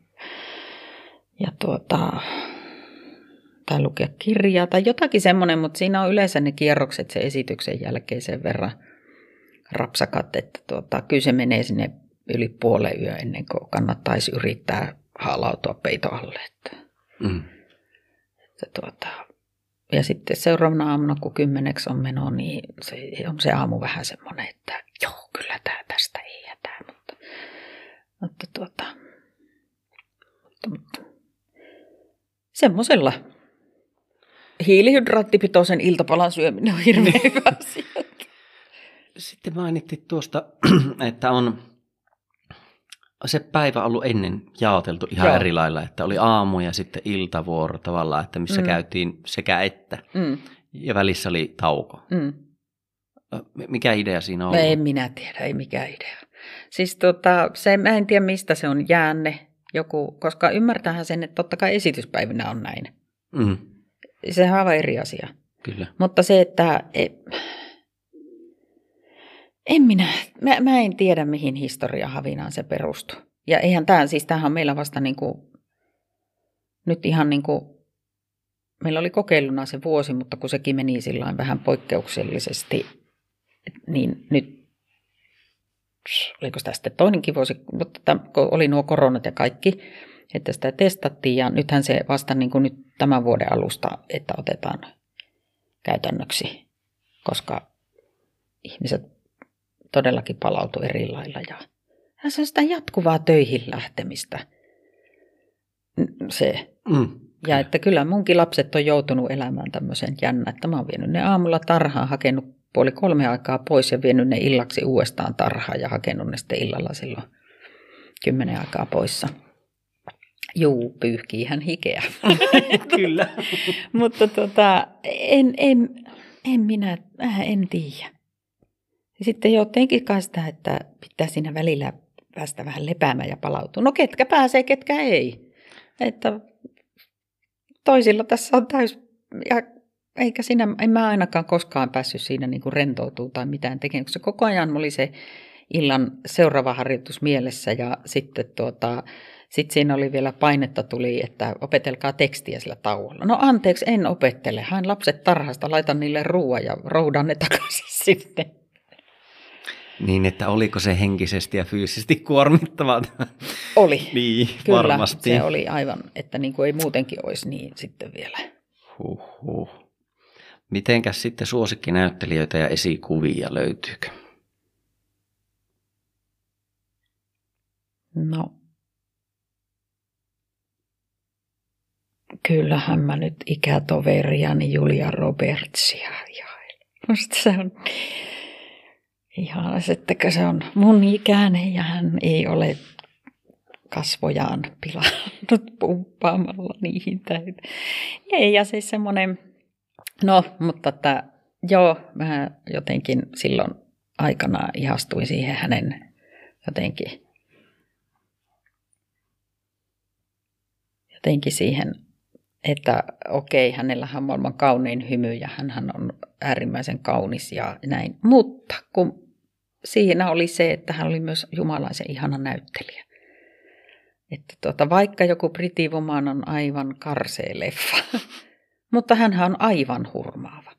tai lukea kirjaa tai jotakin semmoinen, mutta siinä on yleensä ne kierrokset sen esityksen jälkeen sen verran rapsakat, että kyllä se menee sinne yli puolen yö ennen kuin kannattaisi yrittää haalautua peito alle. Ja sitten seuraavana aamuna, kun 10 on meno, niin se aamu vähän semmoinen, että joo, kyllä tästä ei jätää, mutta semmoisella hiilihydraattipitoisen iltapalan syöminen on hirveän hyvä asia. Sitten mainittiin tuosta, että on se päivä ollut ennen jaoteltu ihan eri lailla, että oli aamu ja sitten iltavuoro tavallaan, että missä käytiin sekä että. Ja välissä oli tauko. Mikä idea siinä on? En minä tiedä, ei mikään idea. Siis mä en tiedä mistä se on jäänne joku, koska ymmärtäähän sen, että totta kai esityspäivinä on näin. Sehän on aivan eri asia. Kyllä. Mutta se, että mä en tiedä mihin historiahavinaan se perustuu. Ja eihän tämähän on meillä vasta nyt ihan meillä oli kokeiluna se vuosi, mutta kun sekin meni sillain vähän poikkeuksellisesti, niin nyt, oliko sitä sitten toinenkin vuosi, mutta kun oli nuo koronat ja kaikki, että sitä testattiin ja nythän se vasta nyt tämän vuoden alusta, että otetaan käytännöksi, koska ihmiset todellakin palautu eri lailla ja se on sitä jatkuvaa töihin lähtemistä. Ja että kyllä munkin lapset on joutunut elämään tämmöisen jännä, että mä oon vienyt ne aamulla tarhaan, hakenut 2:30 aikaa pois ja vienyt ne illaksi uudestaan tarhaan ja hakenut ne sitten illalla silloin 10 aikaa poissa. Juu, pyyhkii hän hikeä. Kyllä. Mutta en tiedä. Sitten jotenkin kai sitä, että pitää siinä välillä päästä vähän lepäämään ja palautua. No ketkä pääsee, ketkä ei. Että toisilla tässä on ja eikä en mä ainakaan koskaan päässyt siinä rentoutumaan tai mitään tekemään, koska koko ajan oli se illan seuraava harjoitus mielessä ja sitten sitten siinä oli vielä painetta tuli, että opetelkaa tekstiä sillä tauolla. No anteeksi, en opettele. Hain lapset tarhasta, laitan niille ruoan ja roudan ne takaisin sitten. Niin, että oliko se henkisesti ja fyysisesti kuormittavaa? Oli. Niin, kyllä, varmasti. Se oli aivan, että ei muutenkin olisi niin sitten vielä. Mitenkäs sitten suosikkinäyttelijöitä ja esikuvia löytyykö? No, kyllähän mä nyt ikätoveriani Julia Robertsia jaen. Musta se on ihana, että se on mun ikäinen ja hän ei ole kasvojaan pilannut pumppaamalla niihin täyteen. Ei, ja siis semmoinen, no, mutta mä jotenkin silloin aikana ihastuin siihen hänen jotenkin siihen, että okei, hänellähän on maailman kaunein hymy ja hänhän on äärimmäisen kaunis ja näin. Mutta kun siinä oli se, että hän oli myös jumalaisen ihana näyttelijä. Että vaikka joku Pretty Woman on aivan karsee leffa, mutta hänhän on aivan hurmaava.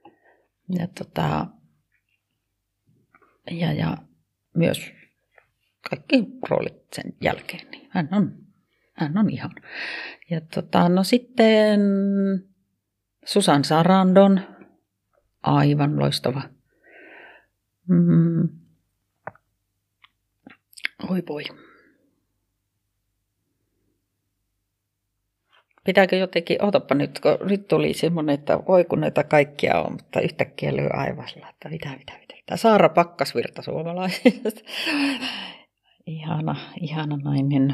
Ja myös kaikki roolit sen jälkeen, niin hän on ihan. Ja no sitten Susan Sarandon, aivan loistava. Oi voi. Pitääkö jotenkin, otapa nyt, kun nyt tuli semmoinen, että voi kun näitä kaikkia on, mutta yhtäkkiä lyö aivan sillä, että mitä. Tämä Saara Pakkasvirta suomalaisesta. Ihana nainen.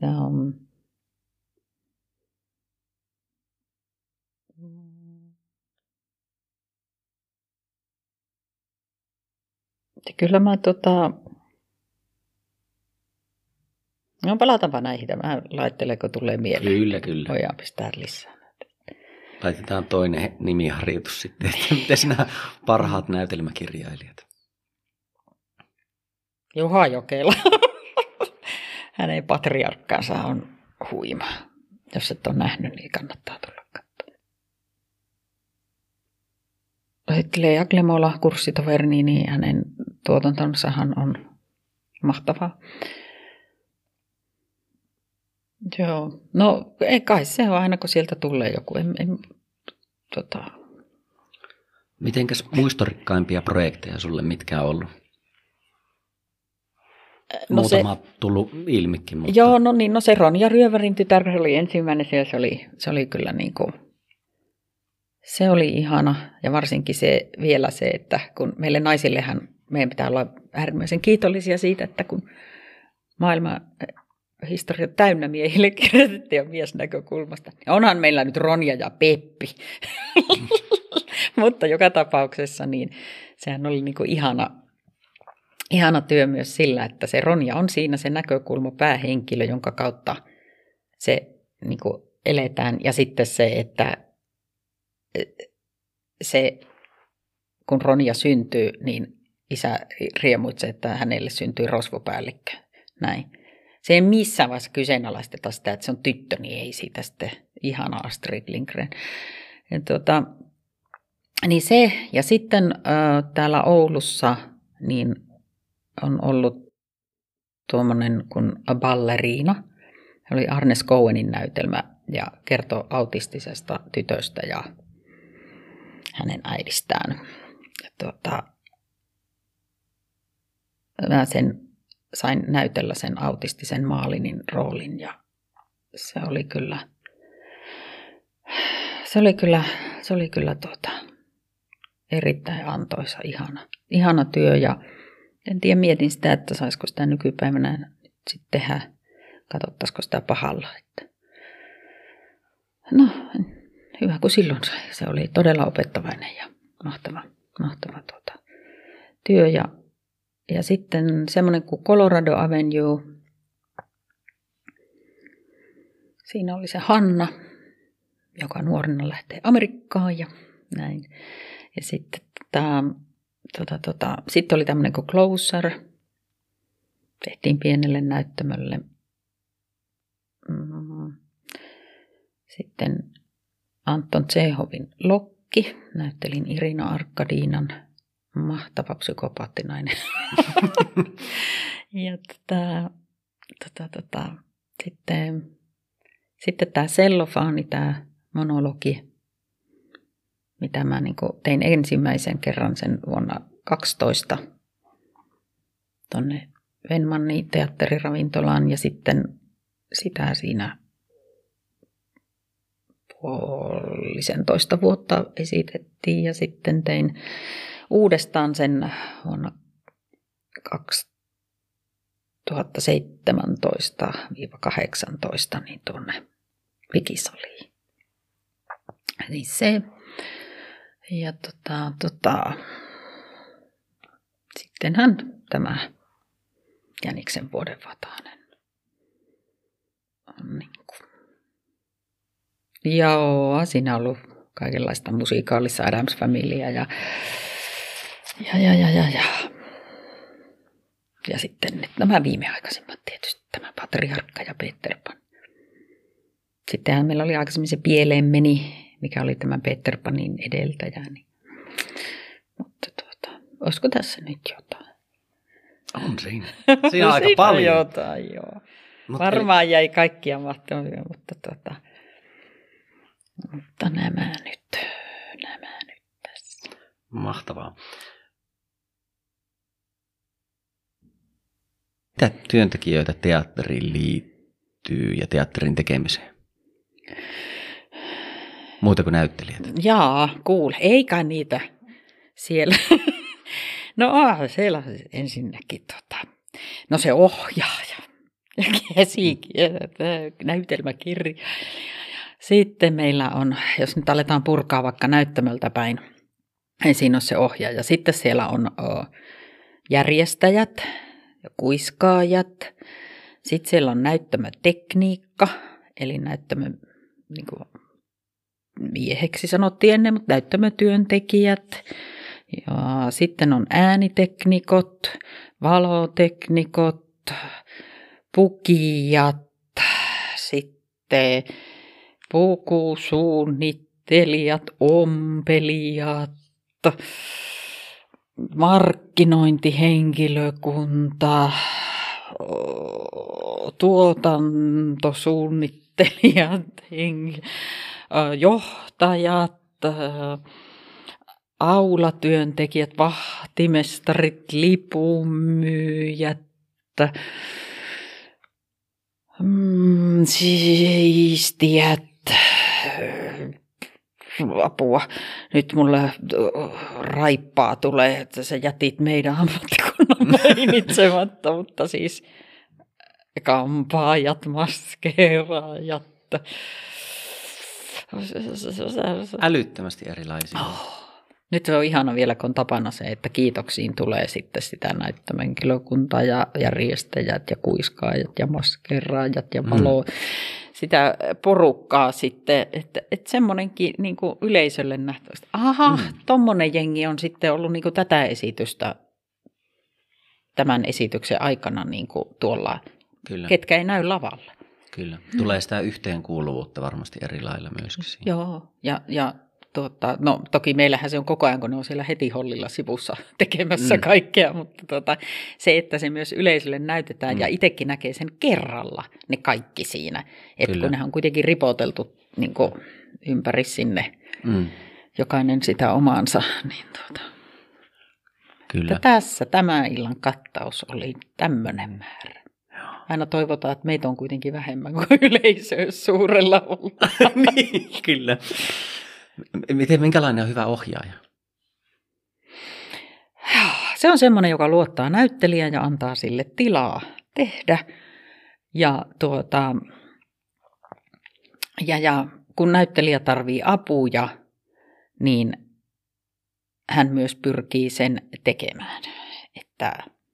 Kyllä mä no palataanpa näihin. Mä laittelen, kun tulee mieleen. Kyllä. Voidaan pistää lisää. Laitetaan toinen nimiharjoitus sitten, että miten nämä parhaat näytelmäkirjailijat. Juha Jokela. Hänen patriarkkaansa on huima. Jos et ole nähnyt, niin kannattaa tulla katsomaan. Lea Klemola, kurssitoverini, niin hänen tuotantonsahan on mahtavaa. Joo, no ei kai se on aina, kun sieltä tulee joku. Mitenkäs muistorikkaimpia projekteja sulle mitkä on ollut? No muutama tullut ilmikin. Mutta... Joo, no niin, no se Ronja Ryövärin tytär oli ensimmäinen, se oli kyllä niin kuin Se oli ihana ja varsinkin vielä se, että kun meille naisillehan meidän pitää olla äärimmäisen kiitollisia siitä, että kun maailma historia täynnä miehille kirjoitettiin miesnäkökulmasta. Ja onhan meillä nyt Ronja ja Peppi. Mutta joka tapauksessa niin sehän oli niin kuin ihana työ myös sillä, että se Ronja on siinä se näkökulma päähenkilö, jonka kautta se niin kuin eletään. Ja sitten se, että se, kun Ronja syntyy, niin isä riemuitsee, että hänelle syntyy rosvopäällikkö. Näin. Se ei missään vaiheessa kyseenalaisteta sitä, että se on tyttö, niin ei siitä sitten ihana Astrid Lindgren. Niin se, ja sitten täällä Oulussa niin on ollut tuommoinen kuin Ballerina. Se oli Arne Skowenin näytelmä ja kertoi autistisesta tytöstä ja hänen äidistään. Mä sain näytellä sen autistisen Maalinin roolin ja se oli kyllä erittäin antoisa, ihana työ ja en tiedä, mietin sitä, että saisiko sitä nykypäivänä sitten tehdä, katsottaisiko sitä pahalla. Että no, hyvä kun silloin sai. Se oli todella opettavainen ja mahtava työ ja sitten semmoinen kuin Colorado Avenue. Siinä oli se Hanna, joka nuorena lähtee Amerikkaan ja näin. Ja sitten sitten oli tämmöinen kuin Closer. Tehtiin pienelle näyttämölle. Sitten Anton Tšehovin Lokki. Näyttelin Irina Arkadiinan. Mahtava psykopaattinainen. Ja sitten tämä sellofaani, tämä monologi, mitä mä tein ensimmäisen kerran sen vuonna 2012 tuonne Venmanni teatteriravintolaan ja sitten sitä siinä 1,5 vuotta esitettiin ja sitten tein uudestaan sen vuonna 2017-18 niin tuonne Pikisaliin. Niin se. Ja sittenhän tämä Jäniksen vuodenvatainen on niin kuin. Joo, siinä on ollut kaikenlaista musiikaalissa Addams Familya ja sitten nämä viimeaikaisimmat tietysti, tämä Patriarkka ja Peter Pan. Sittenhän meillä oli aikaisemmin se Pieleen meni, mikä oli tämän Peter Panin edeltäjä. Niin. Mutta olisiko tässä nyt jotain? On siinä. Siinä on aika paljon. Jotain, joo. Varmaan jäi kaikkia mahtamia, mutta nämä nyt tässä. Mahtavaa. Mitä työntekijöitä teatteriin liittyy ja teatterin tekemiseen? Muuta kuin näyttelijät. Jaa, eikä niitä siellä. No siellä ensinnäkin no se ohjaaja ja näytelmäkirja. Sitten meillä on, jos nyt aletaan purkaa vaikka näyttämöltä päin, niin siinä on se ohjaaja. Sitten siellä on järjestäjät ja kuiskaajat. Sitten siellä on näyttämötekniikka, eli näyttämö niin kuin mieheksi sanottiin ennen, mutta näyttämötyöntekijät. Ja sitten on ääniteknikot, valoteknikot, pukijat, sitten pukusuunnittelijat, ompelijat, markkinointihenkilökunta, tuotantosuunnittelijat, johtajat, aulatyöntekijät, vahtimestarit, lipunmyyjät, siistijät, apua, nyt mulle raippaa tulee, että sä jätit meidän ammattikunnan mainitsematta, mutta siis kampaajat, maskeeraajat. Älyttömästi erilaisia. Nyt se on ihana vielä, kun on tapana se, että kiitoksiin tulee sitten sitä näyttöhenkilökuntaa ja järjestäjät ja kuiskaajat ja maskeeraajat ja valo. Sitä porukkaa sitten, että semmoinenkin niin kuin yleisölle nähtävästi. Aha, tommonen jengi on sitten ollut niin kuin tätä esitystä tämän esityksen aikana niin kuin tuolla, Kyllä. ketkä ei näy lavalla. Kyllä. Tulee sitä yhteenkuuluvuutta varmasti eri lailla myöskin siinä. Joo, ja no toki meillähän se on koko ajan, kun ne on siellä heti hollilla sivussa tekemässä kaikkea, mutta se, että se myös yleisölle näytetään ja itsekin näkee sen kerralla, ne kaikki siinä. Että kun nehän on kuitenkin ripoteltu niin kuin ympäri sinne, jokainen sitä omaansa, niin Kyllä. tässä tämä illan kattaus oli tämmöinen määrä. Aina toivotaan, että meitä on kuitenkin vähemmän kuin yleisöä suurella ollut. Niin, kyllä. Minkälainen on hyvä ohjaaja? Se on semmoinen, joka luottaa näyttelijään ja antaa sille tilaa tehdä. Ja kun näyttelijä tarvitsee apuja, niin hän myös pyrkii sen tekemään. Että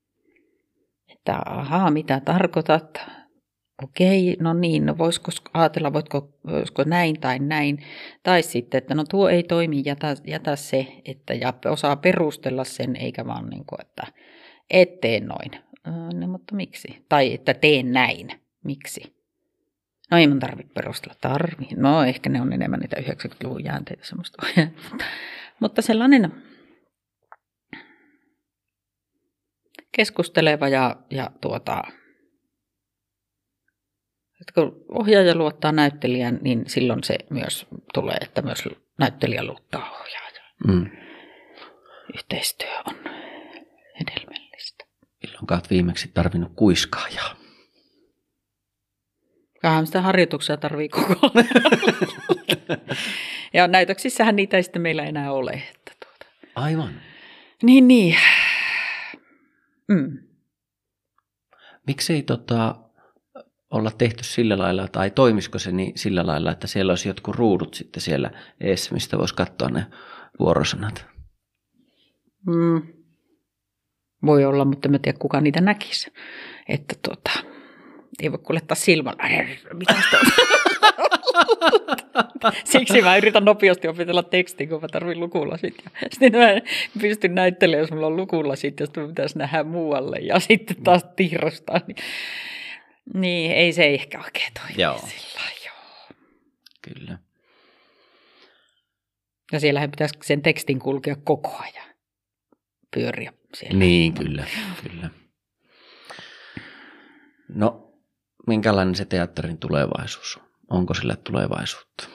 ahaa, mitä tarkoitat? Okei, no niin, no voisiko ajatella, voisiko näin tai näin. Tai sitten, että no tuo ei toimi, jätä se, että ja osaa perustella sen, eikä vaan niin kuin, että et tee noin. No, mutta miksi? Tai että teen näin. Miksi? No ei mun tarvitse perustella. No ehkä ne on enemmän niitä 90-luvun jäänteitä semmoista. Mutta sellainen keskusteleva ja että kun ohjaaja luottaa näyttelijän, niin silloin se myös tulee, että myös näyttelijä luottaa ohjaajaan. Yhteistyö on hedelmällistä. Milloin olet viimeksi tarvinnut kuiskaajaa? Vähän sitä harjoituksia tarvii koko ajan. Ja näytöksissähän niitä ei sitten meillä enää ole. Aivan. Niin. Miksei olla tehty sillä lailla, tai toimisiko se niin sillä lailla, että siellä olisi jotkut ruudut sitten siellä eessä, mistä voisi katsoa ne vuorosanat? Voi olla, mutta en tiedä, kuka niitä näkisi. Että ei voi kuljettaa silmällä. Siksi mä yritän nopeasti opetella tekstin, kun mä tarvitsen lukulasit. Sitten mä pystyn näyttelemään, jos mulla on lukulasit, jos mä pitäisi nähdä muualle. Ja sitten taas tiirostaa. Niin, ei se ehkä oikein toimi. Joo. Sillä, Kyllä. Ja siellähän pitäisi sen tekstin kulkea koko ajan. Pyöriä siellä. Niin, kyllä. No, minkälainen se teatterin tulevaisuus on? Onko sillä tulevaisuutta?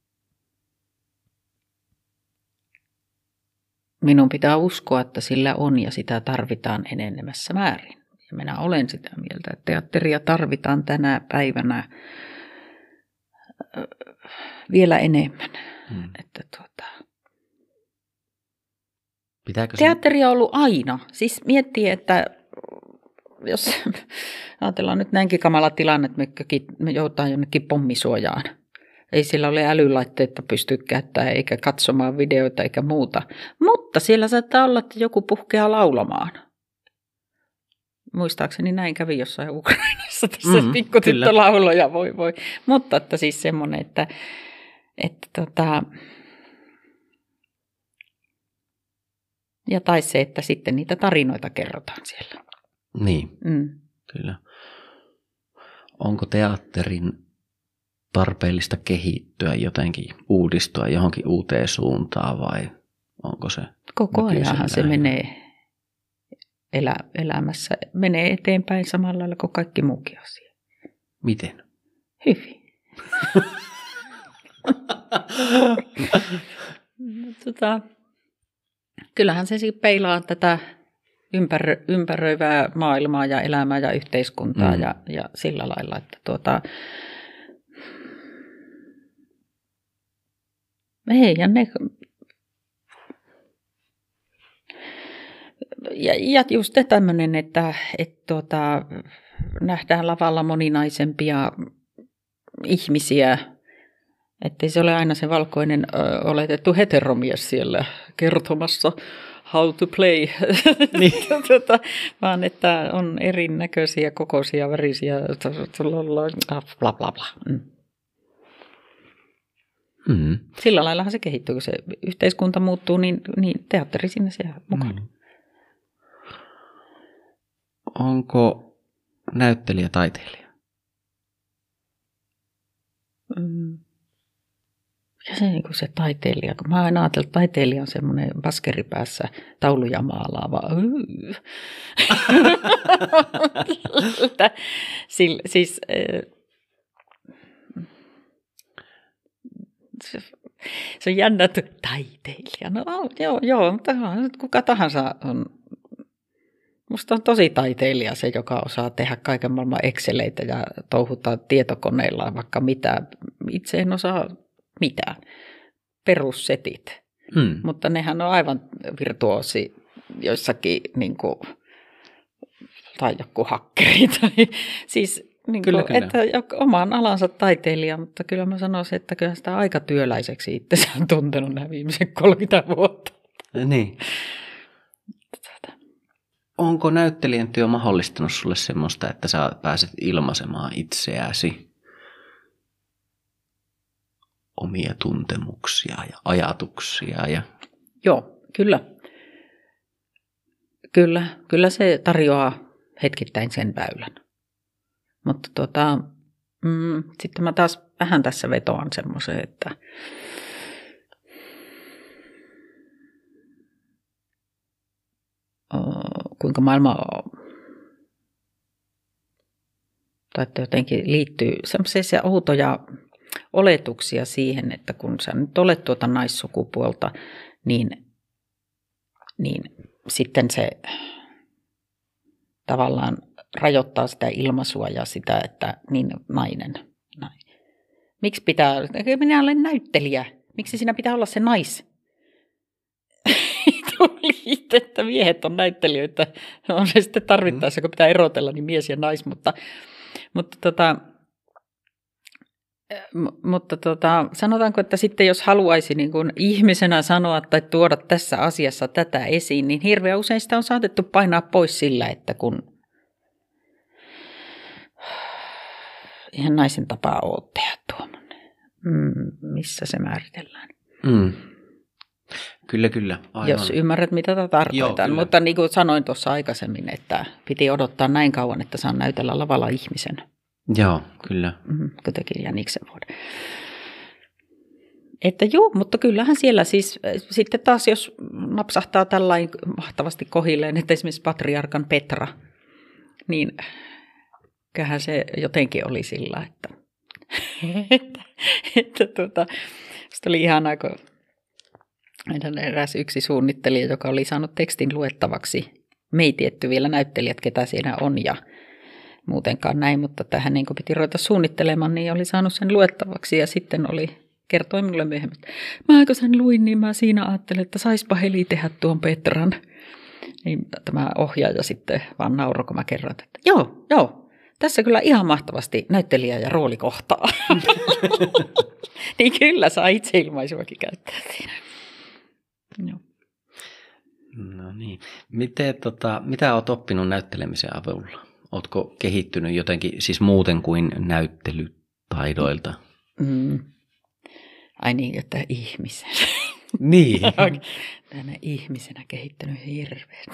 Minun pitää uskoa, että sillä on ja sitä tarvitaan enenemässä määrin. Ja minä olen sitä mieltä, että teatteria tarvitaan tänä päivänä vielä enemmän. Että teatteri on ollut aina. Siis miettii, että jos ajatellaan nyt näinkin kamala tilanne, että me joudutaan jonnekin pommisuojaan. Ei sillä ole älylaitteita pysty käyttämään eikä katsomaan videoita eikä muuta. Mutta siellä saattaa olla, että joku puhkeaa laulamaan. Muistaakseni näin kävi jossain Ukrainassa tässä pikkutyttö lauloja, voi. Mutta että siis semmoinen, että ja tai se, että sitten niitä tarinoita kerrotaan siellä. Niin, kyllä. Onko teatterin tarpeellista kehittyä jotenkin, uudistua johonkin uuteen suuntaan vai onko se? Koko ajanhan se menee elämässä, menee eteenpäin samalla lailla kuin kaikki muukin asia. Miten? Hyvin. Kyllähän se peilaa tätä ympäröivää maailmaa ja elämää ja yhteiskuntaa ja sillä lailla, että Ei, ja just tämmöinen, että nähdään lavalla moninaisempia ihmisiä, ettei se ole aina se valkoinen oletettu heteromies siellä kertomassa how to play, niin. Vaan että on erinäköisiä, kokoisia, värisiä, bla bla bla. Mm. Sillä laillahan se kehittyy, kun se yhteiskunta muuttuu, niin teatteri sinne siellä mukana. Onko näyttelijä taiteilija? Ja se, niin se taiteilija, kun mä aina ajatellut, että taiteilija on semmoinen baskeripäässä tauluja maalaava. Siis, se on jännä, että taiteilija. No joo, mutta kuka tahansa on. Musta on tosi taiteilija se, joka osaa tehdä kaiken maailman exceleitä ja touhuttaa tietokoneilla vaikka mitä. Itse en osaa mitään. Perussetit. Mutta nehän on aivan virtuoosi joissakin, niin kuin, tai joku hakkeri. Siis, niin kuin, kyllä. Että oman alansa taiteilija, mutta kyllä mä sanoisin, että kyllä sitä aika työläiseksi itse on tuntenut nämä viimeiset 30 vuotta. Niin. Onko näyttelijän työ mahdollistanut sulle semmoista, että sä pääset ilmaisemaan itseäsi, omia tuntemuksia ja ajatuksia? Joo, kyllä. Kyllä se tarjoaa hetkittäin sen väylän. Mutta sitten mä taas vähän tässä vetoan semmoiseen, että kuinka maailma tai jotenkin liittyy semmoisia outoja oletuksia siihen, että kun sä nyt olet tuota naissukupuolta, niin sitten se tavallaan rajoittaa sitä ilmaisua ja sitä, että niin nainen. Miksi pitää, minä olen näyttelijä, miksi siinä pitää olla se tuli, että miehet on näyttelijöitä, on se sitten tarvittaessa, kun pitää erotella, niin mies ja nais, mutta sanotaanko, että sitten jos haluaisi niin kuin ihmisenä sanoa tai tuoda tässä asiassa tätä esiin, niin hirveän usein sitä on saatettu painaa pois sillä, että kun ihan naisen tapaa ole tehdä tuommoinen. Missä se määritellään? Kyllä. Aivan. Jos ymmärrät, mitä tätä tarkoitan. Joo, mutta niin kuin sanoin tuossa aikaisemmin, että piti odottaa näin kauan, että saan näytellä lavalla ihmisen. Joo, kyllä. Kuitenkin Jäniksen vuoden. Että joo, mutta kyllähän siellä siis sitten taas, jos napsahtaa tällainen mahtavasti kohilleen, että esimerkiksi patriarkan Petra, niin kyllähän se jotenkin oli sillä, että se oli ihanaa, kun meidän eräs yksi suunnittelija, joka oli saanut tekstin luettavaksi. Me ei tietty vielä näyttelijät, ketä siinä on ja muutenkaan näin, mutta tähän niin piti ruveta suunnittelemaan, niin oli saanut sen luettavaksi ja sitten kertoi minulle myöhemmin, että mä kun sen luin, niin mä siinä ajattelin, että saispa Heli tehdä tuon Petran. Niin tämä ohjaaja sitten vaan nauroi, kun mä kerroin, että joo, tässä kyllä ihan mahtavasti näyttelijä ja rooli kohtaa. Niin kyllä saa itseilmaisuakin käyttää siinä. Joo. No niin. Mitä olet oppinut näyttelemisen avulla? Oletko kehittynyt jotenkin, siis muuten kuin näyttelytaidoilta? Ai niin, että ihmisen. Niin. Tänä ihmisenä kehittynyt hirveästi.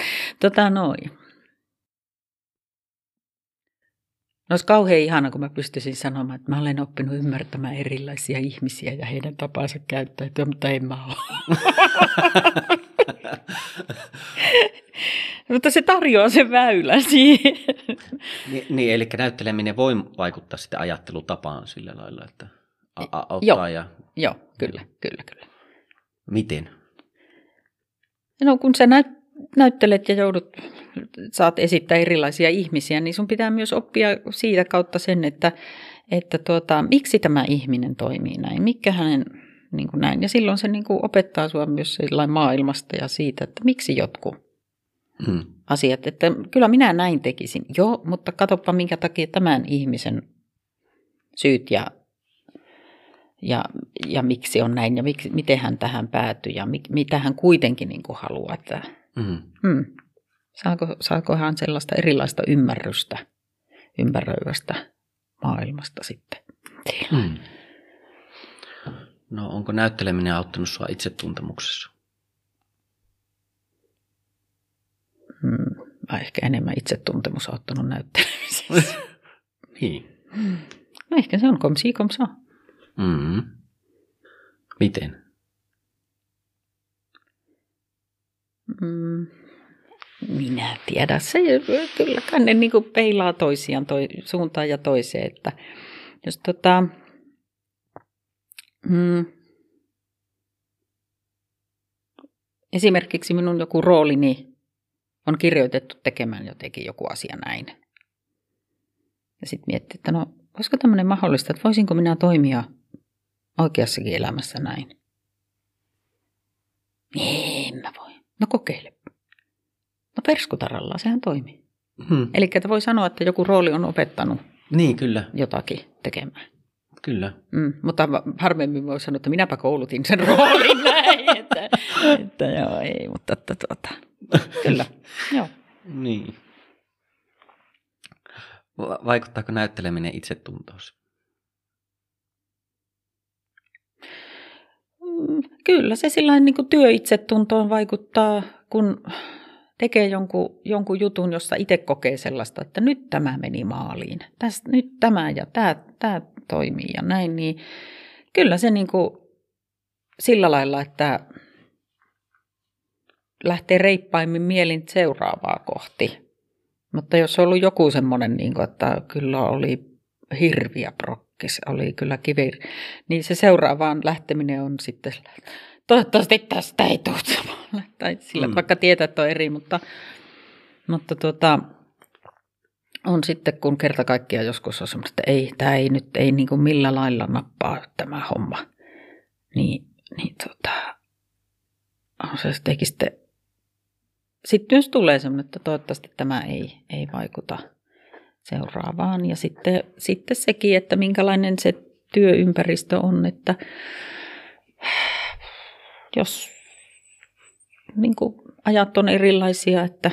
No olisi kauhean ihana, kun mä pystyisin sanomaan, että mä olen oppinut ymmärtämään erilaisia ihmisiä ja heidän tapansa käyttäytyä, mutta en mä ole. Mutta se tarjoaa sen väylän siihen. Niin, eli näytteleminen voi vaikuttaa sitten ajattelutapaan sillä lailla, että auttaa Joo, kyllä. Miten? No kun sä näyttelet ja saat esittää erilaisia ihmisiä, niin sun pitää myös oppia siitä kautta sen, että miksi tämä ihminen toimii näin, mikä hänen niin kuin näin. Ja silloin se niin kuin opettaa sinua myös sellainen maailmasta ja siitä, että miksi jotkut asiat. Että kyllä minä näin tekisin. Joo, mutta katsoppa minkä takia tämän ihmisen syyt ja miksi on näin ja miten hän tähän päätyi ja mitä hän kuitenkin niin kuin haluaa. Että, saako hän sellaista erilaista ymmärrystä ympäröivästä maailmasta sitten. No onko näytteleminen auttanut sinua itsetuntemuksessa? Ehkä enemmän itsetuntemus auttanut näyttelemisessä. Niin. No ehkä se on comme ci, comme ça. Miten? Minä tiedän. Se kylläkään ne niin kuin peilaa toisiaan suuntaan ja toiseen. Että jos esimerkiksi minun joku roolini on kirjoitettu tekemään jotenkin joku asia näin. Ja sitten miettii, että no olisiko tämmöinen mahdollista, että voisinko minä toimia oikeassakin elämässä näin? En mä voi. No kokeile. No perskutaralla, sehän toimii. Eli että voi sanoa, että joku rooli on opettanut niin, kyllä. jotakin tekemään. Kyllä. Mutta harvemmin voi sanoa, että minäpä koulutin sen roolin näin. että joo, ei, mutta kyllä, joo. Niin. Vaikuttaako näytteleminen itsetuntoosi? Kyllä se sillain niin kuin työitsetuntoon vaikuttaa, kun tekee jonkun jutun, jossa itse kokee sellaista, että nyt tämä meni maaliin. Nyt tämä ja tämä toimii ja näin. Niin kyllä se niin kuin sillä lailla, että lähtee reippaimmin mielin seuraavaa kohti. Mutta jos on ollut joku semmoinen, niin kuin, että kyllä oli hirviä prokkis, oli kyllä kivi, niin se seuraavaan lähteminen on sitten, toivottavasti tästä ei tule samalla. Tai sillä, vaikka tietää, että on eri, mutta on sitten, kun kerta kaikkiaan joskus on semmoista, että tämä ei nyt ei niin kuin millä lailla nappaa tämä homma, niin on se jotenkin sitten jos tulee semmoinen, että toivottavasti tämä ei vaikuta seuraavaan. Ja sitten sekin, että minkälainen se työympäristö on, että jos niin kuin ajat on erilaisia, että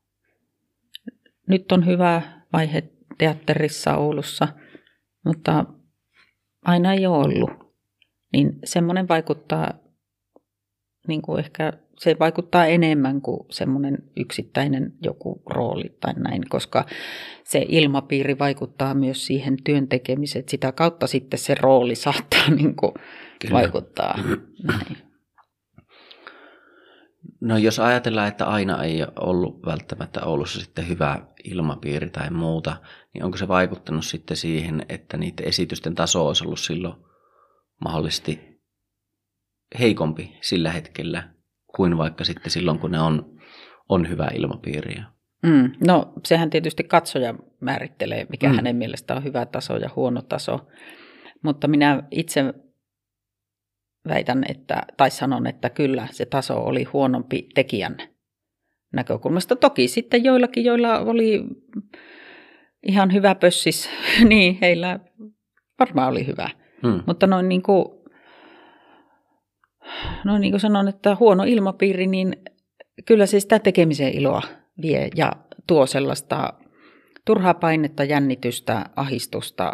nyt on hyvä vaihe teatterissa Oulussa, mutta aina ei ole ollut, niin semmoinen vaikuttaa niin kuin ehkä se vaikuttaa enemmän kuin semmoinen yksittäinen joku rooli tai näin, koska se ilmapiiri vaikuttaa myös siihen työn tekemiseen. Sitä kautta sitten se rooli saattaa niin kuin vaikuttaa näin. No jos ajatellaan, että aina ei ollut välttämättä Oulussa sitten hyvä ilmapiiri tai muuta, niin onko se vaikuttanut sitten siihen, että niiden esitysten taso olisi ollut silloin mahdollisesti heikompi sillä hetkellä kuin vaikka sitten silloin, kun ne on hyvä ilmapiiri? No sehän tietysti katsoja määrittelee, mikä hänen mielestään on hyvä taso ja huono taso. Mutta minä itse väitän, tai sanon, että kyllä se taso oli huonompi tekijän näkökulmasta. Toki sitten joillakin, joilla oli ihan hyvä pössis, niin heillä varmaan oli hyvä. Mutta noin niin kuin sanon, että huono ilmapiiri, niin kyllä se sitä tekemisen iloa vie ja tuo sellaista turhaa painetta, jännitystä, ahdistusta,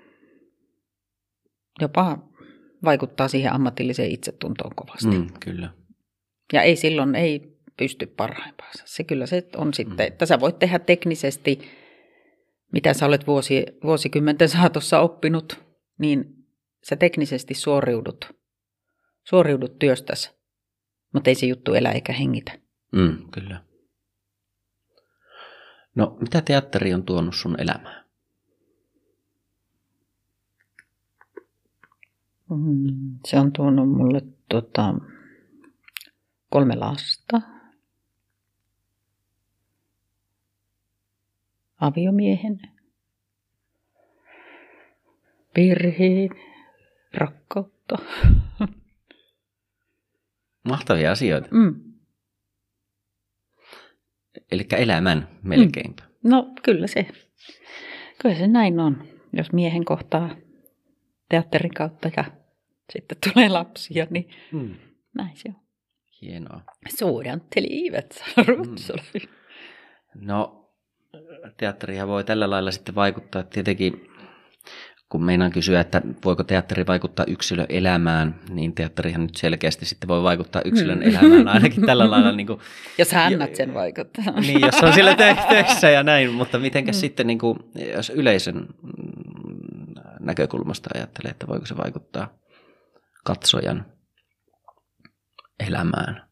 jopa vaikuttaa siihen ammatilliseen itsetuntoon kovasti. Kyllä. Ja silloin ei pysty parhaimpaansa. Se kyllä se on sitten, että sä voit tehdä teknisesti, mitä sä olet vuosikymmenten saatossa oppinut, niin sä teknisesti suoriudut työstäsi, mutta ei se juttu elä eikä hengitä. Kyllä. No, mitä teatteri on tuonut sun elämään? Se on tuonut mulle 3 lasta, aviomiehen, perheen, rakkautta. Mahtavia asioita. Eli elämän melkeinpä. No kyllä se näin on, jos miehen kohtaa teatterin kautta ja sitten tulee lapsia, niin näin se on. Hienoa. Sådan till livet, sa Rutsala. No, teatteria voi tällä lailla sitten vaikuttaa tietenkin, kun meinaan kysyä, että voiko teatteri vaikuttaa yksilön elämään, niin teatterihan nyt selkeästi sitten voi vaikuttaa yksilön elämään ainakin tällä lailla. Niin kuin, jos hännät sen vaikuttaa. Niin, jos on siellä töissä ja näin, mutta mitenkäs sitten, niin kuin, jos yleisön näkökulmasta ajattelee, että voiko se vaikuttaa katsojan elämään?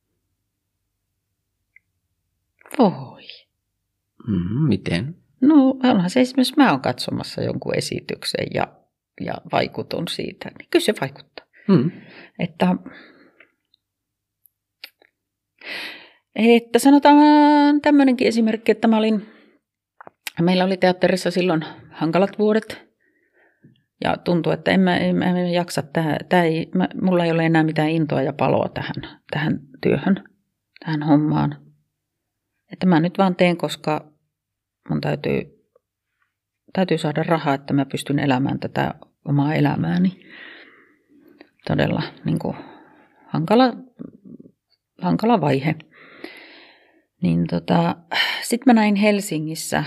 Voi. Miten? No onhan se esimerkiksi, mä oon katsomassa jonkun esityksen ja vaikutun siitä, niin kyllä se vaikuttaa. Että sanotaan tämmöinenkin esimerkki, että meillä oli teatterissa silloin hankalat vuodet ja tuntuu, että en mä jaksa, mulla ei ole enää mitään intoa ja paloa tähän työhön, tähän hommaan. Että mä nyt vaan teen, koska mun täytyy saada rahaa, että mä pystyn elämään tätä omaa elämääni. Todella niin kuin hankala vaihe. Niin sitten mä näin Helsingissä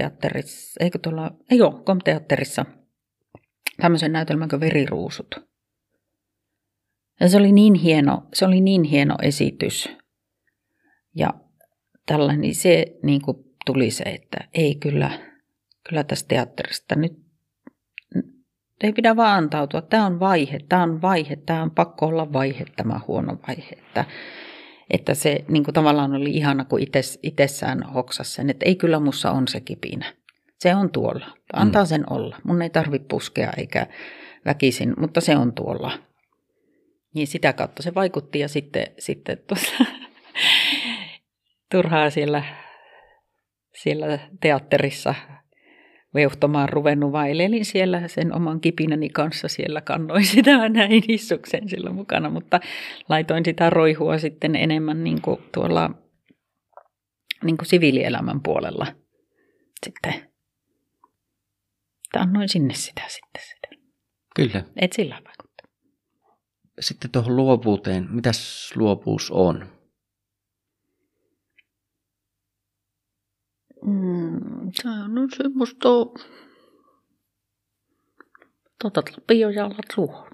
Komteatterissa tämmöisen näytelmän kuin Veriruusut. Ja se oli niin hieno esitys. Ja tällainen, niin se niin kuin tuli se, että ei kyllä tästä teatterista nyt ei pidä vaan antautua. Tämä on pakko olla vaihe, tämä huono vaihe. Että se niin kuin tavallaan oli ihana, kun itsessään hoksasi sen, että ei kyllä mussa on se kipinä. Se on tuolla. Antaa sen olla. Mun ei tarvitse puskea eikä väkisin, mutta se on tuolla. Niin sitä kautta se vaikutti ja sitten turhaa siellä teatterissa veuhtomaan ruvennut vailelin siellä sen oman kipinäni kanssa. Siellä kannoin sitä näin hissuksen sillä mukana, mutta laitoin sitä roihua sitten enemmän niin kuin tuolla niin kuin siviilielämän puolella sitten. Annoin sinne sitä sitten. Kyllä. Et sillä vaikuttaa. Sitten tuohon luovuuteen. Mitäs luovuus on? Se on semmoista piojalat luoda.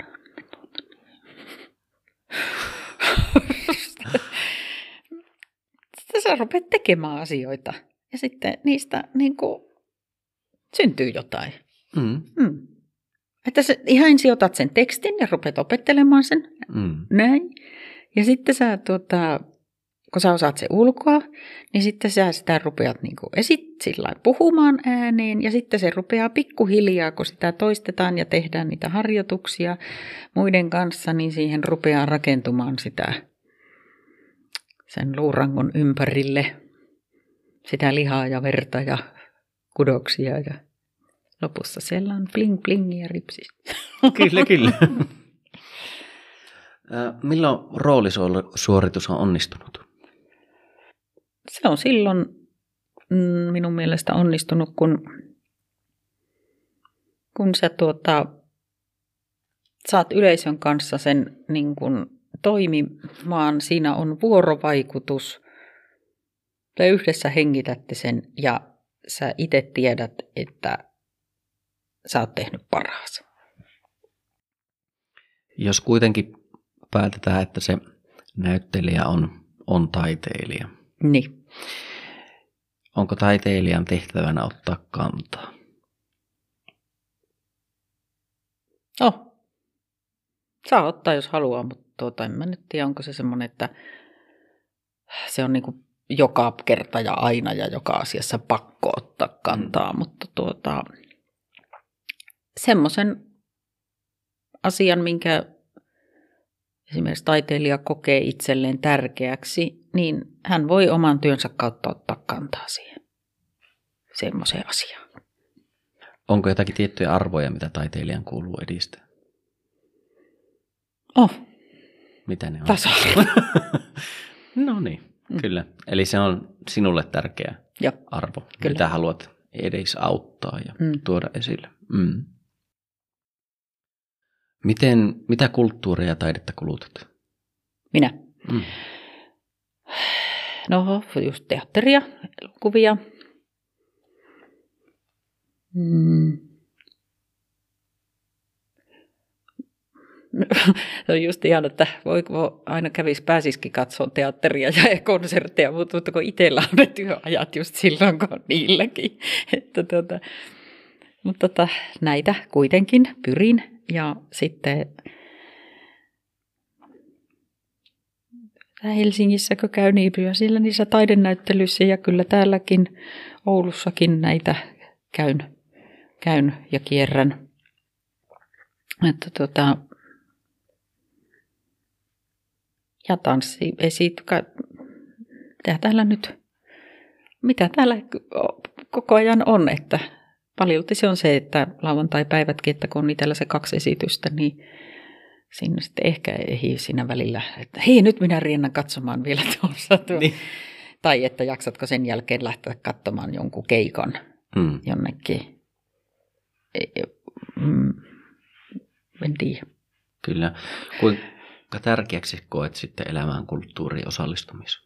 Sitten sä rupeat tekemään asioita ja sitten niistä niin kuin syntyy jotain. Että sä ihan ensin otat sen tekstin ja rupeat opettelemaan sen näin. Ja sitten sä kun sä osaat se ulkoa, niin sitten sä sitä rupeat niinku puhumaan ääneen ja sitten se rupeaa pikkuhiljaa, kun sitä toistetaan ja tehdään niitä harjoituksia muiden kanssa, niin siihen rupeaa rakentumaan sitä sen luurangon ympärille sitä lihaa ja verta ja kudoksia ja lopussa siellä on bling bling ja ripsis. Kyllä. Milloin roolisuoritus on onnistunut? Se on silloin minun mielestä onnistunut, kun sä saat yleisön kanssa sen niin kun toimimaan. Siinä on vuorovaikutus. Te yhdessä hengitätte sen ja sä itse tiedät, että sä oot tehnyt parhaasi. Jos kuitenkin päätetään, että se näyttelijä on taiteilija. Niin. Onko taiteilijan tehtävänä ottaa kantaa? Saa ottaa, jos haluaa, mutta en mä nyt tiedä, onko se semmoinen, että se on niinku joka kerta ja aina ja joka asiassa pakko ottaa kantaa, mutta semmoisen asian, minkä esimerkiksi taiteilija kokee itselleen tärkeäksi, niin hän voi oman työnsä kautta ottaa kantaa siihen semmoiseen asiaan. Onko jotakin tiettyjä arvoja, mitä taiteilijan kuuluu edistää? Mitä ne on? Tasa-arvo. No niin, kyllä. Eli se on sinulle tärkeä Joo, arvo, kyllä. mitä haluat edes auttaa ja tuoda esille. Mitä kulttuuria ja taidetta kulutat? Minä. No, just teatteria, elokuvia. Se on just ihan, että voiko aina pääsisikin katsoa teatteria ja konsertteja, mutta kun itsellä on ne työajat just silloin, kun on niilläkin. Mutta näitä kuitenkin pyrin ja sitten Helsingissä, kun käy niin pyö siellä niissä taidenäyttelyissä ja kyllä täälläkin Oulussakin näitä käyn ja kierrän. Että ja tanssi mitä täällä koko ajan on, että paljolti se on se, että lauantai-päivätkin, että kun on itsellä se 2 esitystä, niin siinä sitten ehkä ehii siinä välillä, että hei, nyt minä riennän katsomaan vielä tuossa. Niin. Tai että jaksatko sen jälkeen lähteä katsomaan jonkun keikan jonnekin. En tiedä. Kyllä. Kuinka tärkeäksi koet sitten elämään kulttuuriin osallistumisen?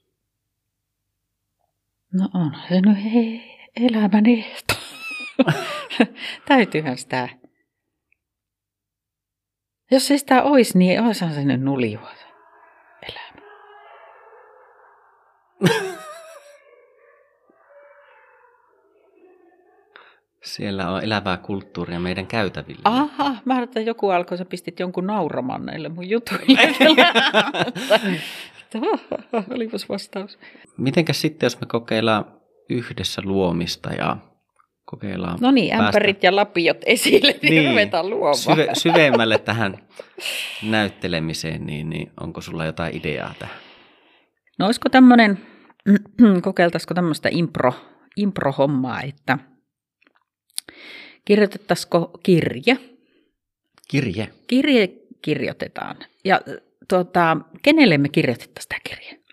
No on se elämän ehto. Täytyyhän sitä. Jos ei sitä olisi, niin olisihan se nyt nuljua elämä. Siellä on elävää kulttuuria meidän käytävillä. Aha, mä ajattelin, että joku alkoi, sä pistit jonkun nauramaan näille mun jutuille. Olipas vastaus. Mitenkäs sitten, jos me kokeillaan yhdessä luomista ja kokeillaan no niin, ämpärit ja lapiot esille, niin ruvetaan luomaan. Syvemmälle tähän näyttelemiseen, niin onko sulla jotain ideaa tähän? No olisiko kokeiltaisiko tämmöistä impro-hommaa, että kirjoitettaisiko kirje? Kirje? Kirje kirjoitetaan. Ja kenelle me kirjoitettaisiin tämä kirje?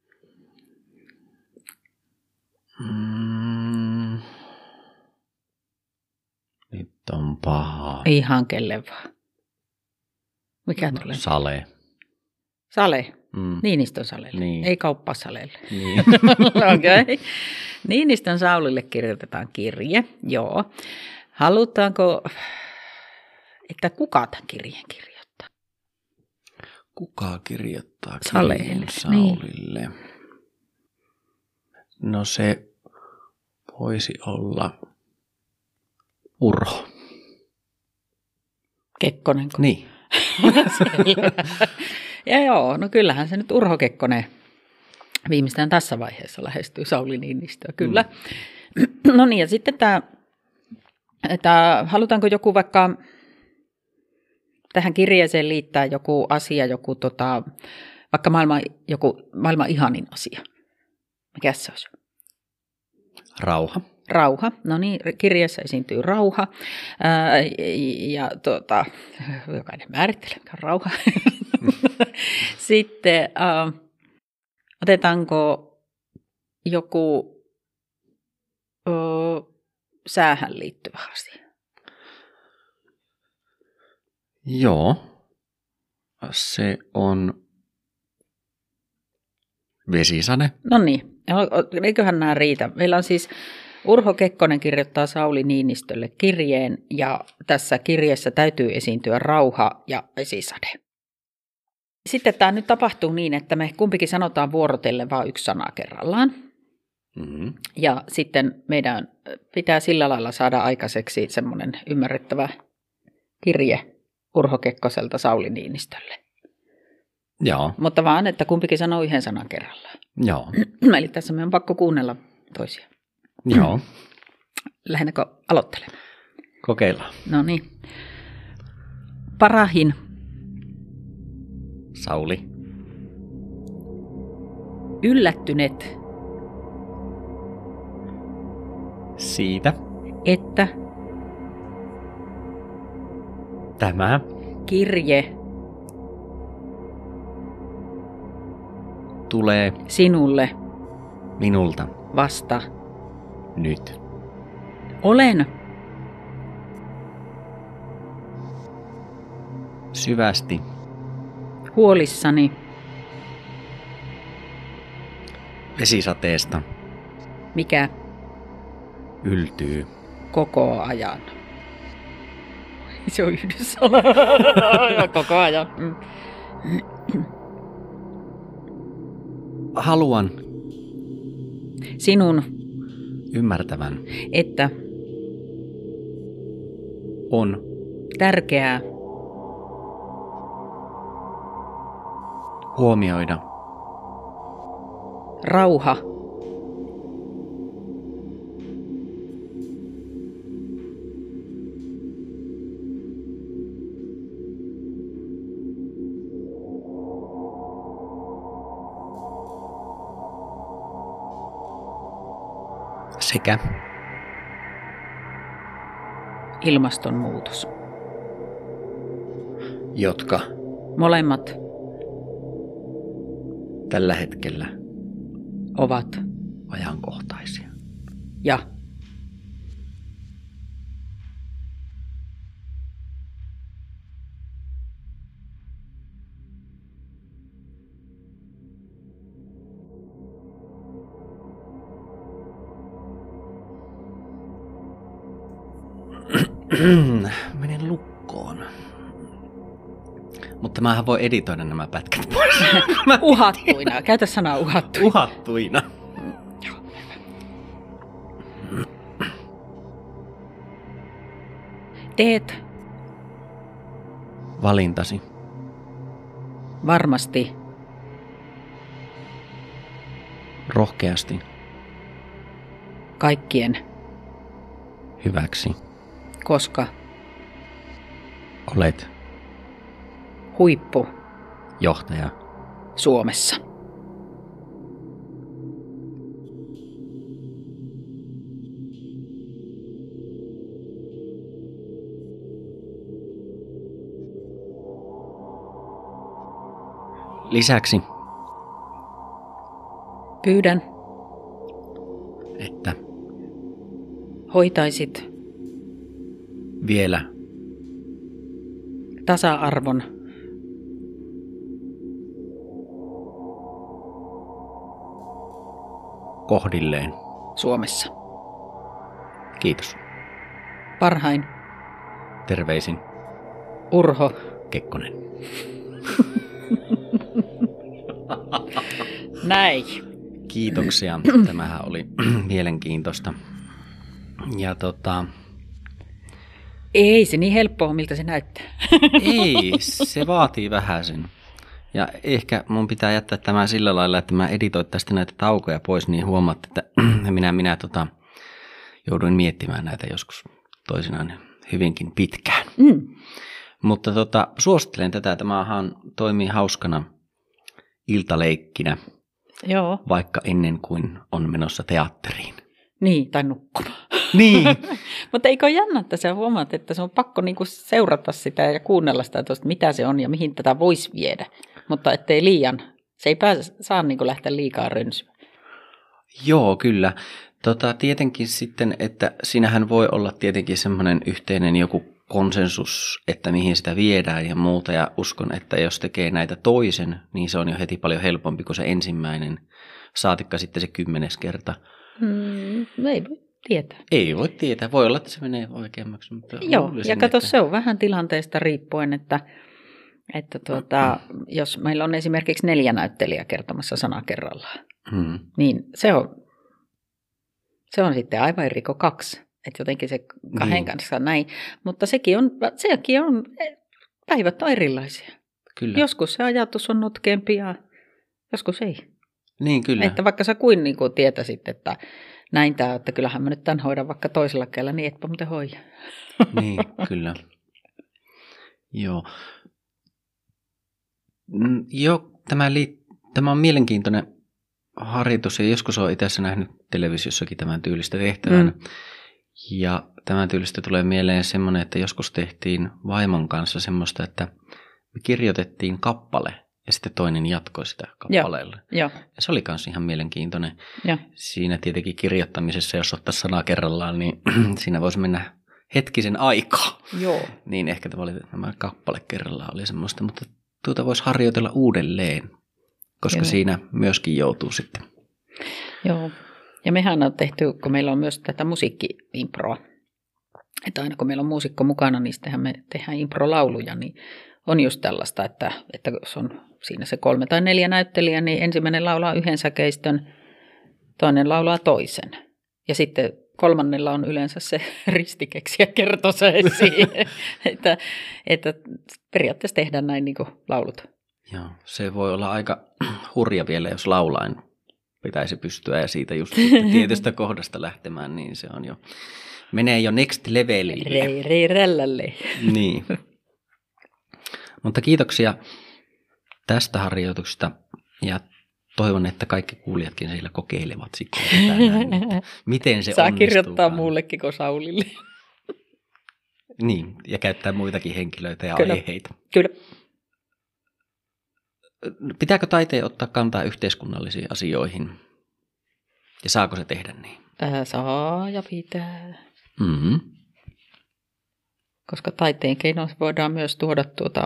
Nyt on paha. Ihan kelle vaan. Mikä tulee? Sale. Sale? Niinistön Salelle. Niin. Ei Kauppasalelle. Niin. Okay. Niinistön Saulille kirjoitetaan kirje. Joo. Halutaanko, että kuka tämän kirjeen kirjoittaa? Kuka kirjoittaa kirjeen Saulille? Niin. No se voisi olla Urho. Kekkonen. Niin. Ja joo, no kyllähän se nyt Urho Kekkonen viimeistään tässä vaiheessa lähestyy Sauli Niinistöä, kyllä. No niin, ja sitten että halutaanko joku vaikka tähän kirjeeseen liittää joku asia, vaikka maailman ihanin asia. Mikä se olisi? Rauha. Rauha. No niin, kirjeessä esiintyy rauha. Ja jokainen määrittelee, mikä on rauha. Sitten otetaanko joku säähän liittyvä asia? Joo. Se on vesisade. No niin, eiköhän nämä riitä. Meillä on siis Urho Kekkonen kirjoittaa Sauli Niinistölle kirjeen ja tässä kirjeessä täytyy esiintyä rauha ja vesisade. Sitten tämä nyt tapahtuu niin, että me kumpikin sanotaan vuorotellen vain yksi sana kerrallaan. Mm-hmm. Ja sitten meidän pitää sillä lailla saada aikaiseksi semmoinen ymmärrettävä kirje Urho Kekkoselta Sauli Niinistölle. Joo. Mutta vaan, että kumpikin sanoo yhden sanan kerrallaan. Joo. Eli tässä me on pakko kuunnella toisia. Joo. Lähdennäkö aloittelemaan? Kokeillaan. No niin. Parahin. Sauli. Yllättyneet. Siitä. Että. Tämä. Kirje. tulee sinulle minulta vasta nyt. olen Syvästi huolissani vesisateesta mikä yltyy. koko ajan. Se on yhdyssana. Koko ajan. Haluan Sinun, ymmärtävän että on tärkeää huomioida rauha sekä ilmastonmuutos. jotka Molemmat tällä hetkellä ovat ajankohtaisia. ja Menen lukkoon. Mutta mähän voi editoida nämä pätkät pois. uhattuina. Käytä sanaa uhattuina. Uhattuina. Teet Valintasi varmasti rohkeasti kaikkien, hyväksi. koska Olet huippu johtaja. Suomessa. Lisäksi, Pyydän, että hoitaisit vielä tasa-arvon kohdilleen. Suomessa. Kiitos. Parhain Terveisin Urho. Kekkonen. Näin. Kiitoksia. Tämähän oli mielenkiintoista. Ja Ei se niin helppoa, miltä se näyttää. ei, se vaatii vähäsen. Ja ehkä mun pitää jättää tämä sillä lailla, että mä editoin tästä näitä taukoja pois, niin huomaatte, että minä jouduin miettimään näitä joskus toisinaan hyvinkin pitkään. Mutta suosittelen tätä. Tämähän toimii hauskana iltaleikkinä, Joo. vaikka ennen kuin on menossa teatteriin. Niin, tai nukkumaan. Niin. Mutta eikö ole jännä, että sä huomaat, että se on pakko niinku seurata sitä ja kuunnella sitä, että mitä se on ja mihin tätä voisi viedä. Mutta ettei liian, se ei saa niinku lähteä liikaa rönsyä. Joo, kyllä. Tietenkin sitten, että siinähän voi olla tietenkin semmoinen yhteinen joku konsensus, että mihin sitä viedään ja muuta. Ja uskon, että jos tekee näitä toisen, niin se on jo heti paljon helpompi kuin se ensimmäinen. Saatikka sitten se 10. kerta. Ei voi tietää. Ei voi tietää. Voi olla, että se menee vaikeammaksi. Mutta Joo, ja kato, että se on vähän tilanteesta riippuen, että jos meillä on esimerkiksi 4 näyttelijää kertomassa sana kerrallaan, niin se on sitten aivan eri kuin 2. Että jotenkin se 2 kanssa näin. Mutta sekin on, päivät on erilaisia. Kyllä. Joskus se ajatus on notkeampi ja joskus ei. Niin, kyllä. Että vaikka sä kuin niin kuin tietäisit, että näin tämä, että kyllähän mä nyt tämän hoidan vaikka toisella kädellä, niin etpä muuten hoida. Niin, kyllä. Joo. Joo, tämä on mielenkiintoinen harjoitus ja joskus olen itse nähnyt televisiossakin tämän tyylistä tehtävän. Ja tämän tyylistä tulee mieleen semmoinen, että joskus tehtiin vaimon kanssa semmoista, että me kirjoitettiin kappale Ja sitten toinen jatkoi sitä kappaleella. Joo. Ja se oli myös ihan mielenkiintoinen. Joo. Siinä tietenkin kirjoittamisessa, jos ottaa sanaa kerrallaan, niin siinä voisi mennä hetkisen aikaa. Joo. Niin ehkä tämä kappale kerrallaan oli semmoista, mutta tuota voisi harjoitella uudelleen, koska siinä myöskin joutuu sitten. Joo. Ja mehän on tehty, kun meillä on myös tätä musiikki-improa, että aina kun meillä on muusikko mukana, niin sittenhän me tehdään impro-lauluja, niin on just tällaista, että jos on siinä se 3 tai 4 näyttelijää, niin ensimmäinen laulaa yhden säkeistön, toinen laulaa toisen. Ja sitten kolmannella on yleensä se ristikeksiä kertosäe siihen, että periaatteessa tehdään näin niin kuin laulut. Joo, se voi olla aika hurja vielä, jos laulain pitäisi pystyä ja siitä just tietystä kohdasta lähtemään, niin se on jo, menee jo next levelille. Rällälle. Niin. Mutta kiitoksia tästä harjoituksesta ja toivon, että kaikki kuulijatkin siellä kokeilevat sitten miten se saa onnistuu. Kirjoittaa muullekin kuin Saulille. Niin, ja käyttää muitakin henkilöitä ja Kyllä. aiheita. Kyllä. Pitääkö taiteen ottaa kantaa yhteiskunnallisiin asioihin? Ja saako se tehdä niin? Saa ja pitää. Mm-hmm. Koska taiteen keinoin voidaan myös tuoda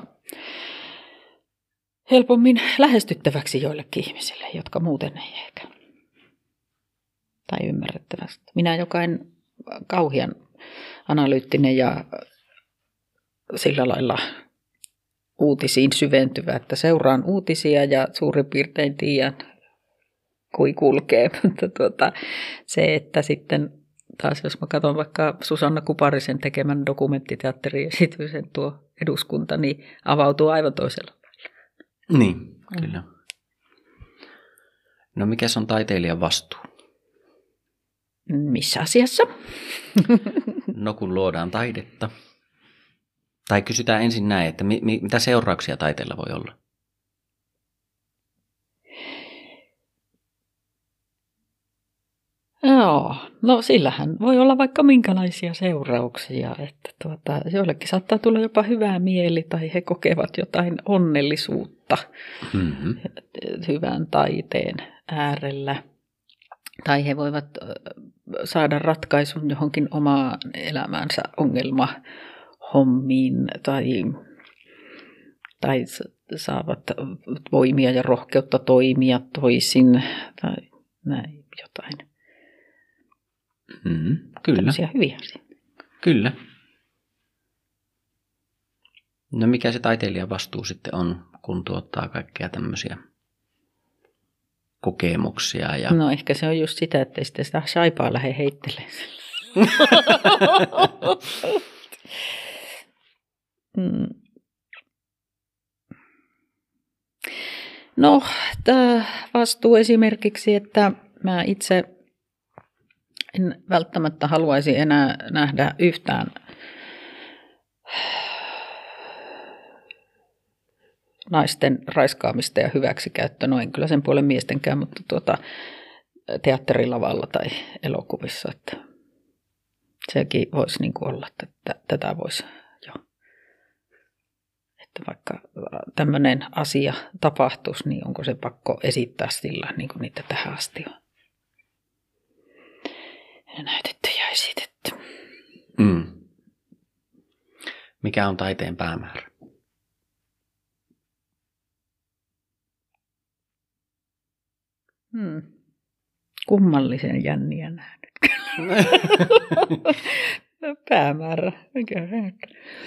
helpommin lähestyttäväksi joillekin ihmisille, jotka muuten ei ehkä. Tai ymmärrettävästi. Minä, joka en kauhean analyyttinen ja sillä lailla uutisiin syventyvä, että seuraan uutisia ja suurin piirtein tiedän, kui kulkee. Mutta se, että sitten taas jos mä katson vaikka Susanna Kuparisen tekemän dokumenttiteatteriesityksen tuo eduskunta, niin avautuu aivan toisella lailla. Niin, kyllä. No mikäs on taiteilijan vastuu? Missä asiassa? No kun luodaan taidetta. Tai kysytään ensin näin, että mitä seurauksia taiteella voi olla? Joo, no sillähän voi olla vaikka minkälaisia seurauksia, että joillekin saattaa tulla jopa hyvää mieli tai he kokevat jotain onnellisuutta hyvän taiteen äärellä. Tai he voivat saada ratkaisun johonkin omaan elämäänsä ongelmahommiin tai saavat voimia ja rohkeutta toimia toisin tai näin jotain. Kyllä. Tällaisia hyviä asioita. Kyllä. No mikä se taiteilijan vastuu sitten on, kun tuottaa kaikkea tämmöisiä kokemuksia? Ja... No ehkä se on just sitä, että sitten sitä shaipaa lähde heittelemään. No, tämä vastuu esimerkiksi, että mä itse en välttämättä haluaisi enää nähdä yhtään naisten raiskaamista ja hyväksikäyttöä. No en kyllä sen puolen miestenkään, mutta teatterilavalla tai elokuvissa. Että sekin voisi niin kuin olla, että tätä voisi jo. Että vaikka tämmöinen asia tapahtuisi, niin onko se pakko esittää sillä, niin kuin niitä tähän asti on. Näytetty ja esitetty. Mikä on taiteen päämäärä? Kummallisen jänniä nähnyt. Päämäärä. Mikä se nyt?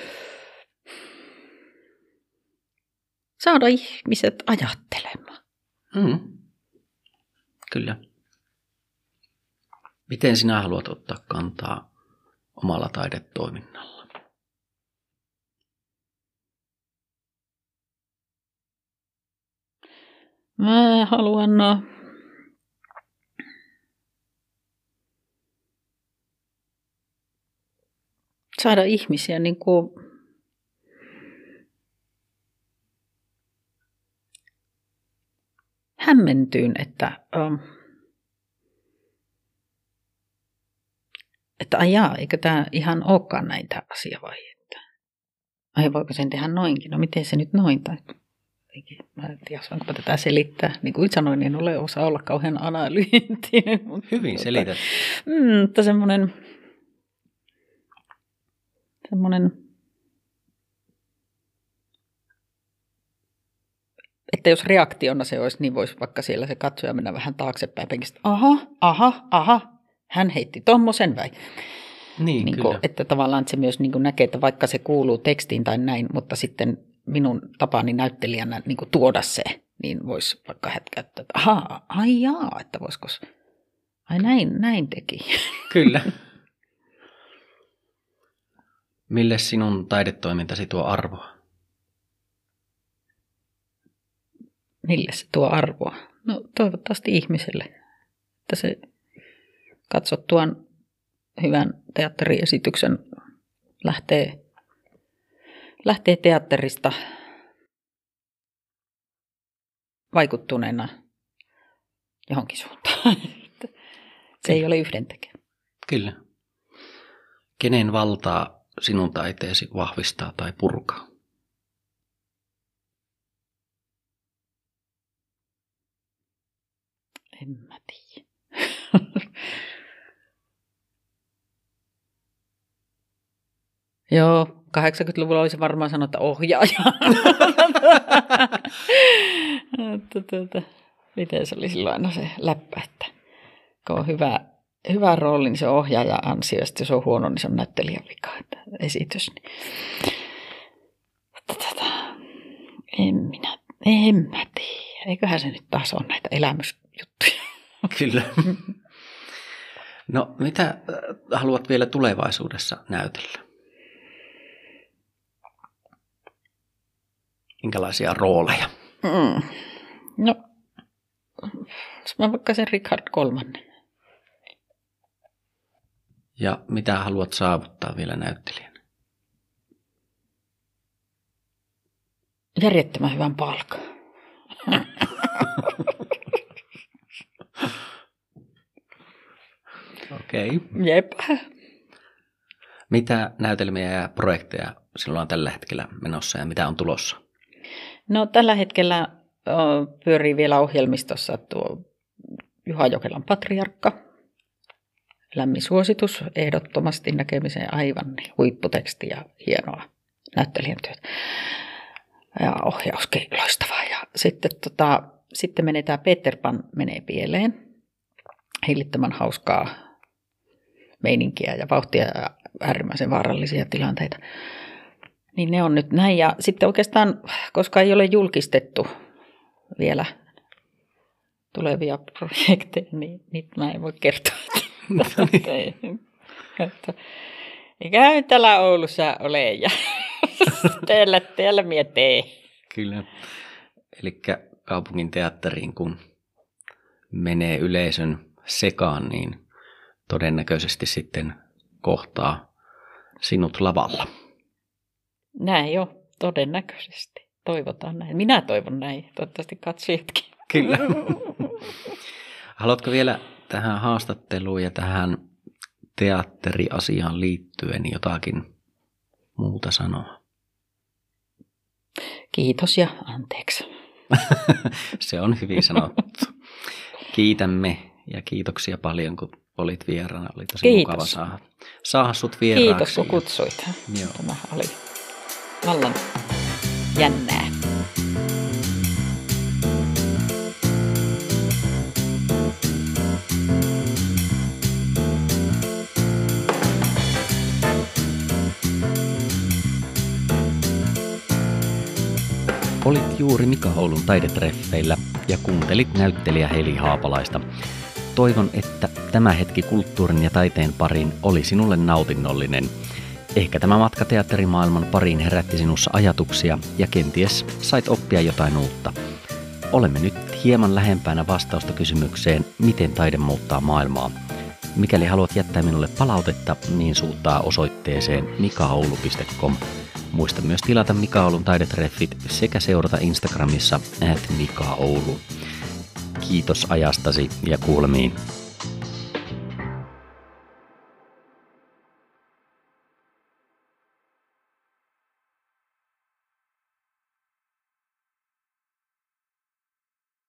Saada ihmiset ajattelemaan. Kyllä. Miten sinä haluat ottaa kantaa omalla taidetoiminnalla? Mä haluan saada ihmisiä niin kuin hämmentyyn, että ajaa, eikö tämä ihan olekaan näitä asiavaiheita. Ai voiko sen tehdä noinkin? No miten se nyt noin? Tai Mä en tiedä, osaanko tätä selittää. Niin kuin sanoin, niin en osaa olla kauhean analyyttinen. Hyvin selität. Mutta semmoinen, että jos reaktiona se olisi, niin voisi vaikka siellä se katsoja mennä vähän taaksepäin penkistä. Aha, hän heitti tommosen vai? Niin kuin, että tavallaan se myös niin kuin näkee, että vaikka se kuuluu tekstiin tai näin, mutta sitten minun tapani näyttelijänä niin kuin tuoda se, niin voisi vaikka hetkäyttää, että että voisiko, näin teki. Kyllä. Mille sinun taidetoimintasi tuo arvoa? Mille se tuo arvoa? No toivottavasti ihmiselle, että se katsot tuon hyvän teatteriesityksen lähtee teatterista vaikuttuneena johonkin suuntaan. Se ei ole yhdentekevä. Kyllä. Kenen valtaa sinun taiteesi vahvistaa tai purkaa? En mä tiedä. Joo, 80-luvulla olisi varmaan sanonut, että ohjaaja. Miten se oli silloin aina se läppä, että kun on hyvä rooli, niin se on ohjaaja ansio, ja jos on huono, niin se on näyttelijän vika, että esitys. En mä tiedä. Eiköhän se nyt taas ole näitä elämysjuttuja. Kyllä. No, mitä haluat vielä tulevaisuudessa näytellä? Minkälaisia rooleja? No, mä vaikka sen Richard III. Ja mitä haluat saavuttaa vielä näyttelijänä? Järjettömän hyvän palkan. Okei. Jep. Mitä näytelmiä ja projekteja sinulla on tällä hetkellä menossa ja mitä on tulossa? No tällä hetkellä pyörii vielä ohjelmistossa tuo Juha Jokelan Patriarkka. Lämmin suositus, ehdottomasti näkemiseen aivan huipputeksti ja hienoa näyttelijän työtä. Ja ohjauskin loistavaa. Ja sitten menetään Peter Pan menee pieleen. Hillittömän hauskaa meininkiä ja vauhtia ja äärimmäisen vaarallisia tilanteita. Niin ne on nyt näin. Ja sitten oikeastaan, koska ei ole julkistettu vielä tulevia projekteja, niin niitä mä en voi kertoa. Eikä täällä Oulussa ole ja teillä mietee. Kyllä. Eli kaupungin teatteriin, kun menee yleisön sekaan, niin todennäköisesti sitten kohtaa sinut lavalla. Näin jo, todennäköisesti. Toivotaan näin. Minä toivon näin, toivottavasti katsojatkin. Kyllä. Haluatko vielä tähän haastatteluun ja tähän teatteriasiaan liittyen jotakin muuta sanoa? Kiitos ja anteeksi. Se on hyvin sanottu. Kiitämme ja kiitoksia paljon, kun olit vieraana. Oli tosi mukava saada sut vieraaksi. Kiitos, kun kutsuit. Joo. Tämä oli vallan jännää. Olit juuri Mika Oulun taidetreffeillä ja kuuntelit näyttelijä Heli Haapalaista. Toivon, että tämä hetki kulttuurin ja taiteen pariin oli sinulle nautinnollinen. Ehkä tämä matka teatterimaailman pariin herätti sinussa ajatuksia ja kenties sait oppia jotain uutta. Olemme nyt hieman lähempänä vastausta kysymykseen, miten taide muuttaa maailmaa. Mikäli haluat jättää minulle palautetta, niin suuttaa osoitteeseen mikaoulu.com. Muista myös tilata Mika Oulun taidetreffit sekä seurata Instagramissa @mikaoulu. Kiitos ajastasi ja kuulemiin.